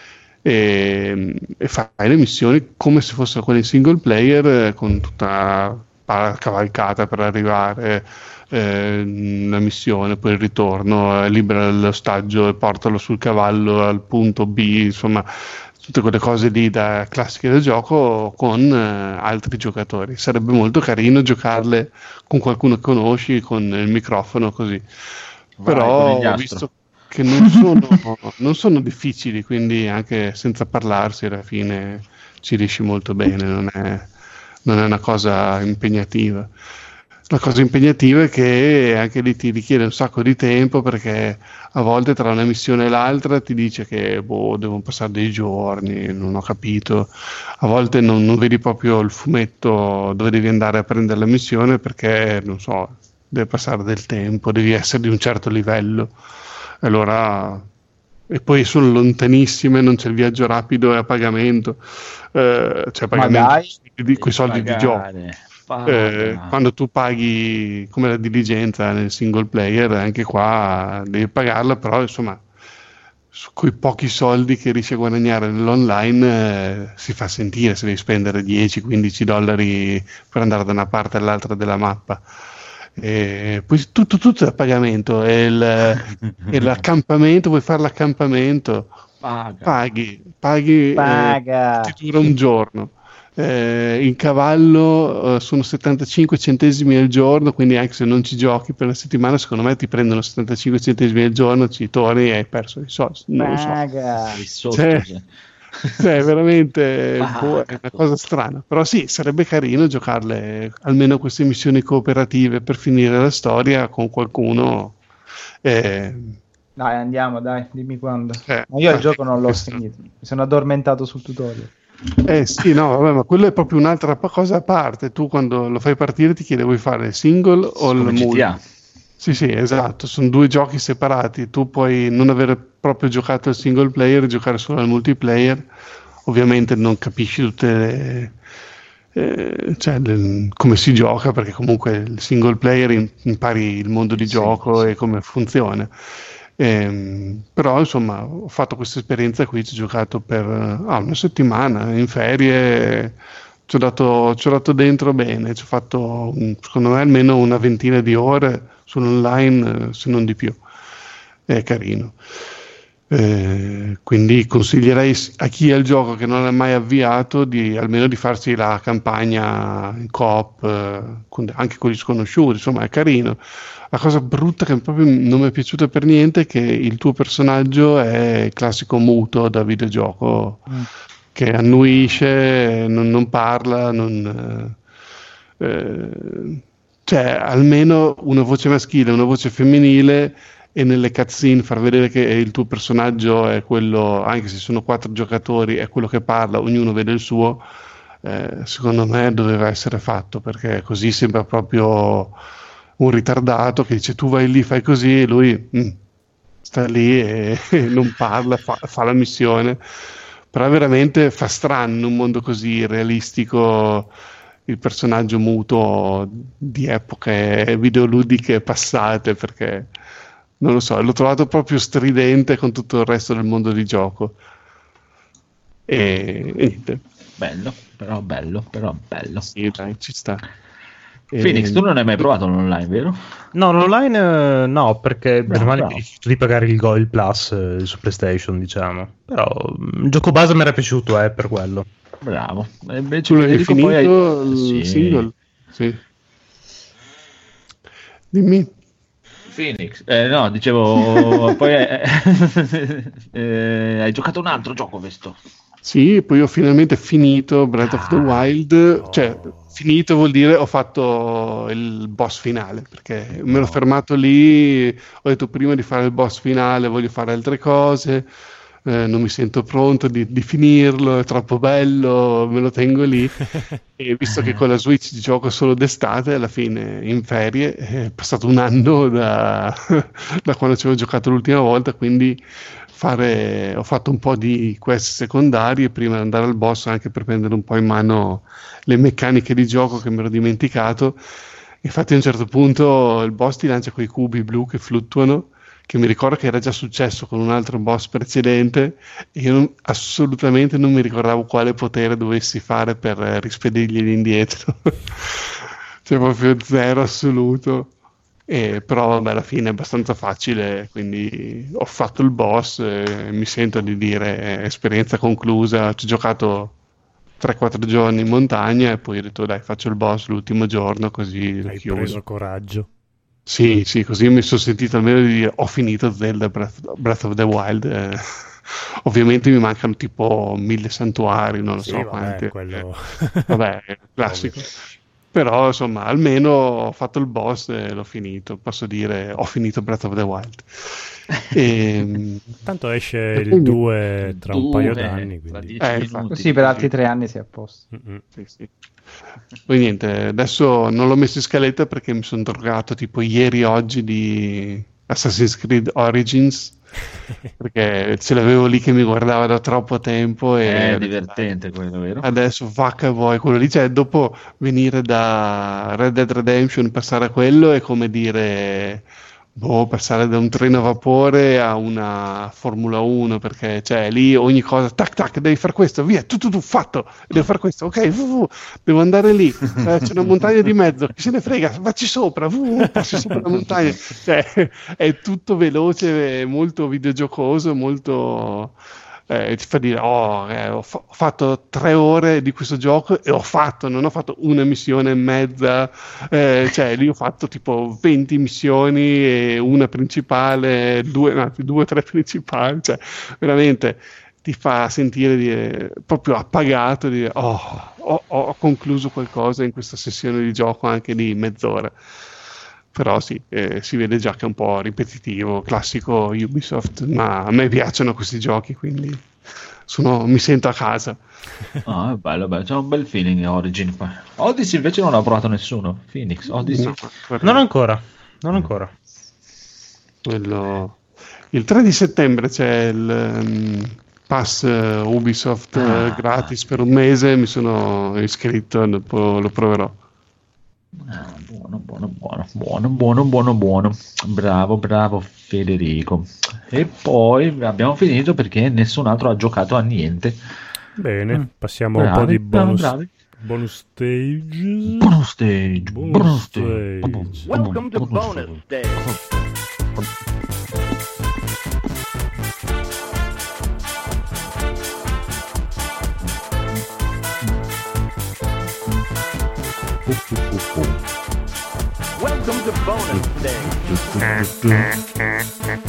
e, e fai le missioni come se fossero quelle in single player, eh, con tutta la cavalcata per arrivare eh, la missione, poi il ritorno, eh, libera l'ostaggio e portalo sul cavallo al punto B, insomma tutte quelle cose lì da classiche del gioco con eh, altri giocatori. Sarebbe molto carino giocarle con qualcuno che conosci, con il microfono così. Vai, però conigliastro. ho visto che non sono, non sono difficili, quindi anche senza parlarsi alla fine ci riesci molto bene, non è, non è una cosa impegnativa. La cosa impegnativa è che anche lì ti richiede un sacco di tempo, perché a volte tra una missione e l'altra ti dice che boh, devono passare dei giorni, non ho capito. A volte non, non vedi proprio il fumetto dove devi andare a prendere la missione, perché non so, deve passare del tempo, devi essere di un certo livello. Allora, e poi sono lontanissime, non c'è il viaggio rapido e a pagamento, eh, cioè pagamento di quei soldi di gioco. Eh, quando tu paghi come la diligenza nel single player, anche qua devi pagarla, però insomma su quei pochi soldi che riesci a guadagnare nell'online eh, si fa sentire se devi spendere dieci quindici dollari per andare da una parte all'altra della mappa. E poi tutto, tutto è a pagamento, e, il, e l'accampamento, vuoi fare l'accampamento, Paga. paghi, paghi Paga. eh, ti dura un giorno. Eh, in cavallo eh, sono settantacinque centesimi al giorno, quindi anche se non ci giochi per una settimana, secondo me ti prendono settantacinque centesimi al giorno, ci torni e hai perso i soldi. Non lo so. Paga. Cioè, cioè veramente boh, è una cosa strana, però sì, sarebbe carino giocarle almeno queste missioni cooperative per finire la storia con qualcuno. eh, Dai, andiamo, dai, dimmi quando. Eh, Ma io il eh, gioco non l'ho questo- finito, mi sono addormentato sul tutorial. Eh sì, no, vabbè, ma quello è proprio un'altra pa- cosa a parte. Tu quando lo fai partire ti chiede vuoi fare il single o il Come G T A. multi. Sì, sì, esatto, sono due giochi separati. Tu puoi non avere proprio giocato il single player e giocare solo al multiplayer. Ovviamente non capisci tutte le, eh, cioè, le- come si gioca, perché comunque il single player im- impari il mondo di Sì, gioco sì. e come funziona. Ehm, però insomma ho fatto questa esperienza qui, ci ho giocato per ah, una settimana in ferie, ci ho dato, ci ho dato dentro bene, ci ho fatto un- secondo me almeno una ventina di ore sull'online, eh, se non di più. È carino. Eh, quindi consiglierei s- a chi ha il gioco che non l'ha mai avviato di almeno di farsi la campagna in coop, eh, con- anche con gli sconosciuti, insomma è carino. La cosa brutta che proprio non mi è piaciuta per niente è che il tuo personaggio è il classico muto da videogioco, che annuisce, non, non parla, non, eh, eh, cioè almeno una voce maschile, una voce femminile, e nelle cutscene far vedere che il tuo personaggio è quello, anche se sono quattro giocatori, è quello che parla, ognuno vede il suo. Eh, secondo me doveva essere fatto, perché così sembra proprio un ritardato che dice tu vai lì, fai così, e lui mm, sta lì e, e non parla, fa, fa la missione. Però veramente fa strano in un mondo così realistico il personaggio muto di epoche videoludiche passate, perché non lo so, l'ho trovato proprio stridente con tutto il resto del mondo di gioco. E, e niente. Bello, però bello, però bello. Sì, dai, ci sta. Phoenix, E- tu non hai mai provato l'online, vero? No, l'online eh, no, perché bene o male bravo. mi rifiuto di pagare il, Go, il Plus eh, su PlayStation, diciamo. Però mm, il gioco base mi era piaciuto, eh, per quello. Bravo. E invece Tu l'hai Federico finito poi hai- il Sì. single? Sì. Dimmi. Phoenix, eh, no, dicevo, poi eh, eh, hai giocato un altro gioco questo. Sì, poi ho finalmente finito Breath of the Wild, cioè finito vuol dire ho fatto il boss finale, perché me l'ho fermato lì, ho detto prima di fare il boss finale voglio fare altre cose, eh, non mi sento pronto di, di finirlo, è troppo bello, me lo tengo lì. E visto che con la Switch gioco solo d'estate, alla fine in ferie, è passato un anno da, da quando ci avevo giocato l'ultima volta, quindi fare, ho fatto un po' di quest secondarie prima di andare al boss, anche per prendere un po' in mano le meccaniche di gioco che mi ero dimenticato. Infatti a un certo punto il boss ti lancia quei cubi blu che fluttuano, che mi ricordo che era già successo con un altro boss precedente, e io non, assolutamente non mi ricordavo quale potere dovessi fare per rispedirglieli indietro. Cioè proprio zero assoluto. E, però vabbè, alla fine è abbastanza facile, quindi ho fatto il boss e mi sento di dire eh, esperienza conclusa. Ci ho giocato tre quattro giorni in montagna e poi ho detto dai, faccio il boss l'ultimo giorno, così lo Hai chiudo. preso coraggio. Sì, sì, così mi sono sentito almeno di dire ho finito Zelda Breath, Breath of the Wild. Eh, ovviamente mi mancano tipo mille santuari, non lo Sì, so vabbè, quanti. quello... Vabbè, è classico. Però insomma, almeno ho fatto il boss e l'ho finito. Posso dire ho finito Breath of the Wild. E... Tanto esce e il quindi... due tra un Due, paio d'anni, tra quindi... dieci Eh, minuti. infatti. Sì, per altri tre anni si è a posto. Mm-mm. Sì, sì. Poi niente, adesso non l'ho messo in scaletta perché mi sono drogato tipo ieri e oggi di Assassin's Creed Origins, perché ce l'avevo lì che mi guardava da troppo tempo e È divertente quello, vero? adesso vacca vuoi quello lì, cioè dopo venire da Red Dead Redemption passare a quello è come dire boh, passare da un treno a vapore a una Formula uno, perché cioè lì ogni cosa tac tac devi fare questo, via, tu tu tu fatto, devo fare questo, ok, vu, vu, devo andare lì, eh, c'è una montagna di mezzo, chi se ne frega, vacci sopra, vu, vu, passi sopra la montagna, cioè è tutto veloce, molto videogiocoso, molto eh, ti fa dire oh, eh, ho, fa- ho fatto tre ore di questo gioco e ho fatto, non ho fatto una missione e mezza, eh, cioè lì ho fatto tipo venti missioni e una principale, due, no, due o tre principali, cioè veramente ti fa sentire di, eh, proprio appagato, di oh, ho, ho concluso qualcosa in questa sessione di gioco anche di mezz'ora. Però sì, eh, si vede già che è un po' ripetitivo, classico Ubisoft, ma a me piacciono questi giochi, quindi sono, mi sento a casa. Ah, è bello, bello, c'è un bel feeling Origin qua. Odyssey invece non l'ha provato nessuno. Phoenix, Odyssey. No, guarda, Non ancora, non ancora. quello- il tre di settembre c'è il um, pass eh, Ubisoft eh, Ah. gratis per un mese, mi sono iscritto, dopo lo proverò. Ah, buono, buono, buono, buono, buono, buono, buono. Bravo, bravo Federico. E poi abbiamo finito perché nessun altro ha giocato a niente. Bene, Mm. passiamo a un Bravi, po' di bonus, bravi. bonus stage. Bonus stage, Bonus bonus stage. stage. Welcome to bonus stage. Welcome to bonus stage.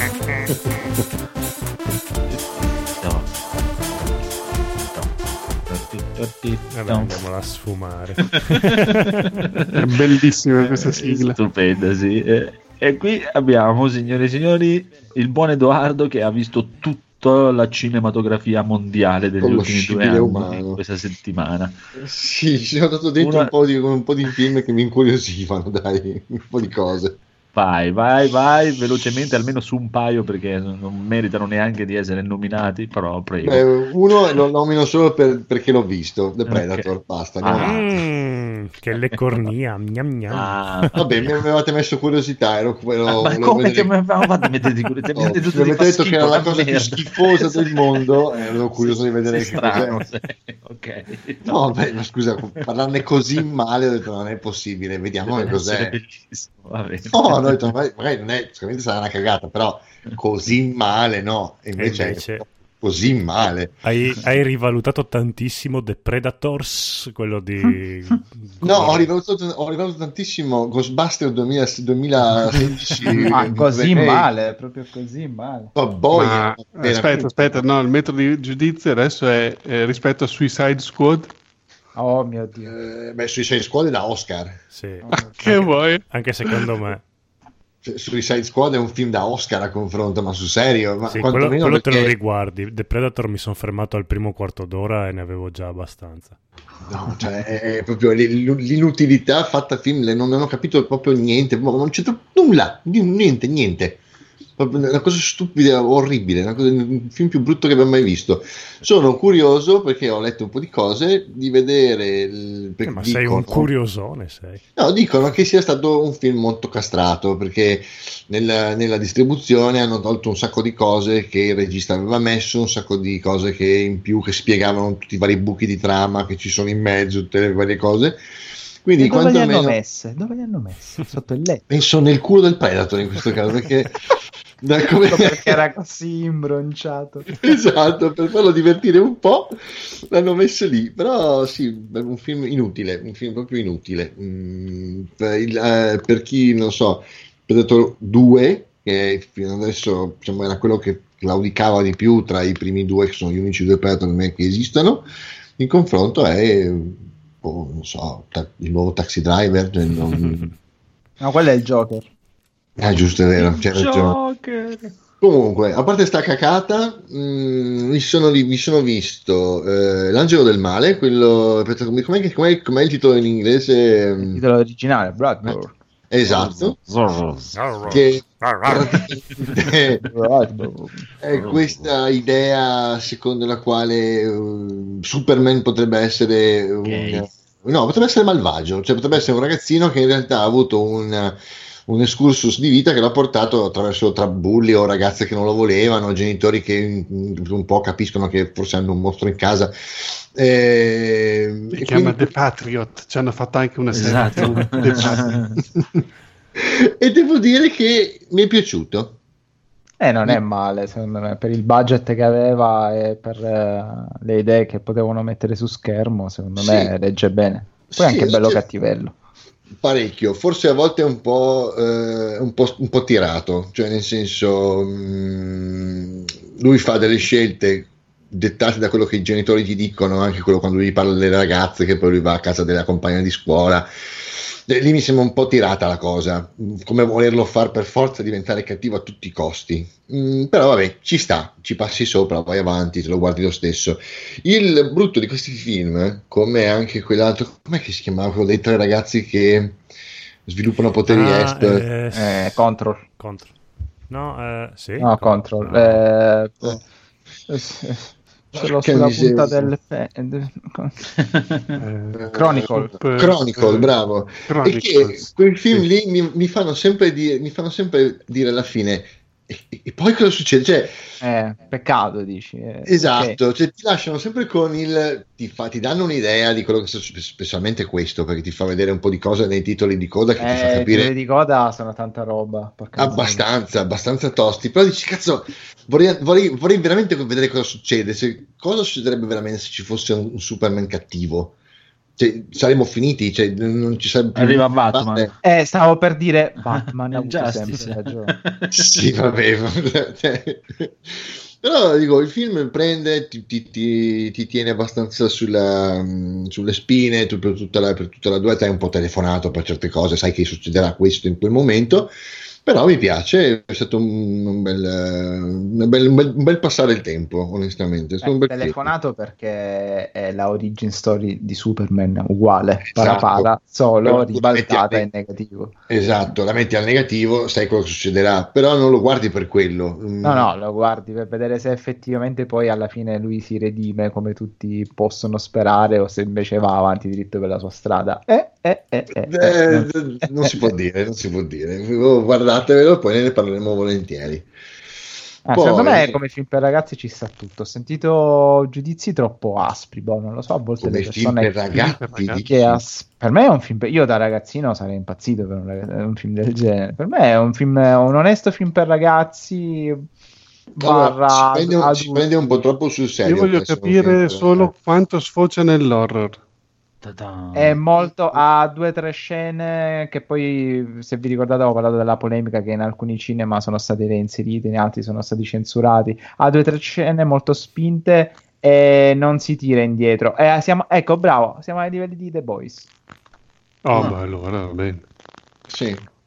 Vabbè, andiamola a sfumare. È bellissima questa sigla. Stupenda, sì. E, e qui abbiamo, signore e signori, il buon Edoardo che ha visto tutta la cinematografia mondiale degli ultimi due Conoscibile anni umano. in questa settimana. Sì, ci sono stato dentro Una- un, po di, un po' di film che mi incuriosivano, dai, un po' di cose. Vai, vai, vai, velocemente, almeno su un paio perché non meritano neanche di essere nominati, però prego. Beh, uno lo nomino solo per- perché l'ho visto, The Predator, Ok. basta. Ah. andiamo avanti. Mm, che le cornia, gnam gnam. Ah, Vabbè, mi avevate messo curiosità, ero, ero, ma volevo come ti vedere- avevamo fatto a mettere di curiosità? Mi Oh, avete mi detto di avete fa detto che schifo, era la una cosa più merda. schifosa del mondo, e ero curioso di vedere Sei che strano, cos'è. sei- ok. No, beh, ma scusa, parlarne così male ho detto non è possibile, vediamo che Deve essere cos'è. bellissimo, va bene. No, no, ho detto, magari, magari non è, sicuramente sarà una cagata, però così male no, e invece, E invece- è così male. Hai, hai rivalutato tantissimo The Predators, quello di... No, ho rivalutato, ho rivalutato tantissimo Ghostbuster duemila duemilasedici. Ah, così Ehi, male, proprio così male. oh, boia, Ma, veramente. aspetta, aspetta, no, il metodo di giudizio adesso è eh, rispetto a Suicide Squad. Oh mio Dio. Eh, beh, Suicide Squad è da Oscar. Sì, Che vuoi? anche secondo me. cioè, Suicide Squad è un film da Oscar a confronto, ma sul serio, ma Sì, quello, quantomeno quello te lo perché... riguardi. The Predator mi sono fermato al primo quarto d'ora e ne avevo già abbastanza. No, cioè, è proprio l- l'inutilità fatta film, non, non ho capito proprio niente, ma non c'entra nulla, niente, niente. Proprio una cosa stupida, orribile, una cosa, un film più brutto che abbia mai visto. Sono curioso perché ho letto un po' di cose di vedere. Il, Eh, ma sei dicono, un curiosone, sei. No, dicono che sia stato un film molto castrato perché nella, nella distribuzione hanno tolto un sacco di cose che il regista aveva messo, un sacco di cose che in più che spiegavano tutti i vari buchi di trama che ci sono in mezzo, tutte le varie cose. Quindi e dove le hanno quantomeno messe? Dove le hanno messe? Sotto il letto. penso nel culo del Predator in questo caso perché da come... perché era così imbronciato. Esatto, per farlo divertire un po' l'hanno messo lì, però sì, è un film inutile, un film proprio inutile. Mm, per, il- eh, per chi non so, Predator due, che fino adesso diciamo, era quello che claudicava di più tra i primi due, che sono gli unici due Predator che esistono, in confronto è boh, non so, ta- il nuovo Taxi Driver, cioè non... No, quello è il Joker. Ah, giusto, è vero, c'è ragione. Joker. Comunque, a parte sta cacata, mh, mi, sono, ri- mi sono visto eh, L'Angelo del Male, quello, aspetta, com'è, com'è, com'è- com'è il titolo in inglese? Il titolo originale, Bloodborne. Esatto, che praticamente è questa idea secondo la quale eh, Superman potrebbe essere un, Gay. no, potrebbe essere malvagio, cioè potrebbe essere un ragazzino che in realtà ha avuto un, un excursus di vita che l'ha portato attraverso trabulli o ragazze che non lo volevano, genitori che mm, un po' capiscono che forse hanno un mostro in casa. Eh, Si e chiama quindi- The Patriot, ci hanno fatto anche una serie. Esatto. The Patriot. e devo dire che mi è piaciuto. Eh, non è male, secondo me, per il budget che aveva e per eh, le idee che potevano mettere su schermo, secondo Sì. me regge bene. Poi è Sì, anche bello regge- cattivello. Parecchio, forse a volte è un po', eh, un po', un po' tirato, cioè nel senso mh, lui fa delle scelte dettate da quello che i genitori gli dicono, anche quello quando lui parla delle ragazze che poi lui va a casa della compagna di scuola. Eh, lì mi sembra un po' tirata la cosa, mh, come volerlo far per forza diventare cattivo a tutti i costi. Mm, però vabbè, ci sta, ci passi sopra, vai avanti, te lo guardi lo stesso. Il brutto di questi film, eh, come anche quell'altro, com'è che si chiamava quello dei tre ragazzi che sviluppano poteri Ah, esper? eh, Eh, Control. Control. No, eh, sì. No, Control. Control. No. Eh, eh, eh, ce l'ho Porca sulla miseria. punta del... pe- de- Eh, Chronicle. Super- Chronicle, eh, bravo. E Chronicles, che quel film sì. lì mi, mi fanno sempre dire, mi fanno sempre dire alla fine, e, e poi cosa succede? Cioè, Eh, peccato, dici. eh, esatto, ok. cioè ti lasciano sempre con il ti, fa, ti danno un'idea di quello che sta succedendo, specialmente questo, perché ti fa vedere un po' di cose nei titoli di coda che ti fa Eh, i titoli capire di coda sono tanta roba. porca miseria. abbastanza, abbastanza tosti. Però dici, cazzo, vorrei, vorrei, vorrei veramente vedere cosa succede. Se, cosa succederebbe veramente se ci fosse un, un Superman cattivo? Cioè, saremmo finiti, cioè, non ci sarebbe più Arriva niente da Batman. fare. Eh, stavo per dire Batman ha avuto Justice. sempre ragione. Sì, vabbè, cioè, però dico, il film prende, ti, ti- ti- ti tiene abbastanza sulla, mh, sulle spine, tu per tutta la, per tutta la durata hai un po' telefonato per certe cose, sai che succederà questo in quel momento, però mi piace, è stato un, un bel, un, bel, un, bel, un bel passare il tempo, onestamente. È stato Eh, un bel telefonato perché è la origin story di Superman uguale, para Esatto. para, solo Però tu la metti ribaltata a- in negativo. Esatto, la metti al negativo, sai cosa succederà, però non lo guardi per quello. Mm, No, no, lo guardi per vedere se effettivamente poi alla fine lui si redime come tutti possono sperare o se invece va avanti diritto per la sua strada. Eh, eh, eh, eh, Eh, eh. non si può dire, non si può dire. Guardatevelo, poi ne parleremo volentieri. Ah, Poi- secondo me come film per ragazzi ci sta tutto. Ho sentito giudizi troppo aspri, boh, non lo so, a volte Come le film persone per ragazzi, per ragazzi. dici? che as- per me è un film per... io da ragazzino sarei impazzito per un, raga- un film del genere. Per me è un film, un onesto film per ragazzi Allora, barra ci prende, un, ci adulti. prende un po' troppo sul serio. Io voglio per essere un capire film per solo ragazzi. quanto sfocia nell'horror. Ta-da. È molto, ha due o tre scene che poi, se vi ricordate, avevo parlato della polemica che in alcuni cinema sono state reinserite, in altri sono stati censurati. Ha due o tre scene molto spinte e non si tira indietro. Eh, siamo, ecco, bravo, siamo ai livelli di The Boys. Oh, Ah. ma allora va bene. Sì.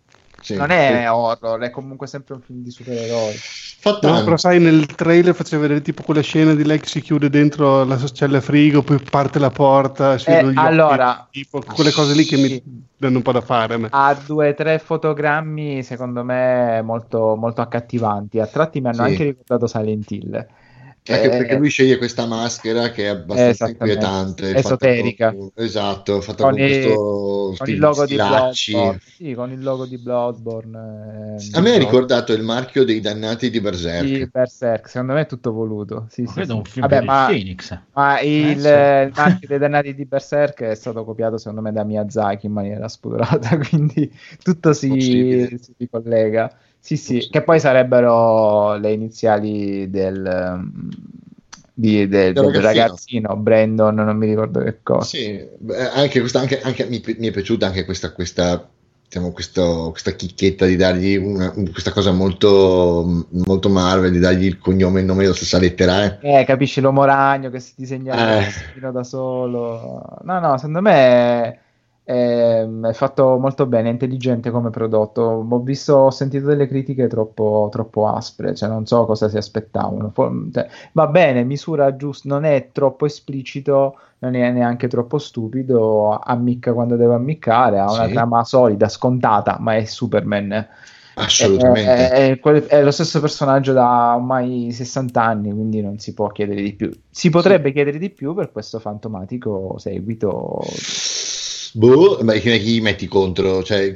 sì, non è sì. horror, è comunque sempre un film di supereroi. Fa No, tanto. però sai, nel trailer faceva vedere tipo quella scena di lei che si chiude dentro la cella frigo, poi parte la porta, si Eh, vedono gli occhi, allora, tipo quelle cose lì che sì. mi danno un po' da fare a me. Ha due o tre fotogrammi secondo me molto, molto accattivanti, a tratti mi hanno Sì. anche ricordato Silent Hill. Anche Eh, perché lui sceglie questa maschera che è abbastanza esattamente. inquietante, Esoterica. fatta con- esatto, fatta Con con, il- questo con il logo di stilacci. Bloodborne, sì, con il logo di Bloodborne. eh, A me ha ricordato il marchio dei dannati di Berserk. Sì, Berserk, secondo me è tutto voluto. Sì, Ma sì, quello è sì. un film Vabbè, di ma, Phoenix. ma il, sì. il marchio dei dannati di Berserk è stato copiato secondo me da Miyazaki in maniera spudorata, quindi tutto si, Possibile. si ricollega. Sì, sì, Possibile. che poi sarebbero le iniziali del, um, di- del- Del del ragazzino. ragazzino, Brandon, non mi ricordo che cosa. Sì, beh, anche questa, anche, anche mi, mi è piaciuta anche questa, questa, diciamo, questo, questa chicchetta di dargli una, un- questa cosa molto, molto Marvel, di dargli il cognome e il nome della stessa lettera. Eh. Eh, capisci l'uomo ragno che si disegna Eh. il fino da solo. No, no, secondo me è, è- è fatto molto bene, è intelligente come prodotto. Ho visto, ho sentito delle critiche troppo, troppo aspre, cioè non so cosa si aspettavano. For- cioè, va bene, misura giusta, non è troppo esplicito, non è neanche troppo stupido, ammicca quando deve ammiccare, ha una Sì. trama solida, scontata, ma è Superman. Assolutamente. È, è- è- è lo stesso personaggio da ormai sessanta anni, quindi non si può chiedere di più. Si potrebbe chiedere di più per questo fantomatico seguito. Boh, ma chi, chi metti contro? Cioè,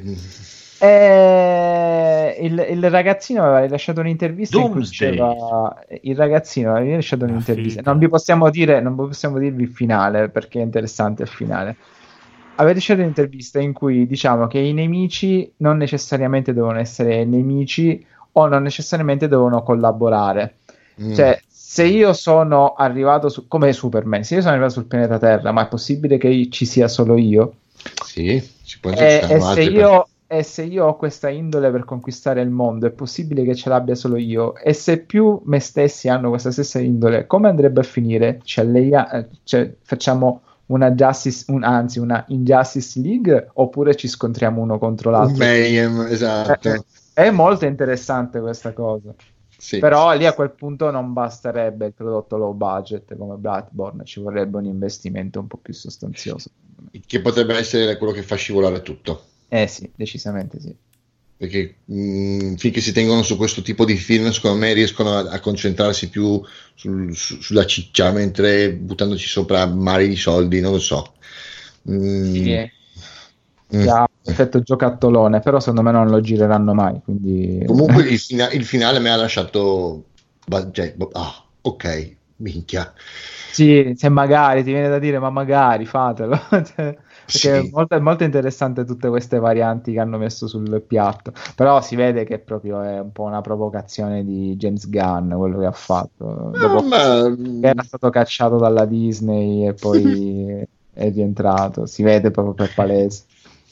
Eh, il, il ragazzino aveva rilasciato un'intervista in cui Doomsday. diceva il ragazzino aveva rilasciato La un'intervista. figa. Non vi possiamo dire, non vi possiamo dirvi il finale perché è interessante il finale. Aveva rilasciato un'intervista in cui diciamo che i nemici non necessariamente devono essere nemici o non necessariamente devono collaborare. mm, Cioè, se io sono arrivato su, come Superman, se io sono arrivato sul pianeta Terra, ma è possibile che ci sia solo io? sì, ci può E, ci e saranno se altri io, e se io ho questa indole per conquistare il mondo, è possibile che ce l'abbia solo io? E se più me stessi hanno questa stessa indole, come andrebbe a finire? Cioè, lei ha- cioè, facciamo una Justice, un- anzi una Injustice League oppure ci scontriamo uno contro per- un l'altro? mayhem, Eh, esatto. eh, È molto interessante questa cosa. Sì. Però lì a quel punto non basterebbe il prodotto low budget come Bloodborne, ci vorrebbe un investimento un po' più sostanzioso. Che potrebbe essere quello che fa scivolare tutto. Eh sì, decisamente sì. Perché mh, finché si tengono su questo tipo di film, secondo me riescono a, a concentrarsi più sul- su- sulla ciccia, mentre buttandoci sopra mari di soldi, non lo so. Mm, Sì, eh. mm. Sì, ha un effetto giocattolone, però secondo me non lo gireranno mai, quindi Comunque il, fina- il finale mi ha lasciato... ba- cioè, bo- ah, ok, minchia. sì, se magari ti viene da dire, ma magari fatelo. Cioè, perché è Sì. molto, è molto interessante tutte queste varianti che hanno messo sul piatto, però si vede che proprio è un po' una provocazione di James Gunn quello che ha fatto. Dopo Ah, ma- che era stato cacciato dalla Disney e poi è rientrato, si vede proprio per palese.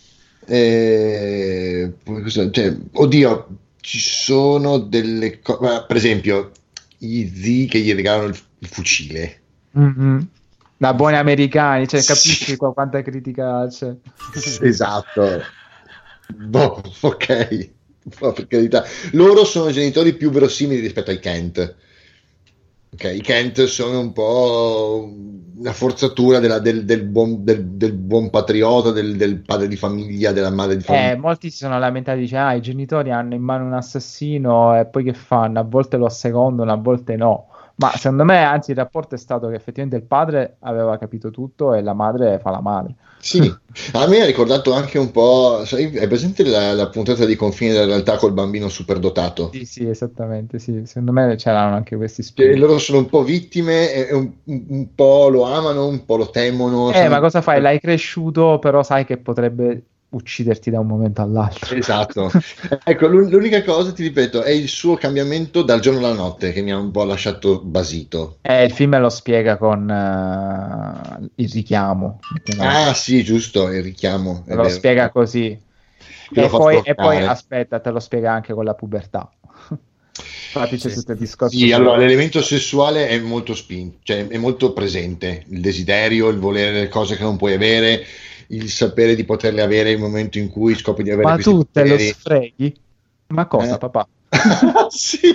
Eh, poi cosa- cioè, oddio, ci sono delle cose, per esempio, gli zii che gli regalano il, il fucile. Mhm. Da buoni americani, cioè Sì. capisci qua quanta critica c'è. Esatto. Boh, ok, boh, per carità. Loro sono i genitori più verosimili rispetto ai Kent. Ok, i Kent sono un po' una forzatura della- del, del buon, del, del buon patriota, del, del padre di famiglia, della madre di famiglia. Eh, molti si sono lamentati, dice, ah, i genitori hanno in mano un assassino e poi che fanno? A volte lo assecondano, a volte no. Ma secondo me, anzi, il rapporto è stato che effettivamente il padre aveva capito tutto e la madre fa la madre. Sì, a me ha ricordato anche un po', sai, hai presente la, la puntata di Confine della realtà col bambino superdotato? Sì, sì, esattamente, sì. Secondo me c'erano anche questi Che spiriti. loro sono un po' vittime e un, un- un po' lo amano, un po' lo temono. Eh, sono- ma cosa fai? L'hai cresciuto, però sai che potrebbe ucciderti da un momento all'altro. Esatto. Ecco, l'un- l'unica cosa, ti ripeto, è il suo cambiamento dal giorno alla notte che mi ha un po' lasciato basito. Eh, il film lo spiega con eh, il richiamo. Ah, sì, giusto, il richiamo. è lo vero. spiega così. Che lo E fa poi, e sbloccare. poi aspetta, te lo spiega anche con la pubertà. Infatti c'è tutto il discorso. Sì, allora l'elemento sessuale è molto spinto, cioè è molto presente, il desiderio, il volere le cose che non puoi avere, il sapere di poterle avere nel momento in cui scopri di avere Ma questi tu te lo poteri. sfreghi? Ma cosa, Eh? papà? Sì,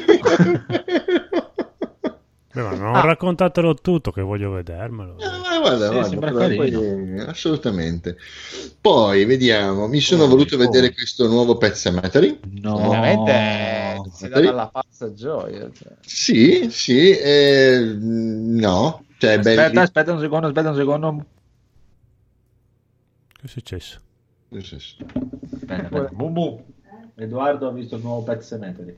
Beh, ma non Ah. raccontatelo tutto che voglio vedermelo. Eh, guarda, Sì, guarda, sembra però carino. poi- assolutamente. Poi vediamo, mi sono Poi, voluto poi. vedere questo nuovo Pet Sematary. No, Veramente si dà dalla pazza gioia. Cioè. Sì, sì, eh, no, cioè belli- aspetta, aspetta un secondo, aspetta un secondo. Che è successo? Aspetta, aspetta. Bu, bu. Edoardo ha visto il nuovo Pet Sematary.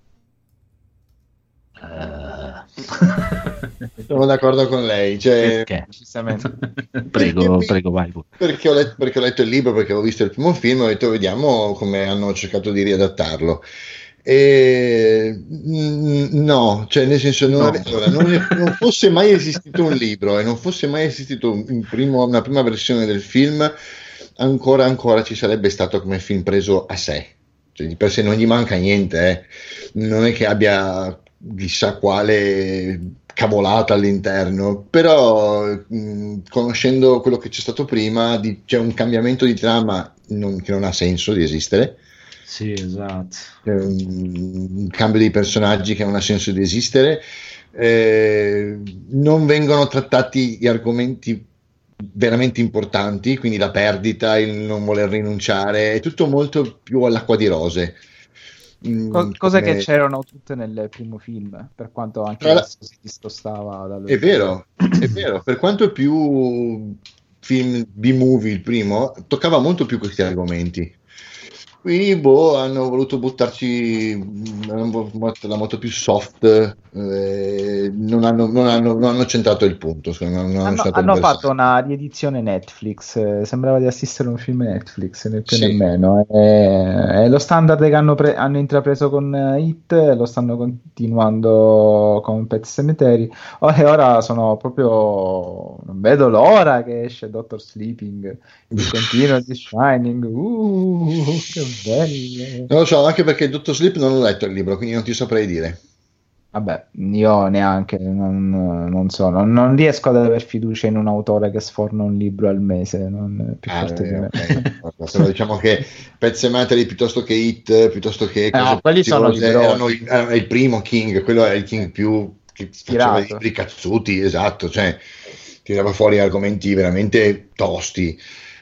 sono d'accordo con lei, cioè, Perché? Giustamente. prego, Perché- prego, vai. bu. perché ho, letto, perché ho letto il libro, perché ho visto il primo film, ho detto vediamo come hanno cercato di riadattarlo. E mm, no, cioè nel senso non, No. allora, non, è- non fosse mai esistito un libro e non fosse mai esistito un primo- una prima versione del film, ancora ancora ci sarebbe stato come film preso a sé, cioè di per sé non gli manca niente, eh. Non è che abbia chissà quale cavolata all'interno, però mh, conoscendo quello che c'è stato prima, di- c'è un cambiamento di trama non- che non ha senso di esistere. Sì, esatto. C'è un, un cambio di personaggi che non ha senso di esistere, eh, non vengono trattati gli argomenti veramente importanti, quindi la perdita, il non voler rinunciare, è tutto molto più all'acqua di rose. Mm, Co- cose come- che c'erano tutte nel primo film, per quanto anche Tra la- adesso si distostava dallo È vero, è vero, per quanto è più film B-movie il primo, toccava molto più questi argomenti. Qui boh, hanno voluto buttarci mm, hanno voluto la moto più soft, eh, non, hanno, non, hanno, non hanno centrato il punto. secondo me, non hanno Hanno, centrato il hanno bersaglio. fatto una riedizione Netflix, eh, sembrava di assistere a un film Netflix, né più Sì. nemmeno. È, è lo standard che hanno, pre- hanno intrapreso con eh, It, e lo stanno continuando con Pet Sematary. Ora, e ora sono proprio. Non vedo l'ora che esce Doctor Sleeping, il continuo di Shining. Uh, che bello! Non lo so, anche perché il Dottor Sleep non ho letto il libro, quindi non ti saprei dire. Vabbè, io neanche, non, non so, non, non riesco ad aver fiducia in un autore che sforna un libro al mese, non è più Ah, forte di eh, me. ok. Guarda, però diciamo che Pet Sematary piuttosto che It, piuttosto che no, cose quelli sono preziose, librosi. erano il, era il primo King, quello era il King più che faceva i Ispirato. libri cazzuti, esatto, cioè tirava fuori argomenti veramente tosti,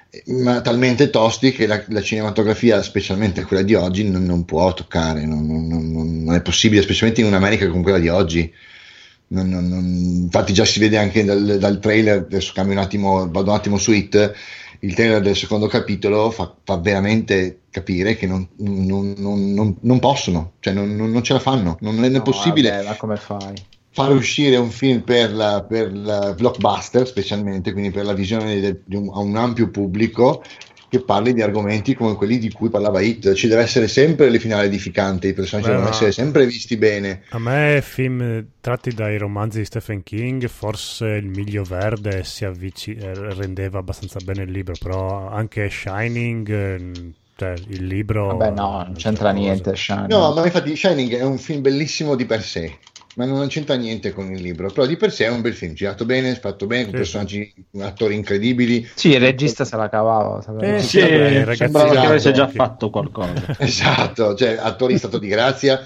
ma talmente tosti che la, la cinematografia, specialmente quella di oggi, non, non può toccare, non, non- non- non è possibile, specialmente in un'America come quella di oggi. Non- non- non- infatti già si vede anche dal, dal trailer, adesso cambio un attimo, vado un attimo su It, il trailer del secondo capitolo fa, fa veramente capire che non, non- non- non- non possono, cioè non, non- non ce la fanno, non è No, possibile vabbè, ma come fai? far uscire un film per la, per la blockbuster, specialmente, quindi per la visione del- di un, a un ampio pubblico, che parli di argomenti come quelli di cui parlava It. Ci deve essere sempre il finale edificante, i personaggi Beh, devono ma- essere sempre visti bene. A me film tratti dai romanzi di Stephen King, forse Il Miglio Verde si avvici- eh, rendeva abbastanza bene il libro, però anche Shining, eh, cioè il libro... Vabbè, no, non c'entra niente, Shining. No, ma infatti Shining è un film bellissimo di per sé, ma non c'entra niente con il libro, però di per sé è un bel film, girato bene, fatto bene, con Sì, personaggi, attori incredibili. Sì, il regista se la cavava. sapeva. Eh, Sì, vabbè, i ragazzi sembrava che esatto. avesse già fatto qualcosa. Esatto, cioè attori in stato di grazia,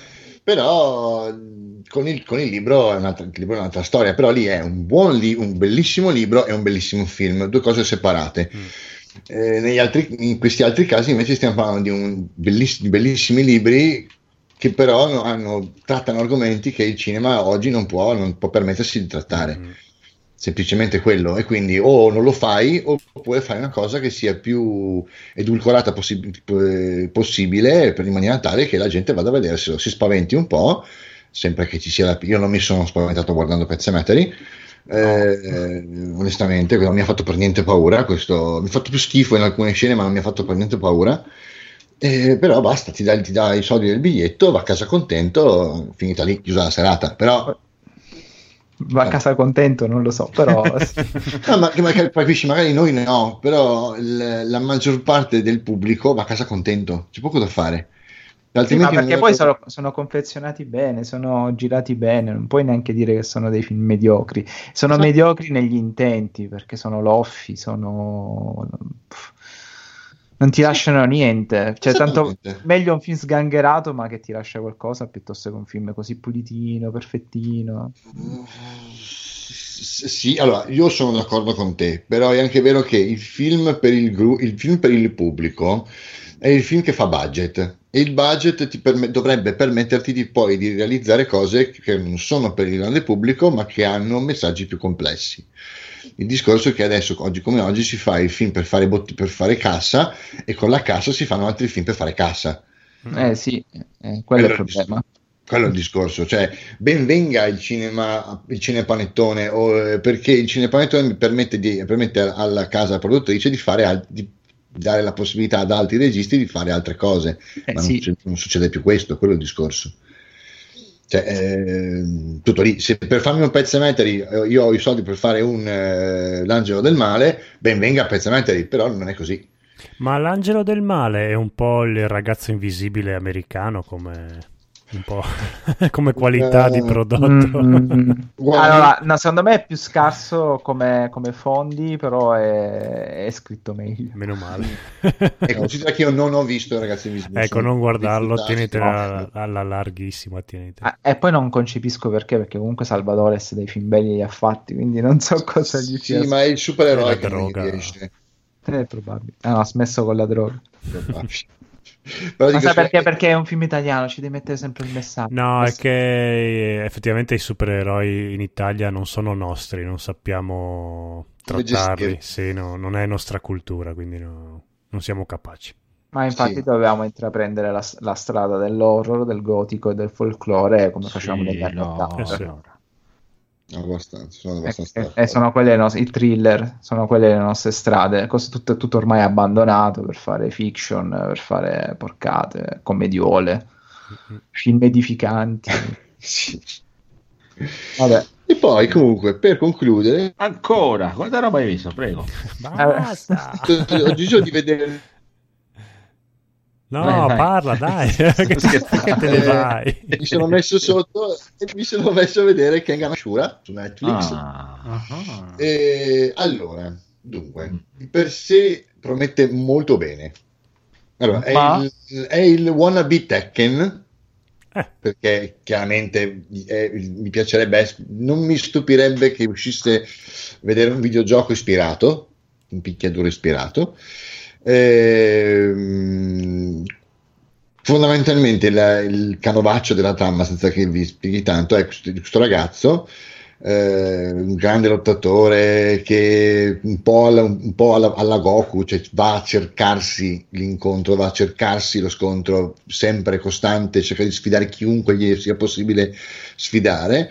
però con il, con il libro è un'altra, il libro è un'altra storia, però lì è un buon li- un bellissimo libro e un bellissimo film, due cose separate. Mm. Eh, negli altri, in questi altri casi invece stiamo parlando di, un belliss- di bellissimi libri che però no- hanno- trattano argomenti che il cinema oggi non può, non può permettersi di trattare. Mm. Semplicemente quello, e quindi o non lo fai oppure fai una cosa che sia più edulcorata possi- eh, possibile, per, in maniera tale che la gente vada a vederselo, si spaventi un po', sempre che ci sia la... Io non mi sono spaventato guardando Pet Sematary, eh, onestamente non mi ha fatto per niente paura, questo mi ha fatto più schifo in alcune scene, ma non mi ha fatto per niente paura. Eh, però basta, ti dai, ti dai i soldi del biglietto, va a casa contento, finita lì, chiusa la serata. Però Va a casa contento, non lo so, però... no, ma, ma capisci, magari noi no, però il- la maggior parte del pubblico va a casa contento, c'è poco da fare. Sì, ma altrimenti perché non poi è- sono, sono confezionati bene, sono girati bene, non puoi neanche dire che sono dei film mediocri. Sono Esatto. mediocri negli intenti, perché sono loffi, sono... pff, non ti lasciano niente. Cioè, tanto Esattamente. meglio un film sgangherato, ma che ti lascia qualcosa, piuttosto che un film così pulitino, perfettino. S- Sì, allora io sono d'accordo con te, però è anche vero che il film per il, gru- il film per il pubblico è il film che fa budget e il budget ti perme- dovrebbe permetterti di poi di realizzare cose che non sono per il grande pubblico ma che hanno messaggi più complessi. Il discorso è che adesso, oggi come oggi, si fa il film per fare, botti- per fare cassa e con la cassa si fanno altri film per fare cassa. Eh sì, eh, quello è il Quello problema. Quello è il discorso, cioè ben venga il cinema, il cinepanettone, o, eh, perché il cinepanettone mi permette, di, permette alla casa produttrice di fare al- di dare la possibilità ad altri registi di fare altre cose, Eh ma non, sì. succede, non succede più questo, quello è il discorso. Cioè, eh, tutto lì. Se per farmi un pezzemetri eh, io ho i soldi per fare un eh, l'angelo del male, ben venga pezzemetri, però non è così. Ma l'angelo del male è un po' il ragazzo invisibile americano, come un po' come qualità di Eh, prodotto. Mm, Guarda, allora, no, secondo me è più scarso come, come fondi, però è, è scritto meglio. Meno male. e considera che io non ho visto Ragazzi Invisibili. Ecco, sono non guardarlo, rifiutati. tienitela no. alla, alla larghissima, tienitela. Ah, e poi non concepisco perché, perché comunque Salvadores dei film belli li ha fatti, quindi non so cosa gli Sì, sia. ma è il supereroe È la che non gli droga. riesce. È probabile. Ah, no, ha smesso con la droga. Però Ma dico, sai perché? cioè, Perché è un film italiano, ci devi mettere sempre il messaggio. No, Il è messaggio. che effettivamente i supereroi in Italia non sono nostri, non sappiamo Come trattarli. gestirli. Sì, no, non è nostra cultura, quindi no, non siamo capaci. Ma infatti Sì. dovevamo intraprendere la, la strada dell'horror, del gotico e del folklore come facevamo negli anni no, ottanta. Eh sì. allora. abbastanza, sono E, abbastanza e- d'accordo. e sono quelle le nos- i thriller, sono quelle le nostre strade, cose tutto, tutto ormai abbandonato per fare fiction, per fare porcate, commediole, film edificanti. Sì. Vabbè, E poi comunque per concludere Ancora, quanta roba hai visto? Prego. Basta! ho deciso di vedere No, Vai, vai. parla, dai. Sto che, scherzando. che te ne Eh, vai? mi sono messo sotto e mi sono messo a vedere Kengan Ashura su Netflix. Ah. E, allora, dunque, per sé promette molto bene. Allora, è, Ma? il, è il wannabe Tekken, Eh. perché chiaramente è- mi piacerebbe, non mi stupirebbe che uscisse vedere un videogioco ispirato, un picchiaduro ispirato. Ehm, fondamentalmente la- il canovaccio della trama, senza che vi spieghi tanto, è questo, questo ragazzo, eh, un grande lottatore che un po' alla, un po' alla, alla Goku, cioè va a cercarsi l'incontro, va a cercarsi lo scontro sempre costante, cerca di sfidare chiunque gli sia possibile sfidare.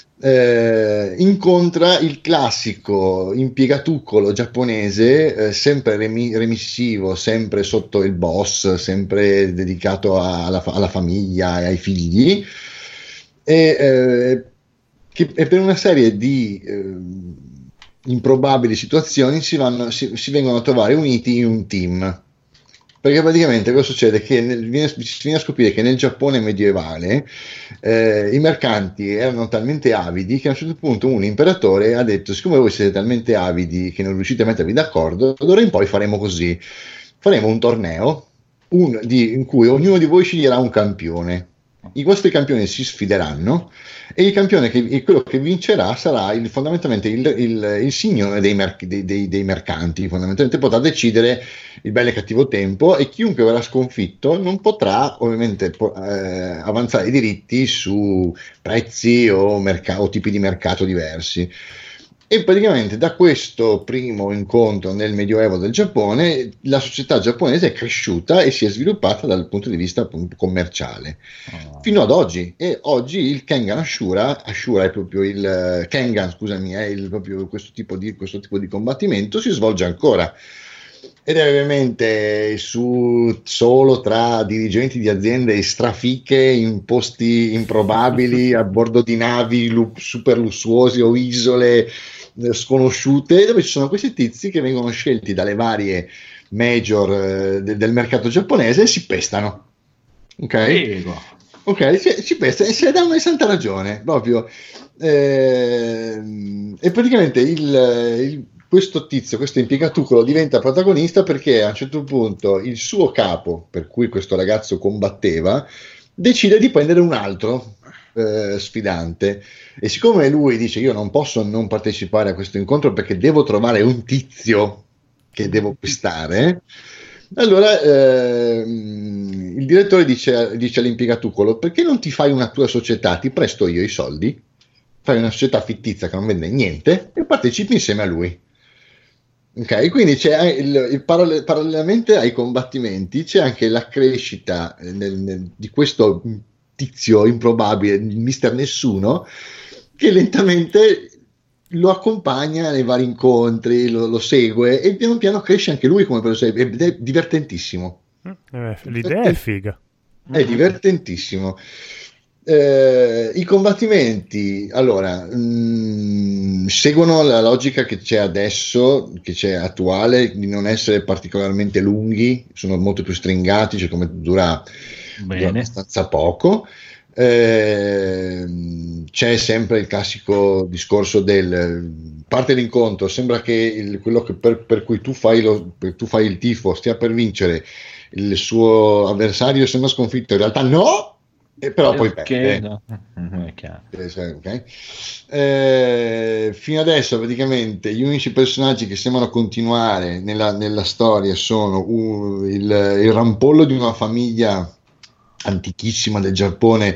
Eh, incontra il classico impiegatuccolo giapponese, eh, sempre remi- remissivo, sempre sotto il boss, sempre dedicato a- alla, fa- alla famiglia e ai figli, e, eh, che, e per una serie di eh, improbabili situazioni si, vanno, si, si vengono a trovare uniti in un team. Perché praticamente cosa succede? Che nel, viene, si viene a scoprire che nel Giappone medievale eh, i mercanti erano talmente avidi che a un certo punto un imperatore ha detto: siccome voi siete talmente avidi che non riuscite a mettervi d'accordo, d'ora in poi faremo così, faremo un torneo un, di, in cui ognuno di voi sceglierà un campione. I vostri campioni si sfideranno e il campione che, e quello che vincerà sarà il, fondamentalmente il, il, il signore dei, merc- dei, dei, dei mercanti. Fondamentalmente potrà decidere il bello e cattivo tempo, e chiunque verrà sconfitto non potrà ovviamente po- eh, avanzare i diritti su prezzi o, merc- o tipi di mercato diversi. E praticamente da questo primo incontro nel Medioevo del Giappone la società giapponese è cresciuta e si è sviluppata dal punto di vista appunto commerciale Oh. fino ad oggi. E oggi il Kengan Ashura, Ashura è proprio il Kengan, scusami, è il, proprio questo tipo di, questo tipo di combattimento si svolge ancora, ed è ovviamente su, solo tra dirigenti di aziende strafiche in posti improbabili a bordo di navi lu- super lussuosi o isole eh, sconosciute, dove ci sono questi tizi che vengono scelti dalle varie major eh, de- del mercato giapponese e si pestano. Ok? Prego. Ok, ci, ci pensa e se dà una santa ragione, proprio. Ehm, e praticamente il, il- questo tizio, questo impiegatucolo diventa protagonista perché a un certo punto il suo capo, per cui questo ragazzo combatteva, decide di prendere un altro eh, sfidante. E siccome lui dice io non posso non partecipare a questo incontro perché devo trovare un tizio che devo pestare, allora ehm, il direttore dice, dice all'impiegatutolo perché non ti fai una tua società, ti presto io i soldi, fai una società fittizia che non vende niente e partecipi insieme a lui. Ok, quindi c'è il, il parallel- parallelamente ai combattimenti c'è anche la crescita eh, nel- nel- di questo tizio improbabile, il mister Nessuno, che lentamente lo accompagna nei vari incontri, lo, lo segue e piano piano cresce anche lui come personaggio ed è divertentissimo. Eh, l'idea è figa. È divertentissimo. Eh, I combattimenti allora mh, seguono la logica che c'è adesso, che c'è attuale, di non essere particolarmente lunghi, sono molto più stringati, cioè come dura, dura abbastanza poco. Eh, c'è sempre il classico discorso del parte l'incontro, sembra che il, quello che per, per cui tu fai, lo, per, tu fai il tifo stia per vincere, il suo avversario sembra sconfitto, in realtà no. E però poi Ok, perde. no. È chiaro. Eh, sì, ok. Eh, fino adesso praticamente gli unici personaggi che sembrano continuare nella, nella storia sono uh, il, il rampollo di una famiglia antichissima del Giappone,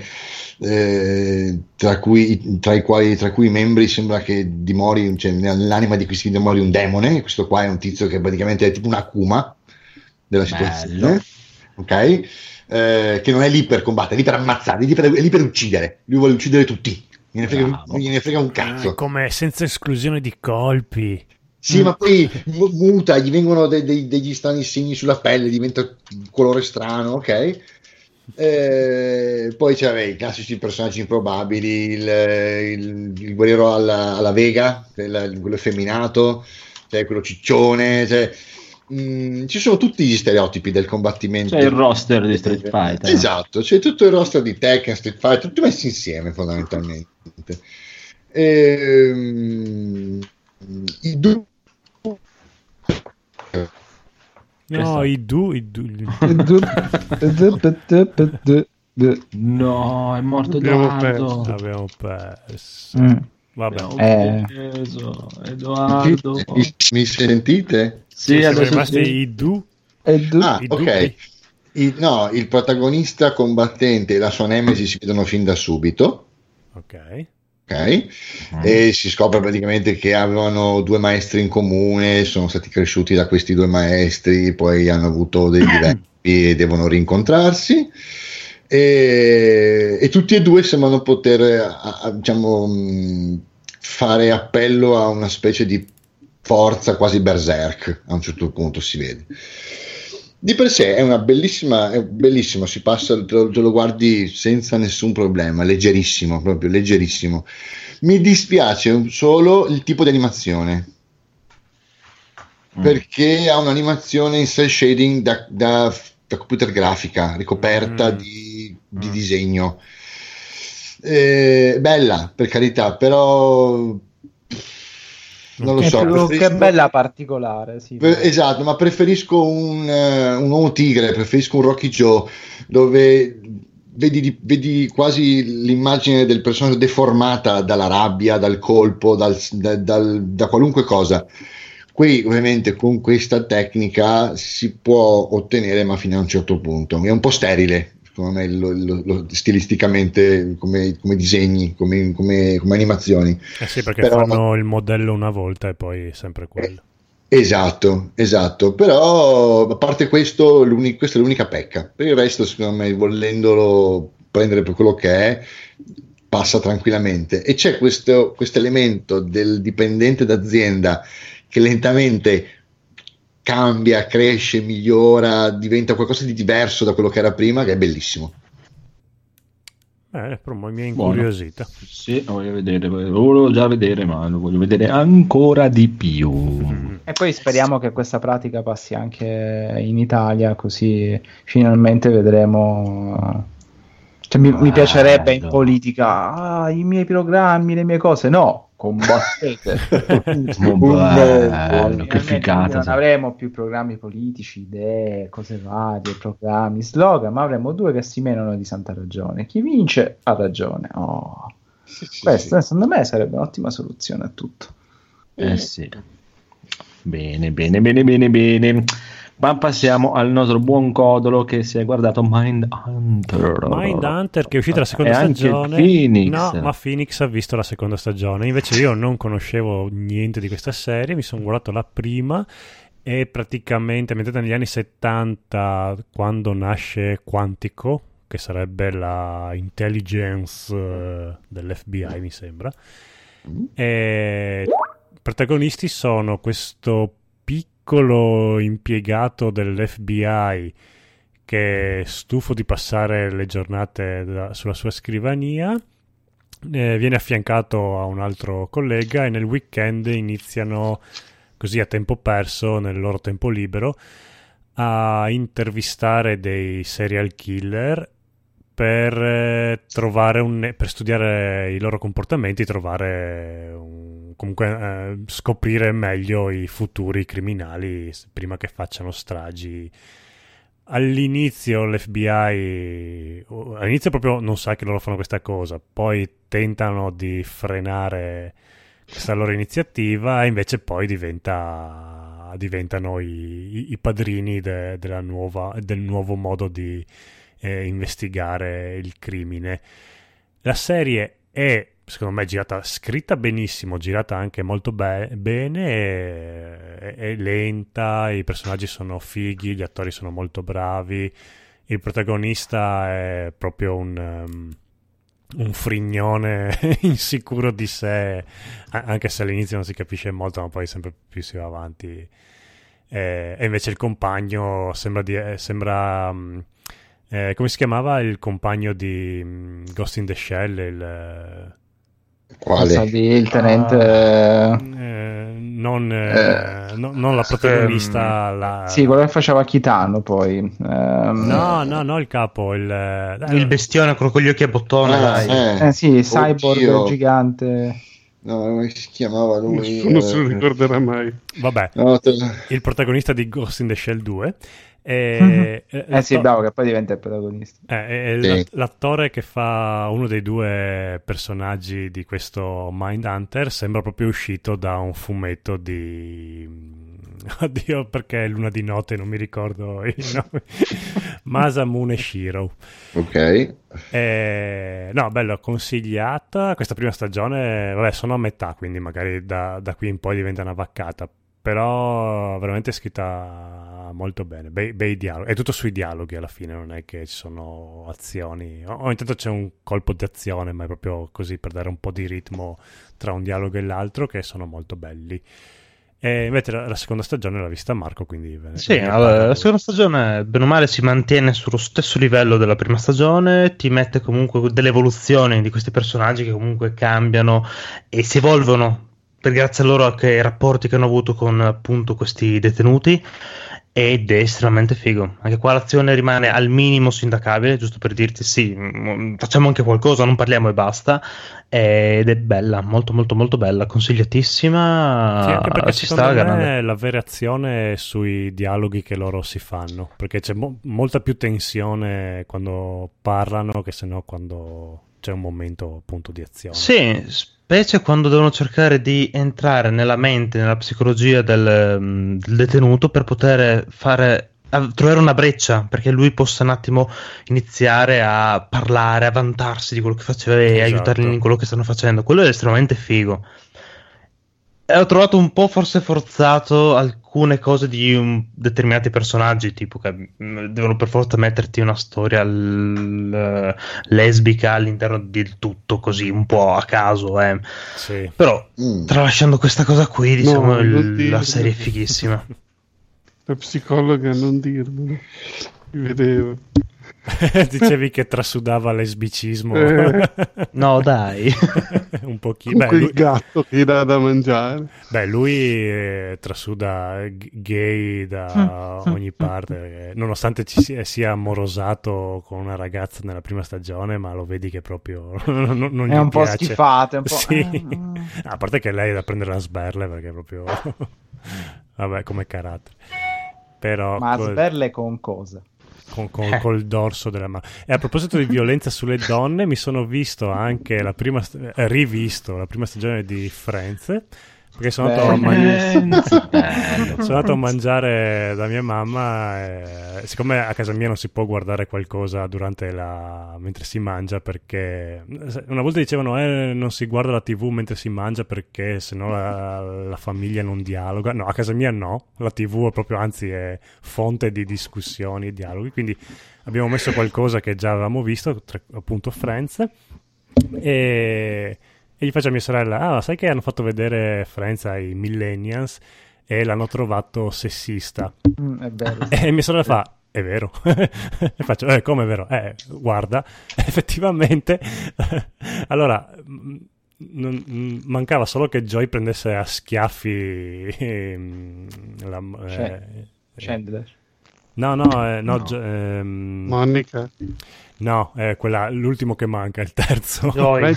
eh, tra cui tra i quali tra cui i membri sembra che dimori, cioè nell'anima di questi dimori un demone. Questo qua è un tizio che praticamente è tipo un Akuma della situazione. Bello. Ok? Eh, che non è lì per combattere, è lì per ammazzare, è lì per, è lì per uccidere. Lui vuole uccidere tutti, gliene frega, Bravo. gliene frega un Ah, cazzo. come senza esclusione di colpi. Sì, ma poi mu- muta, gli vengono dei- dei- degli strani segni sulla pelle, diventa un colore strano, ok? Eh, poi c'è vabbè, i classici personaggi improbabili, il, il- il guerriero alla, alla Vega, quella- quello effeminato, cioè quello ciccione, cioè, mm, ci sono tutti gli stereotipi del combattimento. C'è il roster di Street Fighter. Esatto, c'è tutto il roster di Tekken, Street Fighter, tutti messi insieme fondamentalmente. Ehm, i due No, i du, i du. No, è morto Abbiamo Edoardo. perso. Abbiamo perso. Mm. Vabbè. Abbiamo Eh. preso Edoardo. mi, mi sentite? Sì, siamo adesso rimasti sì. i du. E du- Ah, I ok. dubbi. Il, no, il protagonista combattente e la sua nemesi si vedono fin da subito, Ok. ok? E si scopre praticamente che avevano due maestri in comune, sono stati cresciuti da questi due maestri, poi hanno avuto dei diletti e devono rincontrarsi. E, e tutti e due sembrano poter a- a- diciamo, mh, fare appello a una specie di forza quasi berserk, a un certo punto si vede. Di per sé è una bellissima, è bellissimo, si passa, te lo, te lo guardi senza nessun problema, leggerissimo, proprio leggerissimo. Mi dispiace solo il tipo di animazione, perché ha un'animazione in cel shading da, da, da computer grafica, ricoperta Mm. di, di disegno. Eh, bella, per carità, però non lo È so. più che preferisco- bella particolare, sì. Per- esatto, ma preferisco un, eh, un uomo tigre, preferisco un Rocky Joe, dove vedi, di- vedi quasi l'immagine del personaggio deformata dalla rabbia, dal colpo, dal- da, dal- da qualunque cosa. Qui ovviamente con questa tecnica si può ottenere, ma fino a un certo punto. È un po' sterile, secondo me, lo- lo- lo- stilisticamente, come, come disegni, come, come- come animazioni. Eh sì, perché Però- fanno il modello una volta e poi è sempre quello. Esatto, esatto, però a parte questo, l'uni- questa è l'unica pecca. Per il resto, secondo me, volendolo prendere per quello che è, passa tranquillamente. E c'è questo questo elemento del dipendente d'azienda che lentamente cambia, cresce, migliora, diventa qualcosa di diverso da quello che era prima, che è bellissimo. Eh, però mi è Buono. incuriosita. Sì, lo voglio vedere, lo volevo già vedere, ma lo voglio vedere ancora di più. Mm. E poi speriamo che questa pratica passi anche in Italia, così finalmente vedremo. Cioè, mi, mi piacerebbe in politica, ah, i miei programmi, le mie cose. No, combattete. Oh, bello, che figata. Non avremo più programmi politici, idee, cose varie, programmi, slogan, ma avremo due che si menano di santa ragione. Chi vince ha ragione. Oh. Sì, sì, Questo, sì. secondo me, sarebbe un'ottima soluzione a tutto. Eh sì. Bene, bene, bene, bene, bene. Ma passiamo al nostro buon Codolo che si è guardato Mindhunter. Mindhunter che è uscita la seconda E anche stagione. Phoenix. No, ma Phoenix ha visto la seconda stagione. Invece io non conoscevo niente di questa serie, mi sono guardato la prima e praticamente mettete negli anni settanta, quando nasce Quantico, che sarebbe la intelligence eh, dell'F B I, mi sembra. E i protagonisti sono questo piccolo impiegato dell'F B I che è stufo di passare le giornate da, sulla sua scrivania, eh, viene affiancato a un altro collega e nel weekend iniziano così a tempo perso, nel loro tempo libero, a intervistare dei serial killer per eh, trovare un per studiare i loro comportamenti, trovare un, comunque eh, scoprire meglio i futuri criminali prima che facciano stragi. All'inizio l'F B I all'inizio proprio non sa che loro fanno questa cosa, poi tentano di frenare questa loro iniziativa e invece poi diventa diventano i, i, i padrini de, della nuova, del nuovo modo di Eh, investigare il crimine. La serie è, secondo me, girata, scritta benissimo, girata anche molto be- bene, è, è lenta, i personaggi sono fighi, gli attori sono molto bravi, il protagonista è proprio un, um, un frignone insicuro di sé, anche se all'inizio non si capisce molto, ma poi sempre più si va avanti. E, e invece il compagno sembra, di, sembra um, Eh, come si chiamava il compagno di um, Ghost in the Shell? Il, Quale? Il tenente... eh, non, eh, eh, no, non la protagonista. ehm, la... Sì, quello che faceva Kitano poi. Ehm, No, no, no, il capo. Il, dai, il bestione, quello con gli occhi a bottone. Ah, dai. eh. eh sì, Cyborg Oddio. gigante. No, come si chiamava lui? Nessuno se lo Eh, ricorderà mai. Vabbè, no, te- il protagonista di Ghost in the Shell due. E, Mhm. eh, Eh sì, bravo, che poi diventa il protagonista. Eh, è Sì. l'att- l'attore che fa uno dei due personaggi di questo Mindhunter sembra proprio uscito da un fumetto di... Oddio, perché è Luna di notte, non mi ricordo i nomi. Masamune Shiro. Ok. Eh, no, bello, consigliata. Questa prima stagione, vabbè, sono a metà, quindi magari da, da qui in poi diventa una vaccata. Però veramente scritta molto bene, bei, bei dialoghi, è tutto sui dialoghi alla fine, non è che ci sono azioni, ogni tanto c'è un colpo di azione, ma è proprio così per dare un po' di ritmo tra un dialogo e l'altro, che sono molto belli. E invece la, la seconda stagione l'ha vista Marco, quindi ve ne- Sì, ve ne allora, parlo. la seconda stagione, bene o male, si mantiene sullo stesso livello della prima stagione, ti mette comunque delle evoluzioni di questi personaggi che comunque cambiano e si evolvono per grazie a loro anche ai rapporti che hanno avuto con appunto questi detenuti, ed è estremamente figo. Anche qua l'azione rimane al minimo sindacabile, giusto per dirti sì, m- facciamo anche qualcosa, non parliamo e basta, ed è bella, molto molto molto bella, consigliatissima. Sì, anche perché ci secondo sta me grande. la vera azione è sui dialoghi che loro si fanno, perché c'è mo- molta più tensione quando parlano che se no quando c'è un momento appunto di azione. Sì, specie quando devono cercare di entrare nella mente, nella psicologia del, mm, del detenuto per poter fare a trovare una breccia perché lui possa un attimo iniziare a parlare, a vantarsi di quello che faceva e Esatto. aiutarli in quello che stanno facendo. Quello è estremamente figo. E ho trovato un po' forse forzato alcune cose di um, determinati personaggi, tipo che mm, devono per forza metterti una storia l- lesbica all'interno del tutto, così un po' a caso, eh. Sì. Però Mm. tralasciando questa cosa qui, diciamo, No, il- non dirlo. la serie è fighissima. La psicologa non dirmelo. Mi vedevo. Dicevi che trasudava lesbicismo. No, dai. Un pochino. Con Beh, quel lui... gatto che dà da mangiare. Beh, lui eh, trasuda g- gay da ogni parte, eh, nonostante ci sia, sia ammorosato con una ragazza nella prima stagione, ma lo vedi che proprio non, non gli È un po' piace. schifato, è un po'... Sì. eh, A parte che lei è da prendere a sberle perché è proprio vabbè, come carattere. Però Ma col- sberle con cosa? con, con- col dorso della mano. E a proposito di violenza sulle donne, mi sono visto anche la prima st- eh, rivisto la prima stagione di Friends, perché sono andato, a man- sono andato a mangiare da mia mamma e siccome a casa mia non si può guardare qualcosa durante la mentre si mangia, perché una volta dicevano eh, non si guarda la tivù mentre si mangia perché sennò la, la famiglia non dialoga. No, a casa mia no, la tivù è proprio, anzi è fonte di discussioni e dialoghi, quindi abbiamo messo qualcosa che già avevamo visto, tra- appunto Friends, e e gli faccio a mia sorella, ah, sai che hanno fatto vedere Friends ai millennials e l'hanno trovato sessista. Mm, è vero. E mia sorella fa, è vero. E faccio, eh, come è vero? Eh, guarda, effettivamente. Allora, mh, non- mh, mancava solo che Joy prendesse a schiaffi ehm, la, eh, Cioè, eh, Chandler. no, no, eh, no, Gio- ehm, Monica. no, è quella, l'ultimo che manca, il terzo. Joy.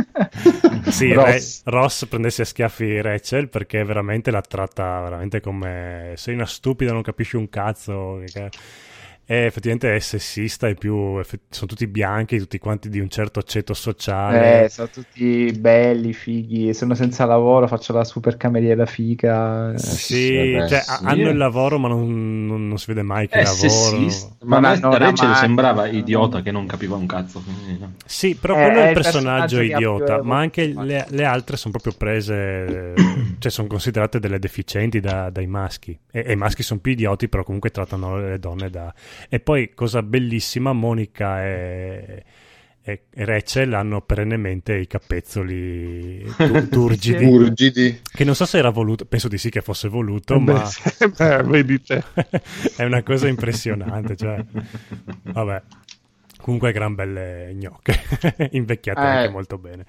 Sì, Ross. Re- Ross prendesse a schiaffi Rachel perché veramente la tratta veramente come sei una stupida, non capisci un cazzo. Che- E effettivamente è sessista e più effe- sono tutti bianchi, tutti quanti di un certo ceto sociale. Eh, sono tutti belli, fighi, sono senza lavoro, faccio la super cameriera figa. Eh, Sì, vabbè, cioè, sì. ha- hanno il lavoro, ma non, non- non si vede mai che È lavoro. sessista. Ma a Non me hanno una Rachel macchina. sembrava idiota che non capiva un cazzo. quindi, no. Sì, però Eh, quello è è il il personaggio personaggio che ha idiota, più ma anche evoluzione. le, le altre sono proprio prese, cioè sono considerate delle deficienti da- dai maschi. E, e i maschi sono più idioti, però comunque trattano le donne da... E poi, cosa bellissima, Monica e, e e Rachel hanno perennemente i capezzoli tu- turgidi, Urgidi. che non so se era voluto, penso di sì che fosse voluto, Beh, ma sì, beh, vedi te. è una cosa impressionante, cioè, vabbè. Comunque gran belle gnocche, invecchiate Eh. anche molto bene.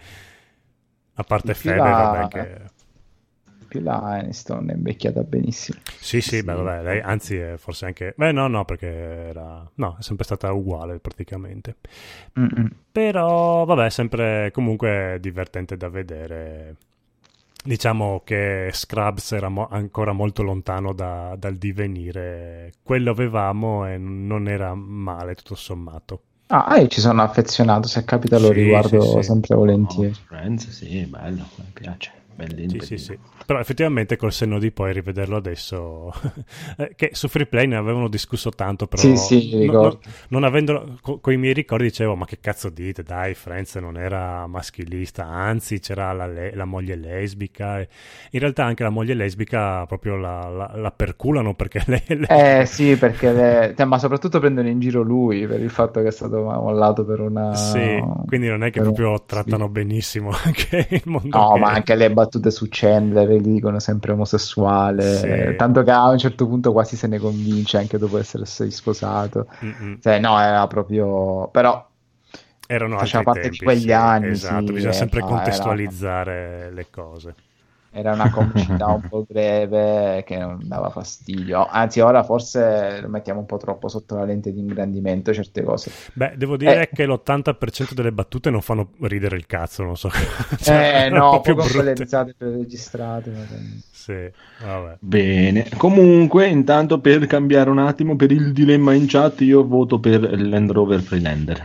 A parte Più Febe, la- vabbè, che... Più la Aniston è invecchiata benissimo. Sì, sì, beh, vabbè, lei anzi è forse anche... Beh, no, no, perché era... No, è sempre stata uguale praticamente. Mm-mm. Però, vabbè, è sempre comunque divertente da vedere. Diciamo che Scrubs era mo- ancora molto lontano da- dal divenire. Quello avevamo e non era male, tutto sommato. Ah, io ci sono affezionato, se capita lo Sì, riguardo sì, sì. sempre volentieri. Oh, Friends, sì, bello, mi piace. Belli, Sì, belli. sì, sì. Però effettivamente col senno di poi rivederlo adesso, eh, che su Freeplay ne avevano discusso tanto, però Sì, sì, no- ricordo. no- non avendolo, co- coi miei ricordi dicevo, ma che cazzo dite, dai, Friends non era maschilista, anzi c'era la, le- la moglie lesbica, e in realtà anche la moglie lesbica proprio la, la- la perculano perché lei è lesbica. Eh sì, perché le... cioè, ma soprattutto prendono in giro lui per il fatto che è stato mollato per una... Sì, quindi non è che per un- proprio sì. trattano benissimo anche il mondo No, gay. ma anche le battute su Chandler le dicono sempre omosessuale, Sì. tanto che a un certo punto quasi se ne convince anche dopo essere stato sposato. Mm-mm. Cioè, no, era proprio... però Erano faceva altri parte tempi, di quegli sì, anni, esatto, sì, bisogna sempre era- contestualizzare le cose. era una comicità un po' breve che non dava fastidio. Anzi, ora forse lo mettiamo un po' troppo sotto la lente di ingrandimento certe cose. Beh, devo dire Eh. che l'ottanta per cento delle battute non fanno ridere il cazzo, non so. Cioè, Eh erano no, proprio proprio quelle brutte. risate preregistrate. ma- Sì, vabbè. Bene, comunque intanto per cambiare un attimo per il dilemma in chat io voto per Land Rover Freelander,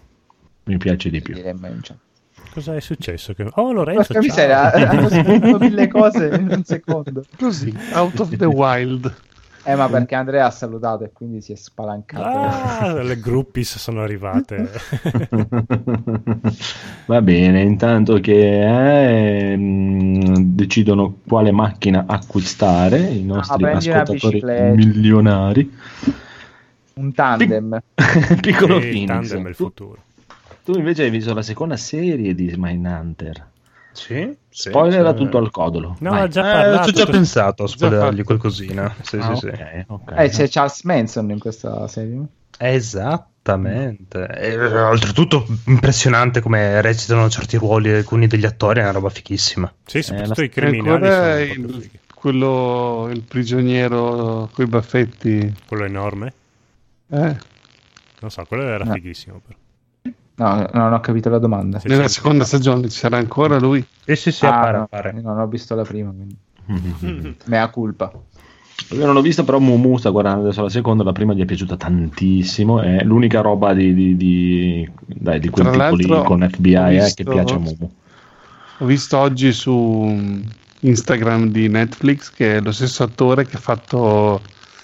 mi piace di più. diremmo in chat. Cosa è successo? Che... Oh, Lorenzo, Porca ciao. miseria, hanno scritto mille cose in un secondo. Così, out of the wild. Eh, ma perché Andrea ha salutato e quindi si è spalancato. Ah, le groupies sono arrivate. Va bene, intanto che eh, mh, decidono quale macchina acquistare i nostri prendi una ascoltatori bicicletta. milionari. Un tandem. Piccolo Sì, il Phoenix. tandem è il Tu, futuro. tu invece hai visto la seconda serie di Mindhunter. Sì, sì, Spoiler a sì. tutto al codolo. No, Vai. ha già Eh, parlato. ci ho già tu- pensato a spoilerargli fatto. qualcosina. Sì, Ah, sì, sì. ok, ok. Eh, c'è Charles Manson in questa serie. Esattamente. E, oltretutto impressionante come recitano certi ruoli alcuni degli attori, è una roba fichissima. Sì, soprattutto la- i criminali Ancora sono il- proprio fighi. quello, il prigioniero coi baffetti. Quello enorme? Eh, Non so, quello era No. fighissimo però. No, non ho capito la domanda. Sì, nella sì. seconda stagione ci sarà ancora lui. Sì, sì, sì, Ah, appare, no, appare. io non ho visto la prima, quindi mea culpa. Io non l'ho vista, però Mumu sta guardando adesso la seconda, la prima gli è piaciuta tantissimo, è l'unica roba di, di, di, dai, di quel Tra tipo lì l'altro, con F B I ho eh, visto- che piace a Mumu. Ho visto oggi su Instagram di Netflix che è lo stesso attore che ha fatto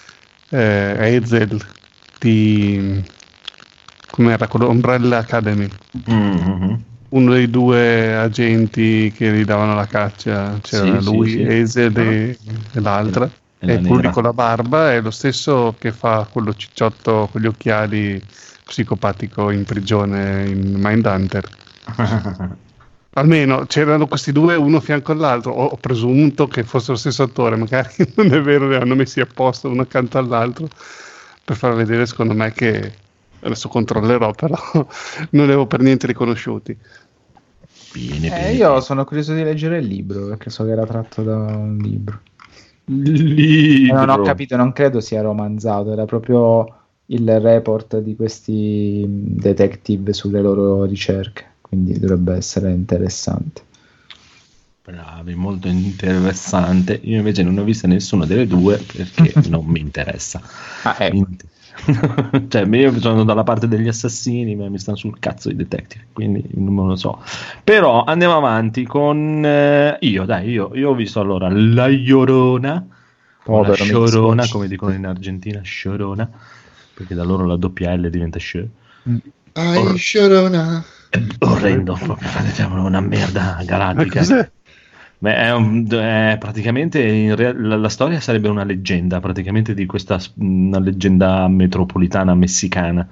eh, Hazel di com'era quello Umbrella Academy, Mm-hmm. uno dei due agenti che gli davano la caccia, c'era Sì, sì, lui, sì. Hazel e, e l'altra, E la e quello lì nera. con la barba è lo stesso che fa quello cicciotto con gli occhiali psicopatico in prigione in Mindhunter. Almeno c'erano questi due uno a fianco all'altro, ho, ho presunto che fosse lo stesso attore, magari non è vero, li hanno messi a posto uno accanto all'altro per far vedere secondo me che adesso controllerò, però non li avevo per niente riconosciuti. Bene, Eh, bene. io sono curioso di leggere il libro perché so che era tratto da un libro. Libro. E non ho capito, non credo sia romanzato, era proprio il report di questi detective sulle loro ricerche, quindi dovrebbe essere interessante. Bravi, molto interessante. Io invece non ho visto nessuna delle due perché non mi interessa. Ah, ecco. Int- cioè, io sono dalla parte degli assassini, ma mi stanno sul cazzo i detective, quindi non lo so. Però andiamo avanti con eh, io, dai, io, io ho visto allora La Llorona, o la Povero, mi Sciorona, dispiace. come dicono in Argentina, Sciorona, perché da loro la doppia L diventa Sci. Ai, Sharona. È orrendo, proprio, diciamo, una merda Ma galattica. cos'è? Beh, è un- è praticamente in real- la, la storia sarebbe una leggenda, praticamente di questa s- una leggenda metropolitana messicana.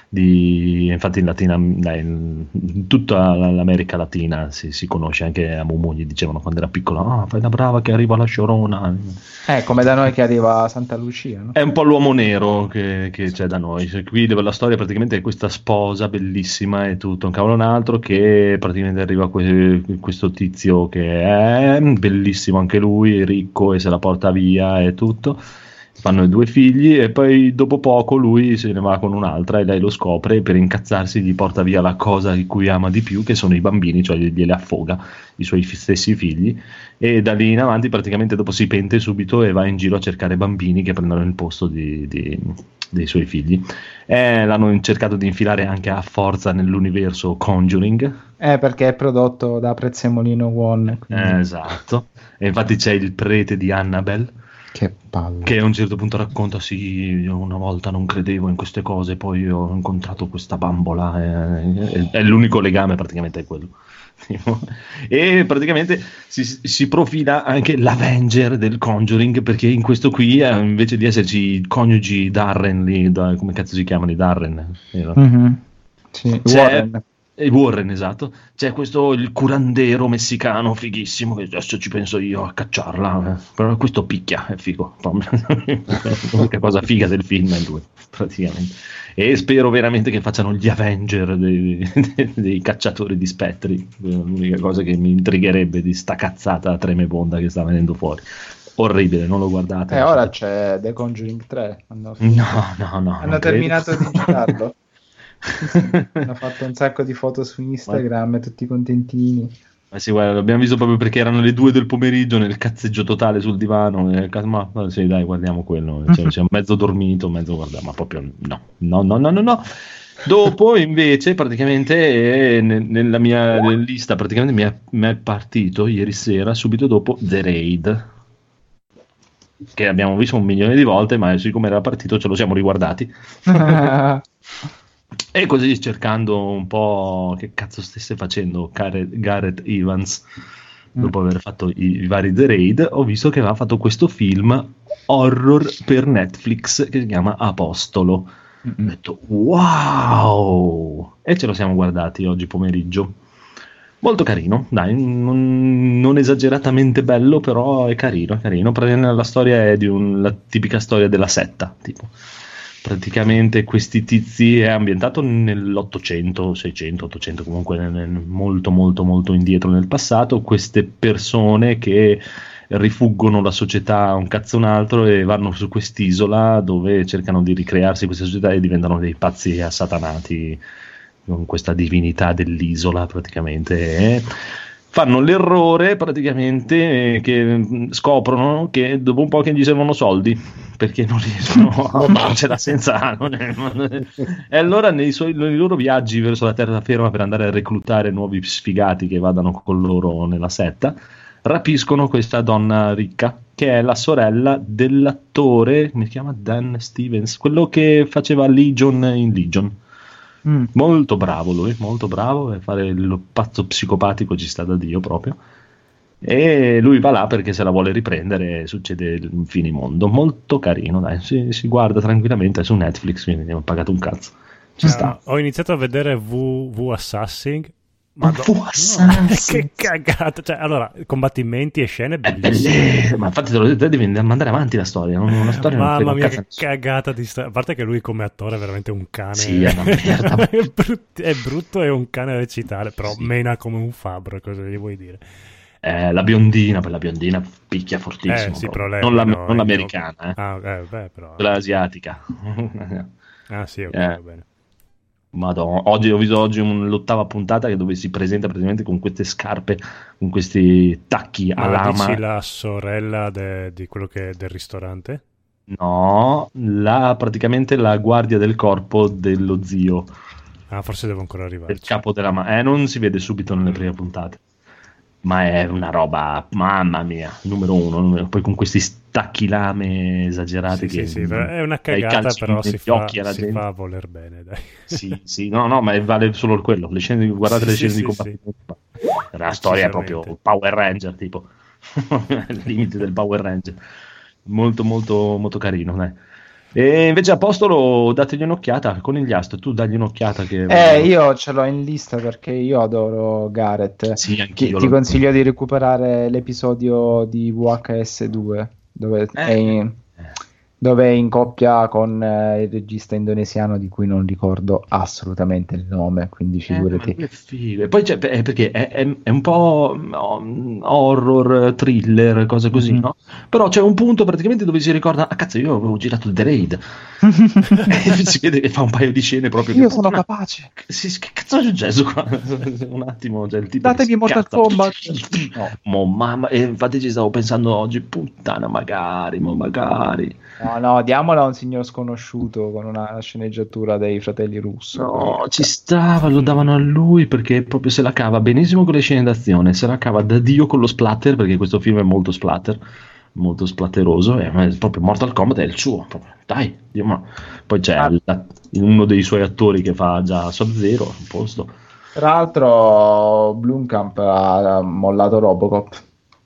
Di, infatti in Latina, dai, in tutta la- l'America Latina si, si conosce, anche a Mumu gli dicevano quando era piccolo: ah, fai la brava che arriva la Sciorona. Eh, come da noi che arriva a Santa Lucia, no? È un po' l'uomo nero che, che c'è da noi. Cioè, qui dove la storia praticamente è questa sposa bellissima e tutto, un cavolo un altro, che praticamente arriva que- questo tizio che è bellissimo anche lui, ricco, e se la porta via e tutto. Fanno i due figli e poi dopo poco lui se ne va con un'altra e lei lo scopre e per incazzarsi gli porta via la cosa di cui ama di più, che sono i bambini, cioè glieli affoga, i suoi fi- stessi figli, e da lì in avanti praticamente dopo si pente subito e va in giro a cercare bambini che prendono il posto di, di- dei suoi figli. E l'hanno cercato di infilare anche a forza nell'universo Conjuring. Eh, perché è prodotto da Prezzemolino One. quindi- Eh, esatto, e infatti c'è il prete di Annabelle Che palle. che a un certo punto racconta: sì, io una volta non credevo in queste cose, poi ho incontrato questa bambola, e, e- è l'unico legame praticamente è quello. Tipo, e praticamente si, si profila anche l'Avenger del Conjuring, perché in questo qui eh, invece di esserci i coniugi Darren lì, da- come cazzo si chiamano i Darren? Vero? Mhm. Sì, C'è- Warren. E Warren, esatto. C'è questo il curandero messicano fighissimo che adesso ci penso io a cacciarla, eh. Però questo picchia, è figo. L'unica cosa figa del film è lui, praticamente. E spero veramente che facciano gli Avenger dei, dei- dei cacciatori di spettri. L'unica cosa che mi intrigherebbe di sta cazzata tremebonda che sta venendo fuori. Orribile, non lo guardate. E ora c'è The Conjuring tre. Hanno, No, no, no. hanno non terminato credo. di girarlo. Hanno fatto un sacco di foto su Instagram, tutti contentini. Ma sì, guarda, l'abbiamo visto proprio perché erano le due del pomeriggio nel cazzeggio totale sul divano. E, ca- ma ma sì, dai, guardiamo quello. Cioè, siamo mezzo dormito, mezzo guardato, ma proprio no, no, no, no, no, no. Dopo, invece, praticamente eh, ne- nella mia lista, praticamente mi è, mi è partito ieri sera, subito dopo The Raid, che abbiamo visto un milione di volte, ma siccome era partito ce lo siamo riguardati. E così, cercando un po' che cazzo stesse facendo Gareth, Gareth Evans dopo aver fatto i, i vari The Raid, ho visto che aveva fatto questo film horror per Netflix che si chiama Apostolo. Ho detto wow, e ce lo siamo guardati oggi pomeriggio. Molto carino, dai, non, non esageratamente bello, però è carino, è carino. Praticamente la storia è di un, la tipica storia della setta, tipo. praticamente questi tizi, è ambientato nell'ottocento, seicento, ottocento, comunque nel- nel- molto molto molto indietro nel passato, queste persone che rifuggono la società un cazzo un altro e vanno su quest'isola dove cercano di ricrearsi questa società e diventano dei pazzi assatanati con questa divinità dell'isola praticamente. E fanno l'errore praticamente eh, che mh, scoprono che dopo un po' che gli servono soldi perché non riescono a farcela senza non è- non è- e allora nei, suoi, nei loro viaggi verso la terraferma per andare a reclutare nuovi sfigati che vadano con loro nella setta, rapiscono questa donna ricca che è la sorella dell'attore, come si chiama? Dan Stevens, quello che faceva Legion in Legion. Mm. Molto bravo lui, molto bravo, e fare il pazzo psicopatico ci sta da Dio proprio. E lui va là perché se la vuole riprendere, succede il finimondo. Molto carino, dai, si, si guarda tranquillamente su Netflix, quindi ne ho pagato un cazzo. Ci Ah, sta. ho iniziato a vedere V, v Assassin. Ma Madonna, fu Assassin. che cagata! Cioè, allora, combattimenti e scene È bellissime. belle- ma infatti te l'ho detto, devi mandare avanti la storia, non- una storia non frega Mamma un mia, cazzo a che nessuno. cagata di sta- a parte che lui come attore è veramente un cane. Sì, è una merda. è, brut- è brutto e un cane da recitare, però Sì. mena come un fabbro, cosa gli vuoi dire? Eh, la biondina, per la biondina picchia fortissimo, Eh, sì, proprio. però lei non, la- no, non io- l'americana, eh. Ah, eh, beh, però... quella asiatica. Ah, sì, ok, Eh. va bene. Madonna, oggi ho visto oggi un- l'ottava puntata che dove si presenta praticamente con queste scarpe, con questi tacchi a Ma lama. dici la sorella de- di quello che del ristorante? No, la, praticamente la guardia del corpo dello zio, Ah, forse devo ancora del arrivarci. capo della ma- eh, non si vede subito nelle prime puntate. Ma è una roba, mamma mia, numero uno, numero- poi con questi stacchi lame esagerati Sì, che sì, sì, però è una dai cagata, calci però si negli fa, occhi alla si gente. fa a voler bene, dai. Sì, sì, no, no, ma vale solo quello. Le scene, di- guardate Sì, le sì, scene di sì, combattimento. La storia è proprio Decisamente. Power Ranger, tipo il limite del Power Ranger. Molto, molto, molto carino. Dai. E invece Apostolo, dategli un'occhiata. Conigliastro, tu dagli un'occhiata. Che Eh, io ce l'ho in lista perché io adoro Gareth. Sì, Ti, anch'io. ti lo- consiglio di recuperare l'episodio di V H S due dove, Eh. è in, dove è in coppia con eh, il regista indonesiano di cui non ricordo assolutamente il nome, quindi Eh, figurati. ma lui è figo. E poi c'è, è perché è, è- è un po' um, horror, thriller, cose così, Mhm. no? Però c'è un punto praticamente dove si ricorda, ah cazzo, io avevo girato The Raid. E si vede che fa un paio di scene proprio che Io sono puttana, capace. sì, sì, che cazzo è successo qua? Un attimo, cioè il tipo Datemi che Mortal scazza. Kombat. No. Mo mamma, e infatti ci stavo pensando oggi, puttana, magari, mo magari. No, no, diamola a un signor sconosciuto con una sceneggiatura dei fratelli Russo. No, ci stava, lo davano a lui perché proprio se la cava benissimo con le scene d'azione, se la cava da Dio con lo splatter, perché questo film è molto splatter, molto splatteroso, e è proprio Mortal Kombat è il suo, proprio. Dai, Dio, ma. Poi c'è Ah. la- uno dei suoi attori che fa già Sub-Zero, a posto. Tra l'altro Blomkamp ha mollato Robocop.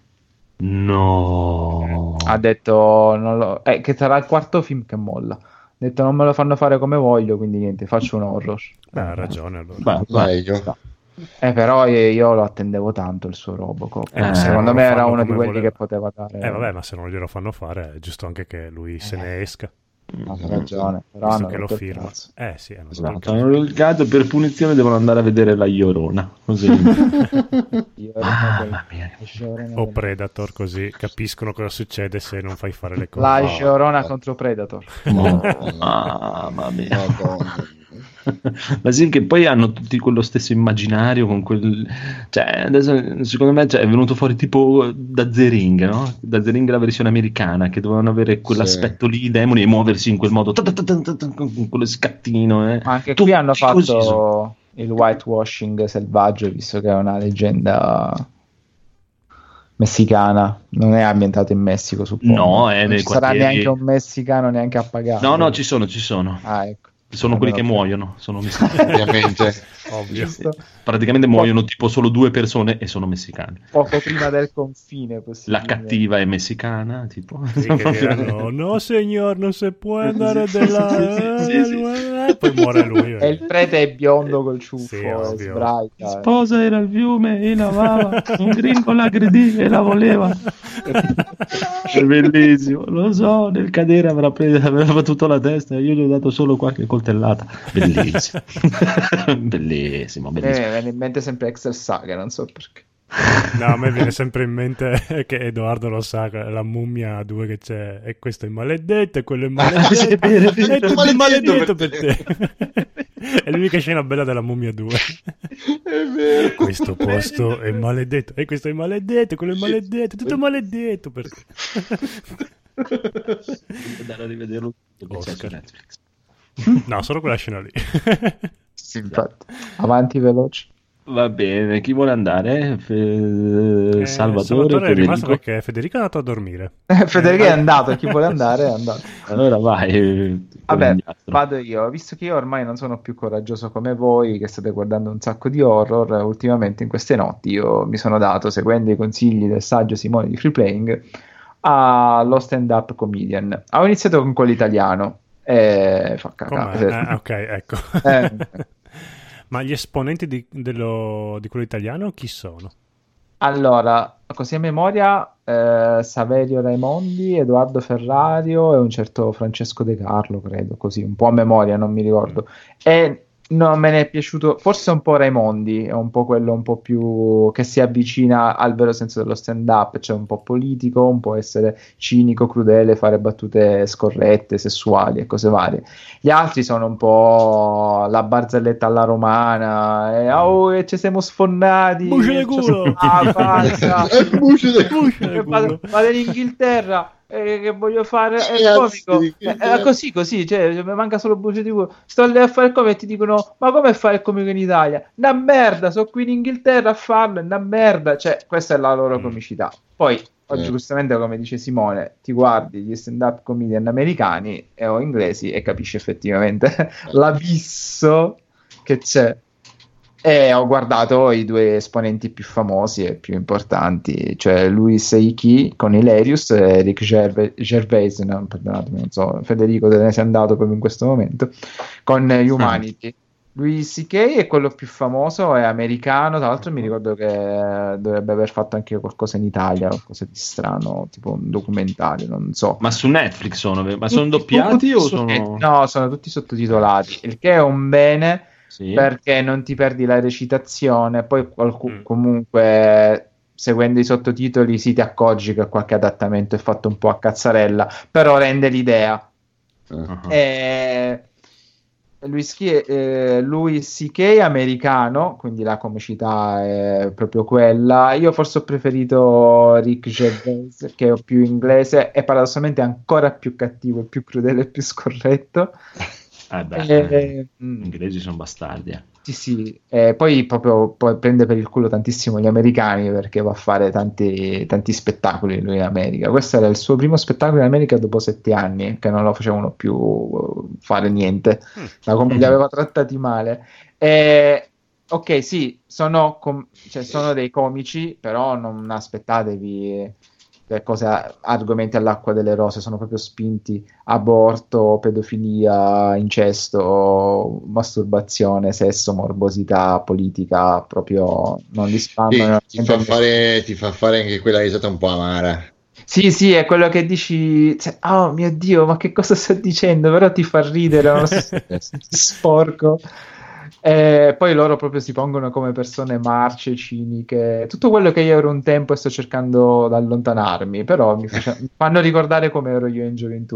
No. Ha detto non lo- eh, che sarà il quarto film che molla. Ha detto non me lo fanno fare come voglio, quindi niente, faccio un horror. Beh, ha ragione allora. Beh, beh, Meglio. Eh, però io, io lo attendevo tanto il suo Robocop. Eh, ma se Secondo non me lo era fanno uno di come quelli voleva. che poteva dare. Eh vabbè, ma se non glielo fanno fare è giusto anche che lui se ne esca, Ha ragione, però visto hanno che lo rotto il firma. cazzo. Eh sì, hanno rotto il esatto, cazzo. hanno il cazzo, per punizione devono andare a vedere la Iorona. Così. Io Mamma mia. O Predator, così capiscono cosa succede se non fai fare le cose. La Sceorona contro Predator. Mo- Mamma mia. Madonna. Ma sì, che poi hanno tutti quello stesso immaginario con quel. Cioè, adesso secondo me cioè, è venuto fuori tipo da The Ring, no? Da The Ring la versione americana, che dovevano avere quell'aspetto lì, i demoni, e muoversi in quel modo, ta ta ta ta ta ta, con quello scattino. Eh. Ma anche Tutti qui hanno così sono. fatto il whitewashing selvaggio, visto che è una leggenda messicana. Non è ambientato in Messico, suppongo. No, è non nei ci sarà quartieri- neanche un messicano neanche a pagare. No, no, ci sono, ci sono. Ah, ecco. Sono quelli che Almeno- muoiono, sono messicani. Ovviamente. Ovvio. Giusto? Praticamente muoiono tipo solo due persone e sono messicani. Poco prima del confine, La possibilmente. cattiva è messicana, tipo. Sì, che diranno, no signor, non si può andare Sì, de là. sì, sì, sì. e poi muore lui. E il prete è biondo col ciuffo, Sì, e ovvio. sbraita. Sposa era al fiume e lavava, un gringo l'aggredì e la voleva. È bellissimo, lo so, nel cadere avrà, preso, avrà battuto la testa e io gli ho dato solo qualche coltellata. Bellissimo. bellissimo, Mi bellissimo. viene in mente sempre Excel Saga, non so perché. No, a me viene sempre in mente che Edoardo lo sa, la mummia due che c'è, e questo è maledetto e quello è maledetto, sì, è vero, è vero. è tutto Maledetto maledetto per per te. È l'unica scena bella della mummia due. È vero. Questo posto è maledetto, e questo è maledetto, quello è maledetto, tutto maledetto per te. Devo andare a rivederlo tutto, che c'è su Oscar. Netflix. No, solo quella scena lì. Sì, infatti. Avanti veloce. Va bene, chi vuole andare? Fe- Eh, Salvatore, Salvatore è rimasto Federico? perché Federico è andato a dormire. Federico è andato, chi vuole andare è andato. Allora vai. Vabbè, conigliastro. vado io, visto che io ormai non sono più coraggioso come voi, che state guardando un sacco di horror, ultimamente in queste notti io mi sono dato, seguendo i consigli del saggio Simone di Free Playing, allo stand-up comedian. Ho iniziato con quello italiano, e fa cacà. Com'è? Eh, ok, ecco. Eh. Ma gli esponenti di, dello- di quello italiano chi sono? Allora, così a memoria, eh, Saverio Raimondi, Edoardo Ferrario e un certo Francesco De Carlo, credo, così, un po' a memoria, non mi ricordo. E non me ne è piaciuto, forse un po' Raimondi, è un po' quello un po' più che si avvicina al vero senso dello stand-up, cioè un po' politico, un po' essere cinico, crudele, fare battute scorrette, sessuali e cose varie. Gli altri sono un po' la barzelletta alla romana, e, oh, e ci siamo sfonnati, Buce de culo! ah, basta. È buce del Buce de Che vado, culo. vado in Inghilterra eh, che voglio fare Sì, è comico sì, eh, sì. eh, così così cioè mi manca solo buce di culo, sto lì a fare il comico e ti dicono ma come fare il comico in Italia? Una merda, sono qui in Inghilterra a farlo, è una merda, cioè questa è la loro comicità. Poi oggi Eh. giustamente come dice Simone ti guardi gli stand up comedian americani e, o inglesi e capisci effettivamente l'abisso che c'è. E ho guardato i due esponenti più famosi e più importanti, cioè Louis C K con Hilarious e Rick Gervais, Gervais no, perdonatemi, non so, Federico te ne sei andato proprio in questo momento, con Humanity. Louis C K è quello più famoso, è americano, tra l'altro mi ricordo che dovrebbe aver fatto anche qualcosa in Italia, qualcosa di strano, tipo un documentario, non so. Ma su Netflix sono, ma sono Tutti- doppiati tutti o su- sono... No, sono tutti sottotitolati, il che è un bene. Sì. Perché non ti perdi la recitazione, poi qualcu- Mm. comunque seguendo i sottotitoli si ti accorgi che qualche adattamento è fatto un po' a cazzarella, però rende l'idea. Uh-huh. E Louis, C- eh, Louis C K americano, quindi la comicità è proprio quella. Io forse ho preferito Rick Gervais, che è più inglese e paradossalmente ancora più cattivo, e più crudele e più scorretto. Eh beh, Eh, eh, mm. gli inglesi sono bastardi. Eh. Sì, sì, eh, poi proprio poi prende per il culo tantissimo gli americani perché va a fare tanti, tanti spettacoli lui in America. Questo era il suo primo spettacolo in America dopo sette anni, che non lo facevano più uh, fare niente, da come li aveva trattati male. E, ok, sì, sono, com- cioè, sono dei comici, però non aspettatevi le cose, argomenti all'acqua delle rose, sono proprio spinti: aborto, pedofilia, incesto, masturbazione, sesso, morbosità, politica, proprio non li Sì, spannano. ti, fa fare, ti fa fare anche quella risata un po' amara. Sì, sì, è quello che dici, cioè, oh mio Dio, ma che cosa sto dicendo? Però ti fa ridere, non so, sporco. E poi loro proprio si pongono come persone marce, ciniche, tutto quello che io ero un tempo e sto cercando di allontanarmi, però mi, face- mi fanno ricordare come ero io in gioventù.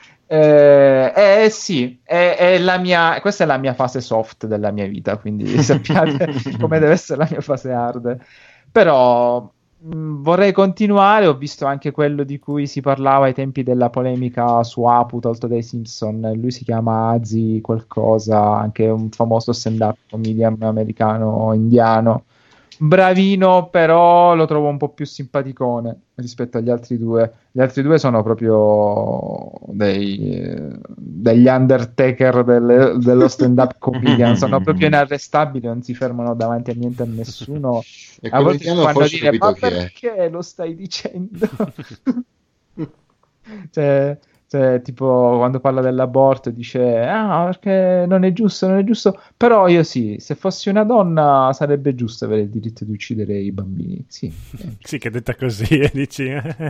Eh, eh, sì, è, è la mia, questa è la mia fase soft della mia vita, quindi sappiate come deve essere la mia fase hard. Però mh, vorrei continuare. Ho visto anche quello di cui si parlava ai tempi della polemica su Apu tolto dai Simpson. Lui si chiama Azi qualcosa, anche un famoso stand-up comedian americano indiano. Bravino, però lo trovo un po' più simpaticone rispetto agli altri due. Gli altri due sono proprio dei, degli Undertaker del- dello stand-up comedian, sono proprio inarrestabili, non si fermano davanti a niente, a nessuno. E A volte quello ti fanno forse ho dire: capito ma chi è. perché lo stai dicendo? Cioè, Cioè, tipo, quando parla dell'aborto dice, ah, perché non è giusto, non è giusto, però io sì, se fossi una donna sarebbe giusto avere il diritto di uccidere i bambini. Sì, sì, che detta così, e dici...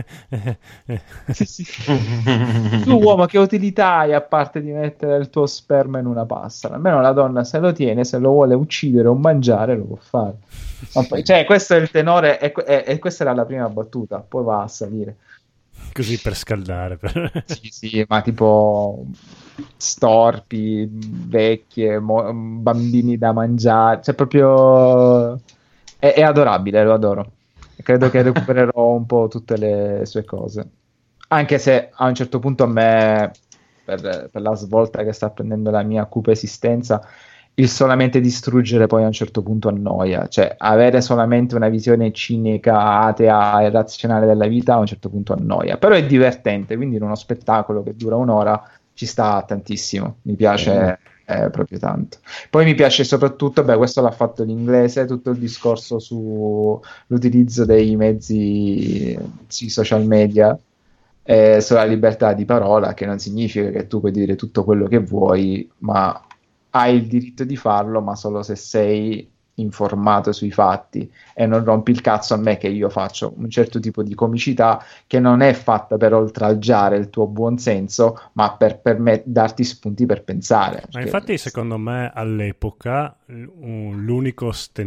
sì, sì. Tu uomo, che utilità hai a parte di mettere il tuo sperma in una pasta? Almeno la donna se lo tiene, se lo vuole uccidere o mangiare, lo può fare. Ma poi, cioè, questo è il tenore, e, e, e questa era la prima battuta, poi va a salire. Così per scaldare. Per... Sì, sì, ma tipo storpi, vecchie, mo- bambini da mangiare, cioè proprio è, è adorabile, lo adoro. E credo che recupererò un po' tutte le sue cose. Anche se a un certo punto a me, per, per la svolta che sta prendendo la mia cupa esistenza, il solamente distruggere poi a un certo punto annoia, cioè avere solamente una visione cinica, atea e razionale della vita a un certo punto annoia, però è divertente, quindi in uno spettacolo che dura un'ora ci sta tantissimo, mi piace eh, proprio tanto. Poi mi piace soprattutto, beh, questo l'ha fatto l'inglese, tutto il discorso sull'utilizzo dei mezzi, sui social media, eh, sulla libertà di parola, che non significa che tu puoi dire tutto quello che vuoi, ma hai il diritto di farlo, ma solo se sei informato sui fatti e non rompi il cazzo a me che io faccio un certo tipo di comicità che non è fatta per oltraggiare il tuo buonsenso, ma per, per me, darti spunti per pensare. Ma infatti secondo me all'epoca l'unico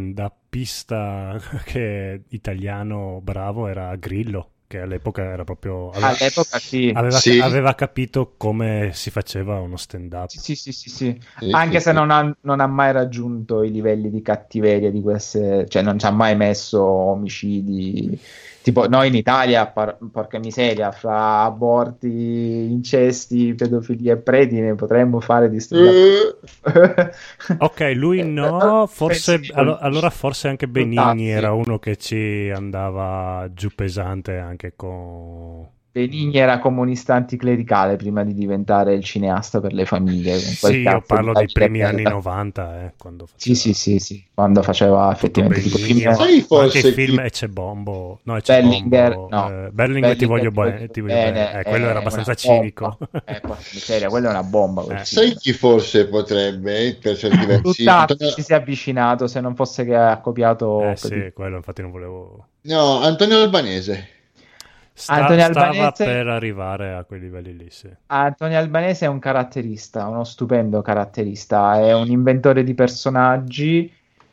stand-upista che italiano bravo era Grillo, che all'epoca era proprio aveva, all'epoca sì. Aveva, sì. aveva capito come si faceva uno stand-up. Sì, sì, sì, sì, sì. Sì, Anche sì, se sì. non ha, non ha mai raggiunto i livelli di cattiveria di queste, cioè non ci ha mai messo omicidi. Tipo noi in Italia, par- porca miseria, fra aborti, incesti, pedofilia e preti ne potremmo fare di stand-up. Ok, lui no, forse Pensi- allo- allora forse anche Benigni Soldati. era uno che ci andava giù pesante anche con... Benigni era comunista anticlericale prima di diventare il cineasta per le famiglie. con quel Sì, io cazzo parlo di dei primi bella. anni novanta, eh, quando Sì, faceva sì, sì, sì, quando faceva effettivamente tipo Benigni, film- ma- Sai ma forse anche il film chi- Ecce-Bombo, no, Ecce Bellinger, Bombo, no. eh, Berlinguer ti voglio, Bellinger bene, ti ti voglio voglio bene, bene. Eh, quello è era abbastanza una bomba. cinico. Eh, porca miseria, quello è una bomba. quel Eh. film. Sai chi forse potrebbe, per certi versi? Luttazzi Antonio... ci si è avvicinato, se non fosse che ha copiato Eh sì, per- quello infatti non volevo... No, Antonio Albanese. Sta- Antonio stava Albanese- per arrivare a quei livelli lì, sì. Antonio Albanese è un caratterista, uno stupendo caratterista, è un inventore di personaggi,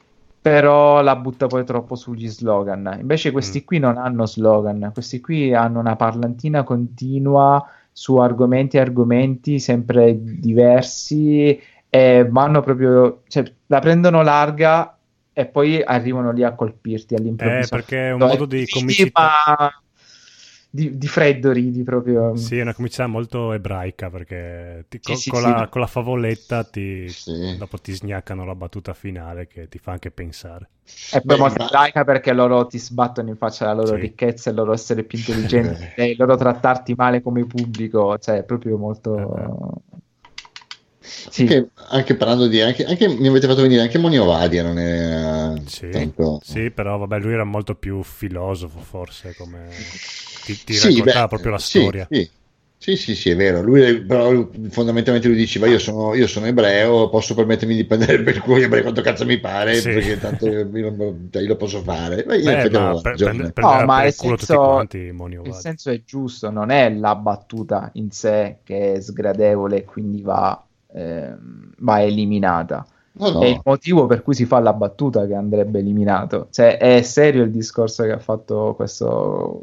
però la butta poi troppo sugli slogan. Invece questi Mm. qui non hanno slogan, questi qui hanno una parlantina continua su argomenti e argomenti sempre diversi e vanno proprio, cioè, la prendono larga e poi arrivano lì a colpirti all'improvviso. Eh, perché è un No, modo di ridi, comicità. ma Di, di freddo ridi proprio. Sì, è una comicità molto ebraica perché ti- Sì, co- sì, con, sì. la, con la favoletta ti, Sì. dopo ti sgnaccano la battuta finale che ti fa anche pensare. È poi Beh, molto ma- ebraica perché loro ti sbattono in faccia la loro Sì. ricchezza, il loro essere più intelligenti, e il loro trattarti male come pubblico, cioè è proprio molto... Sì. Anche, anche parlando di anche, anche mi avete fatto venire anche Monio Vadia, non è Sì, tanto. sì, però vabbè, lui era molto più filosofo forse, come ti, ti Sì, raccontava beh, proprio la sì, storia. Sì, sì, sì, sì, è vero. Lui, però, lui- fondamentalmente lui diceva: Io sono, io sono ebreo, posso permettermi di prendere per culo gli ebrei quanto cazzo mi pare, Sì. perché tanto io, io non- cioè, io lo posso fare. Beh, in Beh, effetti ma aveva per- ragione. prende- No, prenderà ma per il il culo tutti senso, quanti Monio il Vadia. senso è giusto, non è la battuta in sé che è sgradevole e quindi va, ehm, va eliminata. No, no. È il motivo per cui si fa la battuta che andrebbe eliminato. Cioè, è serio il discorso che ha fatto questo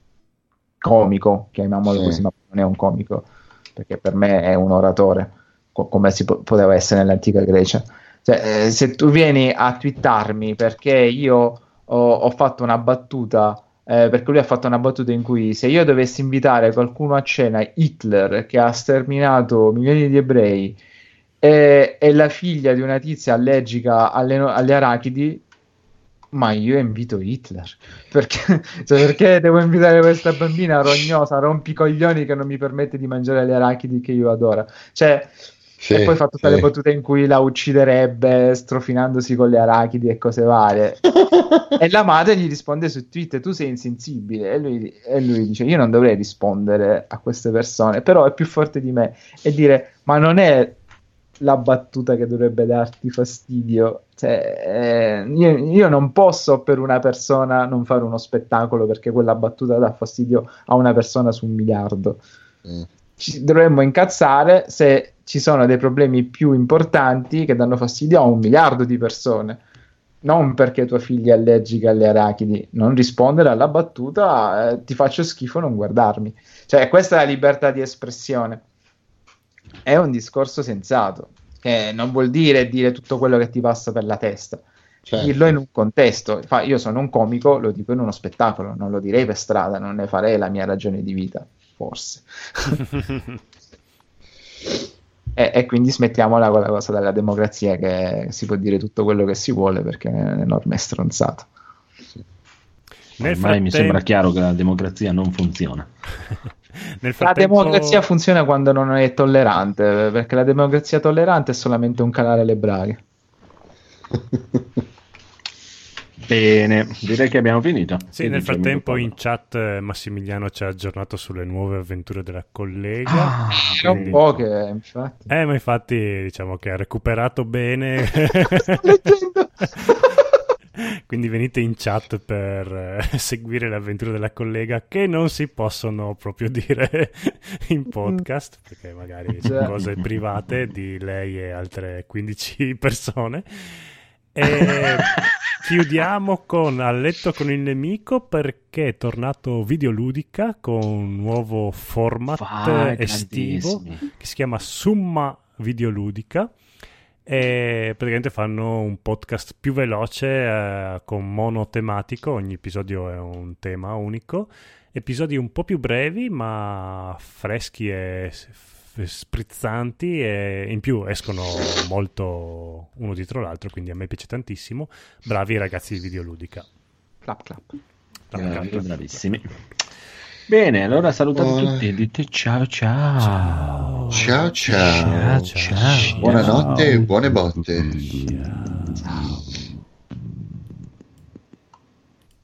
comico, chiamiamolo Sì. così, ma non è un comico, perché per me è un oratore, co- come si po- poteva essere nell'antica Grecia. Cioè, eh, se tu vieni a twittarmi perché io ho, ho fatto una battuta, eh, perché lui ha fatto una battuta in cui se io dovessi invitare qualcuno a cena, Hitler, che ha sterminato milioni di ebrei, e, e la figlia di una tizia allergica alle, no- alle arachidi, ma io invito Hitler perché, cioè, perché devo invitare questa bambina rognosa, rompicoglioni, che non mi permette di mangiare le arachidi che io adoro. Cioè, Sì, e poi fa tutte sì. le battute in cui la ucciderebbe strofinandosi con le arachidi e cose varie. E la madre gli risponde su Twitter: tu sei insensibile. E lui, e lui dice: io non dovrei rispondere a queste persone, però è più forte di me. E dire: ma non è la battuta che dovrebbe darti fastidio. Cioè, eh, io, io non posso per una persona non fare uno spettacolo perché quella battuta dà fastidio a una persona su un miliardo. Mm. Ci dovremmo incazzare se ci sono dei problemi più importanti che danno fastidio a un miliardo di persone, non perché tua figlia è allergica alle arachidi. Non rispondere alla battuta, eh, ti faccio schifo, non guardarmi. Cioè, questa è la libertà di espressione. È un discorso sensato, che non vuol dire dire tutto quello che ti passa per la testa. Certo. Dirlo in un contesto. Fa, io sono un comico, lo dico in uno spettacolo, non lo direi per strada, non ne farei la mia ragione di vita, forse. e, e quindi smettiamola con la cosa della democrazia, che si può dire tutto quello che si vuole perché è un'enorme stronzata. Nel Ormai frattempo... mi sembra chiaro che la democrazia non funziona. Nel La frattempo... democrazia funziona quando non è tollerante, perché la democrazia tollerante è solamente un calare le braghe. Bene, direi che abbiamo finito. Sì, Che nel dice, frattempo amico in chat eh, Massimiliano ci ha aggiornato sulle nuove avventure della collega. Ah, C'è un po' che, infatti. Eh, ma infatti diciamo che ha recuperato bene. Sto leggendo. Quindi venite in chat per eh, seguire le avventure della collega, che non si possono proprio dire in podcast, perché magari sono cose private di lei e altre quindici persone. E chiudiamo con A letto con il nemico, perché è tornato Videoludica con un nuovo format Vai, estivo grandissimi. che si chiama Summa Videoludica, e praticamente fanno un podcast più veloce eh, con monotematico, ogni episodio è un tema unico, episodi un po' più brevi ma freschi e f- sprizzanti, e in più escono molto uno dietro l'altro, quindi a me piace tantissimo. Bravi i ragazzi di Videoludica. Clap, clap. Clap, Bravi, clap. bravissimi. Bene, allora salutate Buona- tutti, dite ciao ciao. Ciao ciao. Ciao, ciao. Buonanotte e buone botte. Ciao.